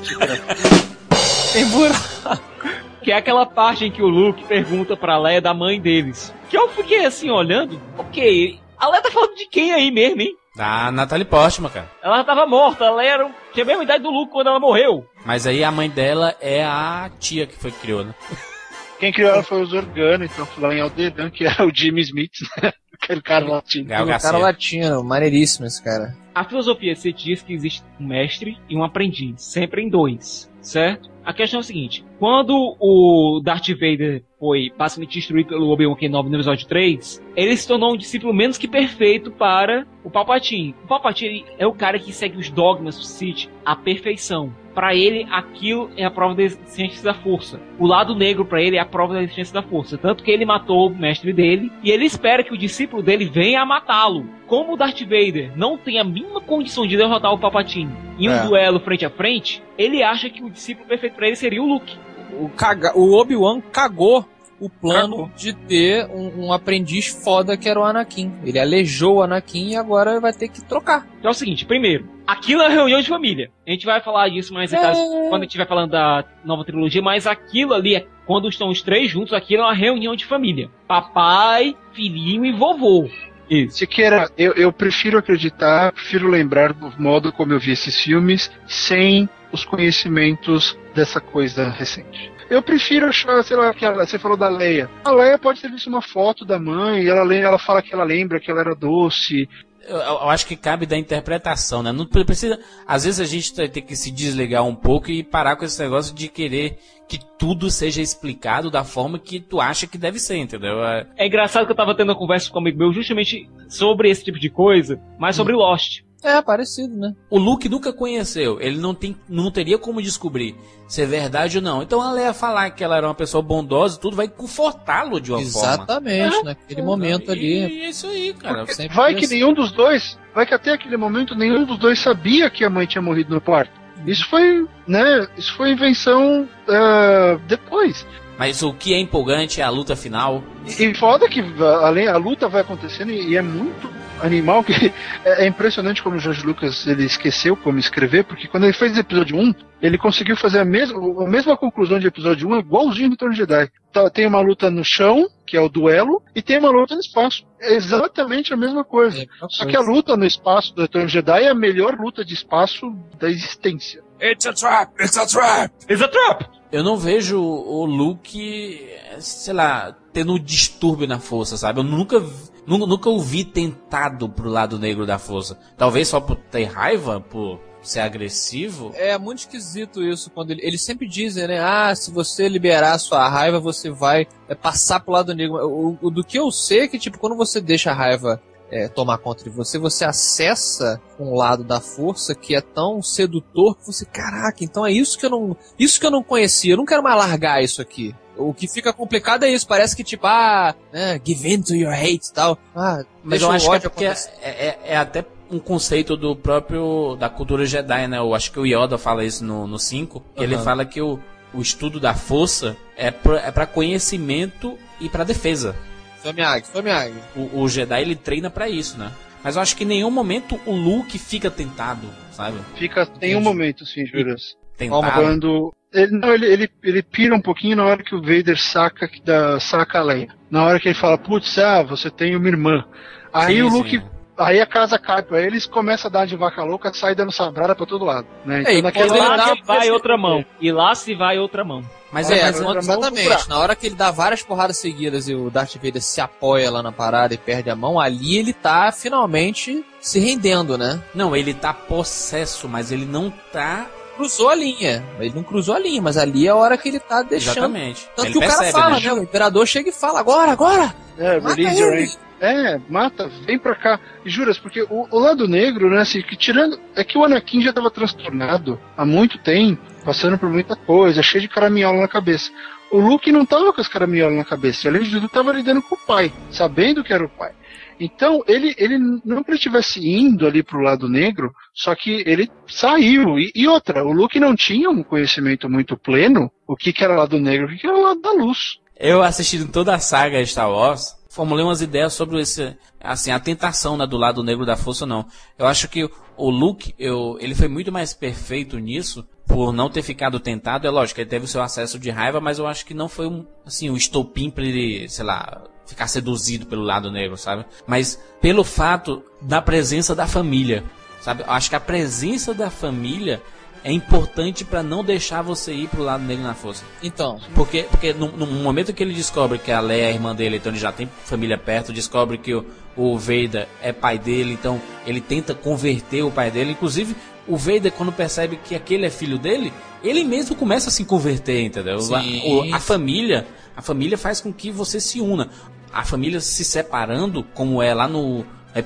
Tem buraco. Que é aquela parte em que o Luke pergunta pra Leia da mãe deles. Que eu fiquei assim, olhando, ok, a Leia tá falando de quem aí mesmo, hein? Da Natalie Portman, cara. Ela tava morta, ela tinha a mesma idade do Luke quando ela morreu. Mas aí a mãe dela é a tia que criou, né? Quem criou ela foi os Organa, então foi lá em Alderan, que era o Jimmy Smith, né? Aquele cara latino. Cara latino, maneiríssimo esse cara. A filosofia Sith diz que existe um mestre e um aprendiz, sempre em dois, certo? A questão é a seguinte, quando o Darth Vader foi basicamente destruído pelo Obi-Wan Kenobi no episódio 3, ele se tornou um discípulo menos que perfeito para o Palpatine. O Palpatine é o cara que segue os dogmas do Sith à perfeição. Para ele, aquilo é a prova da existência da força. O lado negro para ele é a prova da existência da força. Tanto que ele matou o mestre dele e ele espera que o discípulo dele venha a matá-lo. Como o Darth Vader não tem a mínima condição de derrotar o Palpatine em um duelo frente a frente, ele acha que o discípulo perfeito para ele seria o Luke. O Obi-Wan cagou o plano de ter um aprendiz foda que era o Anakin. Ele aleijou o Anakin e agora vai ter que trocar. Então é o seguinte, primeiro, aquilo é reunião de família. A gente vai falar disso mais detalhes quando a gente estiver falando da nova trilogia, mas aquilo ali, quando estão os três juntos, aquilo é uma reunião de família. Papai, filhinho e vovô. Isso. Siqueira, eu prefiro acreditar, prefiro lembrar do modo como eu vi esses filmes sem os conhecimentos dessa coisa recente. Eu prefiro achar, sei lá, que você falou da Leia. A Leia pode ter visto uma foto da mãe, e ela fala que ela lembra que ela era doce. Eu acho que cabe da interpretação, né? Não precisa. Às vezes a gente tem que se desligar um pouco e parar com esse negócio de querer que tudo seja explicado da forma que tu acha que deve ser, entendeu? É engraçado que eu tava tendo uma conversa com um amigo meu justamente sobre esse tipo de coisa, mas sobre Lost. É, parecido, né? O Luke nunca conheceu, ele não teria como descobrir se é verdade ou não. Então a Leia falar que ela era uma pessoa bondosa, tudo vai confortá-lo de uma forma. Exatamente, naquele momento ali. E é isso aí, cara. Vai que nenhum dos dois, vai que até aquele momento nenhum dos dois sabia que a mãe tinha morrido no parto. Isso foi, né? Isso foi invenção depois. Mas o que é empolgante é a luta final. E foda que a luta vai acontecendo e é muito animal, que é impressionante como o George Lucas ele esqueceu como escrever, porque quando ele fez o episódio 1, ele conseguiu fazer a mesma conclusão de episódio 1 igualzinho no Retorno de Jedi. Tem uma luta no chão, que é o duelo, e tem uma luta no espaço. É exatamente a mesma coisa. Só que a luta no espaço do Retorno de Jedi é a melhor luta de espaço da existência. It's a trap! It's a trap! It's a trap! Eu não vejo o Luke, sei lá, tendo um distúrbio na força, sabe? Eu nunca o vi tentado pro lado negro da força. Talvez só por ter raiva, por ser agressivo. É muito esquisito isso, quando eles sempre dizem, né? Ah, se você liberar a sua raiva, você vai passar pro lado negro. Do que eu sei é que, tipo, quando você deixa a raiva tomar conta de você, você acessa um lado da força que é tão sedutor que você, caraca, então é isso que eu não conhecia, eu não quero mais largar isso aqui. O que fica complicado é isso, parece que tipo, give in to your hate e tal. Mas eu acho que é porque é até um conceito do próprio, da cultura Jedi, né? Eu acho que o Yoda fala isso no 5, que ele fala que o estudo da força é pra conhecimento e pra defesa. Foi Miyagi. O Jedi, ele treina pra isso, né? mas eu acho que em nenhum momento o Luke fica tentado, sabe? Fica em um momento, sim, Juras. Tentado. Quando... Ele pira um pouquinho na hora que o Vader saca a Leia. Na hora que ele fala, putz, você tem uma irmã. Aí sim, o Luke... Sim. Aí a casa cai, aí eles começam a dar de vaca louca, sai dando sabrada pra todo lado, né? Então, E lá se vai outra mão. Mas exatamente, na hora que ele dá várias porradas seguidas e o Darth Vader se apoia lá na parada e perde a mão, ali ele tá finalmente se rendendo, né? Não, ele tá possesso, mas ele não tá... Cruzou a linha. Ele não cruzou a linha, mas ali é a hora que ele tá deixando. Exatamente. Tanto ele que o cara fala, né? O imperador chega e fala, agora! Release your aim. Mata, vem pra cá. E juras, porque o lado negro, né, assim, que tirando... É que o Anakin já tava transtornado há muito tempo, passando por muita coisa, cheio de caraminhola na cabeça. O Luke não tava com as caraminholas na cabeça, ele tava lidando com o pai, sabendo que era o pai. Então, ele não que ele estivesse indo ali pro lado negro, só que ele saiu. E outra, o Luke não tinha um conhecimento muito pleno, o que era lado negro, o que era lado da luz. Eu assistindo toda a saga Star Wars, formulei umas ideias sobre a tentação, né, do lado negro da força, não. Eu acho que o Luke, ele foi muito mais perfeito nisso, por não ter ficado tentado. É lógico, ele teve o seu acesso de raiva, mas eu acho que não foi um estopim pra ele, sei lá, ficar seduzido pelo lado negro, sabe? Mas pelo fato da presença da família, sabe? Eu acho que a presença da família é importante pra não deixar você ir pro lado negro na força. Então. Porque no momento que ele descobre que a Leia é a irmã dele, então ele já tem família perto, descobre que o Vader é pai dele, então ele tenta converter o pai dele. Inclusive, o Vader, quando percebe que aquele é filho dele, ele mesmo começa a se converter, entendeu? A família faz com que você se una. A família se separando, como é lá no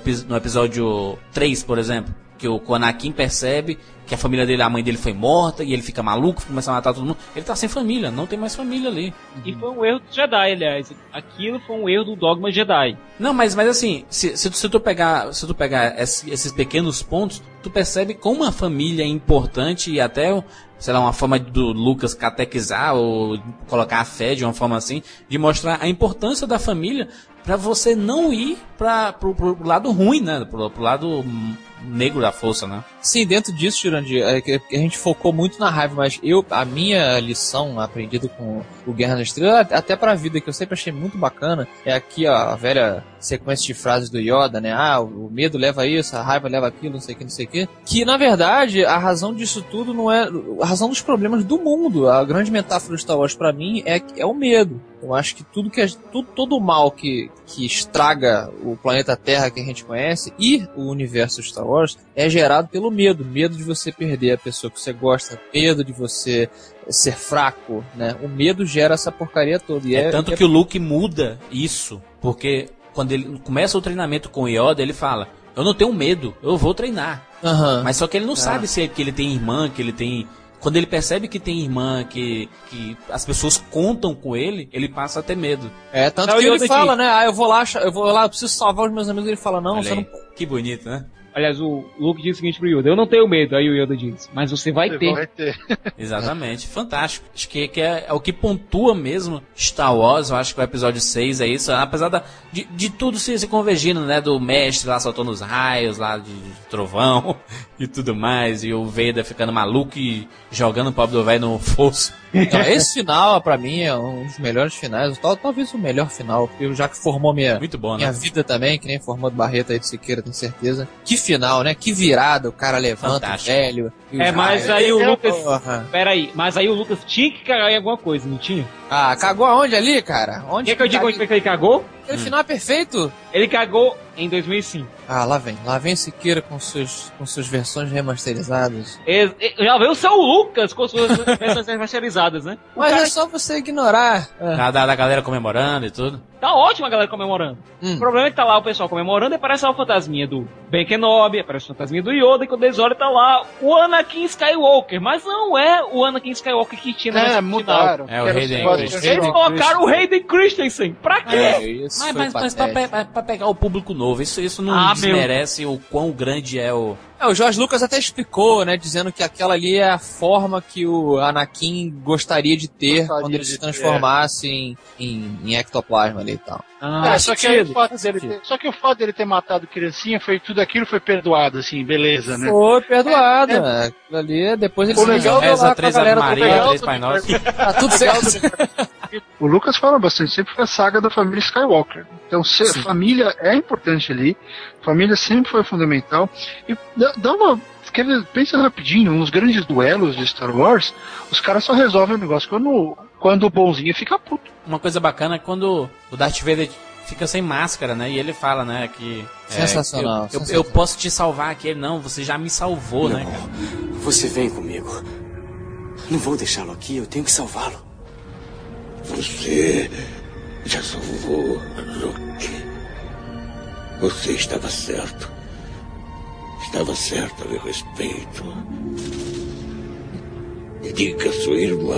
episódio 3, por exemplo, que o Anakin percebe que a família dele, a mãe dele foi morta, e ele fica maluco, começa a matar todo mundo. Ele tá sem família, não tem mais família ali. E foi um erro do Jedi, aliás. Aquilo foi um erro do dogma Jedi. Não, mas assim, se tu pegar esses pequenos pontos, tu percebe como a família é importante e até, sei lá, uma forma do Lucas catequizar ou colocar a fé de uma forma assim, de mostrar a importância da família pra você não ir pro lado ruim, né? Pro lado negro da força, né? Sim, dentro disso, Jurandir, a gente focou muito na raiva, mas a minha lição aprendida com o Guerra nas Estrelas, até pra vida, que eu sempre achei muito bacana, é aqui, ó, a velha sequência de frases do Yoda, né? O medo leva a isso, a raiva leva aquilo, não sei o que. Que, na verdade, a razão disso tudo não é... A razão dos problemas do mundo, a grande metáfora do Star Wars pra mim é o medo. Eu acho que todo o mal que estraga o planeta Terra que a gente conhece e o universo Star Wars é gerado pelo medo. Medo de você perder a pessoa que você gosta, medo de você ser fraco, né? O medo gera essa porcaria toda. E tanto que o Luke muda isso, porque quando ele começa o treinamento com o Yoda, ele fala, eu não tenho medo, eu vou treinar. Uhum. Mas só que ele não sabe se que ele tem irmã, que ele tem... Quando ele percebe que tem irmã, que as pessoas contam com ele, ele passa a ter medo. Tanto que ele fala, né? Eu vou lá, eu preciso salvar os meus amigos. Ele fala, não, você não... Que bonito, né? Aliás, o Luke diz o seguinte pro Yoda, eu não tenho medo. Aí o Yoda diz, mas você vai ter. Exatamente, fantástico. Acho que é o que pontua mesmo Star Wars. Eu acho que o episódio 6 é isso. Apesar de tudo se convergindo, né? Do mestre lá soltando os raios lá de trovão e tudo mais. E o Vader ficando maluco e jogando o pobre do velho no fosso. Então, esse final, pra mim, é um dos melhores finais. Talvez o melhor final. Já que formou minha vida também, que nem formou do Barreto aí de Siqueira, tenho certeza. Que final, né? Que virada, o cara levanta o velho. Mas aí o Lucas... Peraí, mas aí o Lucas tinha que cagar em alguma coisa, não tinha? Cagou aonde ali, cara? Quer que eu diga onde ele cagou? Aquele final é perfeito. Ele cagou em 2005. Lá vem Siqueira com suas versões remasterizadas. Já veio o seu Lucas com suas versões remasterizadas, né? Mas é só você ignorar. Da galera comemorando e tudo. Tá ótimo a galera comemorando. O problema é que tá lá o pessoal comemorando e aparece lá o fantasminha do Ben Kenobi, aparece o fantasminha do Yoda, e quando eles olham tá lá o Anakin Skywalker. Mas não é o Anakin Skywalker que tinha na mudaram. É o Hayden Christensen. Eles colocaram o Hayden Christensen. Pra quê? Mas pra pegar o público novo, isso não desmerece o quão grande é o... O George Lucas até explicou, né, dizendo que aquela ali é a forma que o Anakin gostaria de ter quando ele se transformasse em ectoplasma ali e tal. Só que o fato dele ter matado criancinha, tudo aquilo foi perdoado, assim, beleza, né? Foi perdoado. Aquilo ali, depois ele reza 3 Ave Maria, 3 Pai Nosso. Tá tudo certo. O Lucas fala bastante, sempre foi a saga da família Skywalker. Então, família é importante ali, família sempre foi fundamental. E pensa rapidinho, nos grandes duelos de Star Wars, os caras só resolvem o negócio quando o bonzinho fica puto. Uma coisa bacana é quando o Darth Vader fica sem máscara, né? E ele fala, né, que... Sensacional. Eu posso te salvar aqui. Ele, não, você já me salvou, não, né, cara? Você vem comigo. Não vou deixá-lo aqui, eu tenho que salvá-lo. Você já salvou Luke. Você estava certo. Estava certo a meu respeito. Diga à sua irmã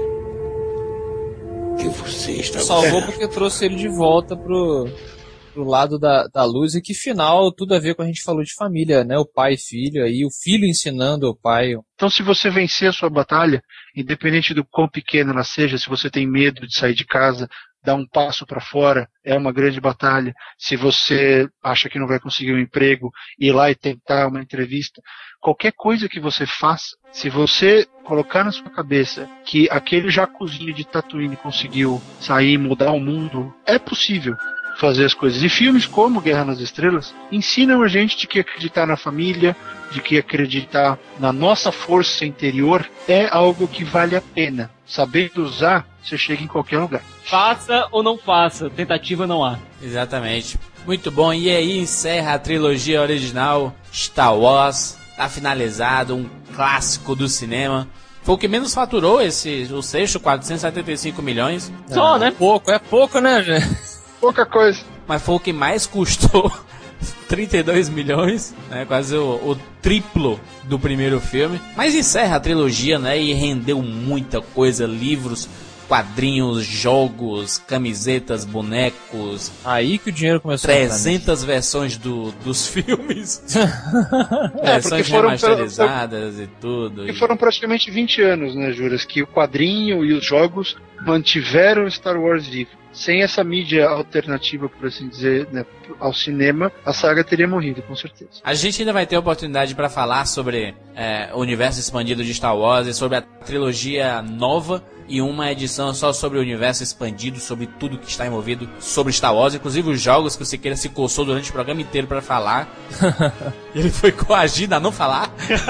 que você estava salvou certo. Porque trouxe ele de volta pro lado da luz, e que final tudo a ver com a gente falou de família, né? O pai e filho aí, o filho ensinando o pai. Então, se você vencer a sua batalha, independente do quão pequena ela seja, se você tem medo de sair de casa, dar um passo para fora, é uma grande batalha. Se você acha que não vai conseguir um emprego, ir lá e tentar uma entrevista, qualquer coisa que você faça, se você colocar na sua cabeça que aquele jacuzinho de Tatooine conseguiu sair e mudar o mundo, é possível fazer as coisas. E filmes como Guerra nas Estrelas ensinam a gente de que acreditar na família, de que acreditar na nossa força interior é algo que vale a pena. Sabendo usar, você chega em qualquer lugar. Faça ou não faça, tentativa não há. Exatamente. Muito bom. E aí encerra a trilogia original Star Wars. Tá finalizado, um clássico do cinema. Foi o que menos faturou o sexto, 475 milhões. Só, né? É pouco, né, gente? Pouca coisa. Mas foi o que mais custou 32 milhões, né? Quase o triplo do primeiro filme. Mas encerra a trilogia, né? E rendeu muita coisa, livros, quadrinhos, jogos, camisetas, bonecos. Aí que o dinheiro começou 300 versões dos filmes. Versões remasterizadas e tudo. E foram praticamente 20 anos, né, Juras? Que o quadrinho e os jogos mantiveram Star Wars vivo. Sem essa mídia alternativa, por assim dizer, né, ao cinema, a saga teria morrido, com certeza. A gente ainda vai ter oportunidade para falar sobre o universo expandido de Star Wars e sobre a trilogia nova e uma edição só sobre o universo expandido, sobre tudo que está envolvido sobre Star Wars, inclusive os jogos que o Siqueira se coçou durante o programa inteiro para falar. Ele foi coagido a não falar.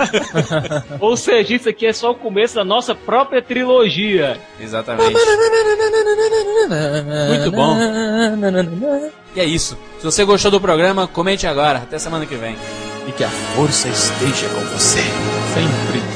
Ou seja, isso aqui é só o começo da nossa própria trilogia. Exatamente. Muito bom. E é isso. Se você gostou do programa, comente agora. Até semana que vem. E que a força esteja com você. Sempre.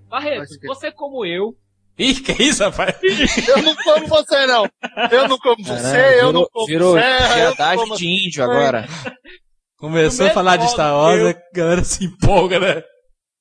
Barreto, você como eu... Ih, que isso, rapaz? Eu não como você, não. Eu não como você, eu não como virou serra, piedade de índio agora. Começou a falar de Star Wars, a galera se empolga, né?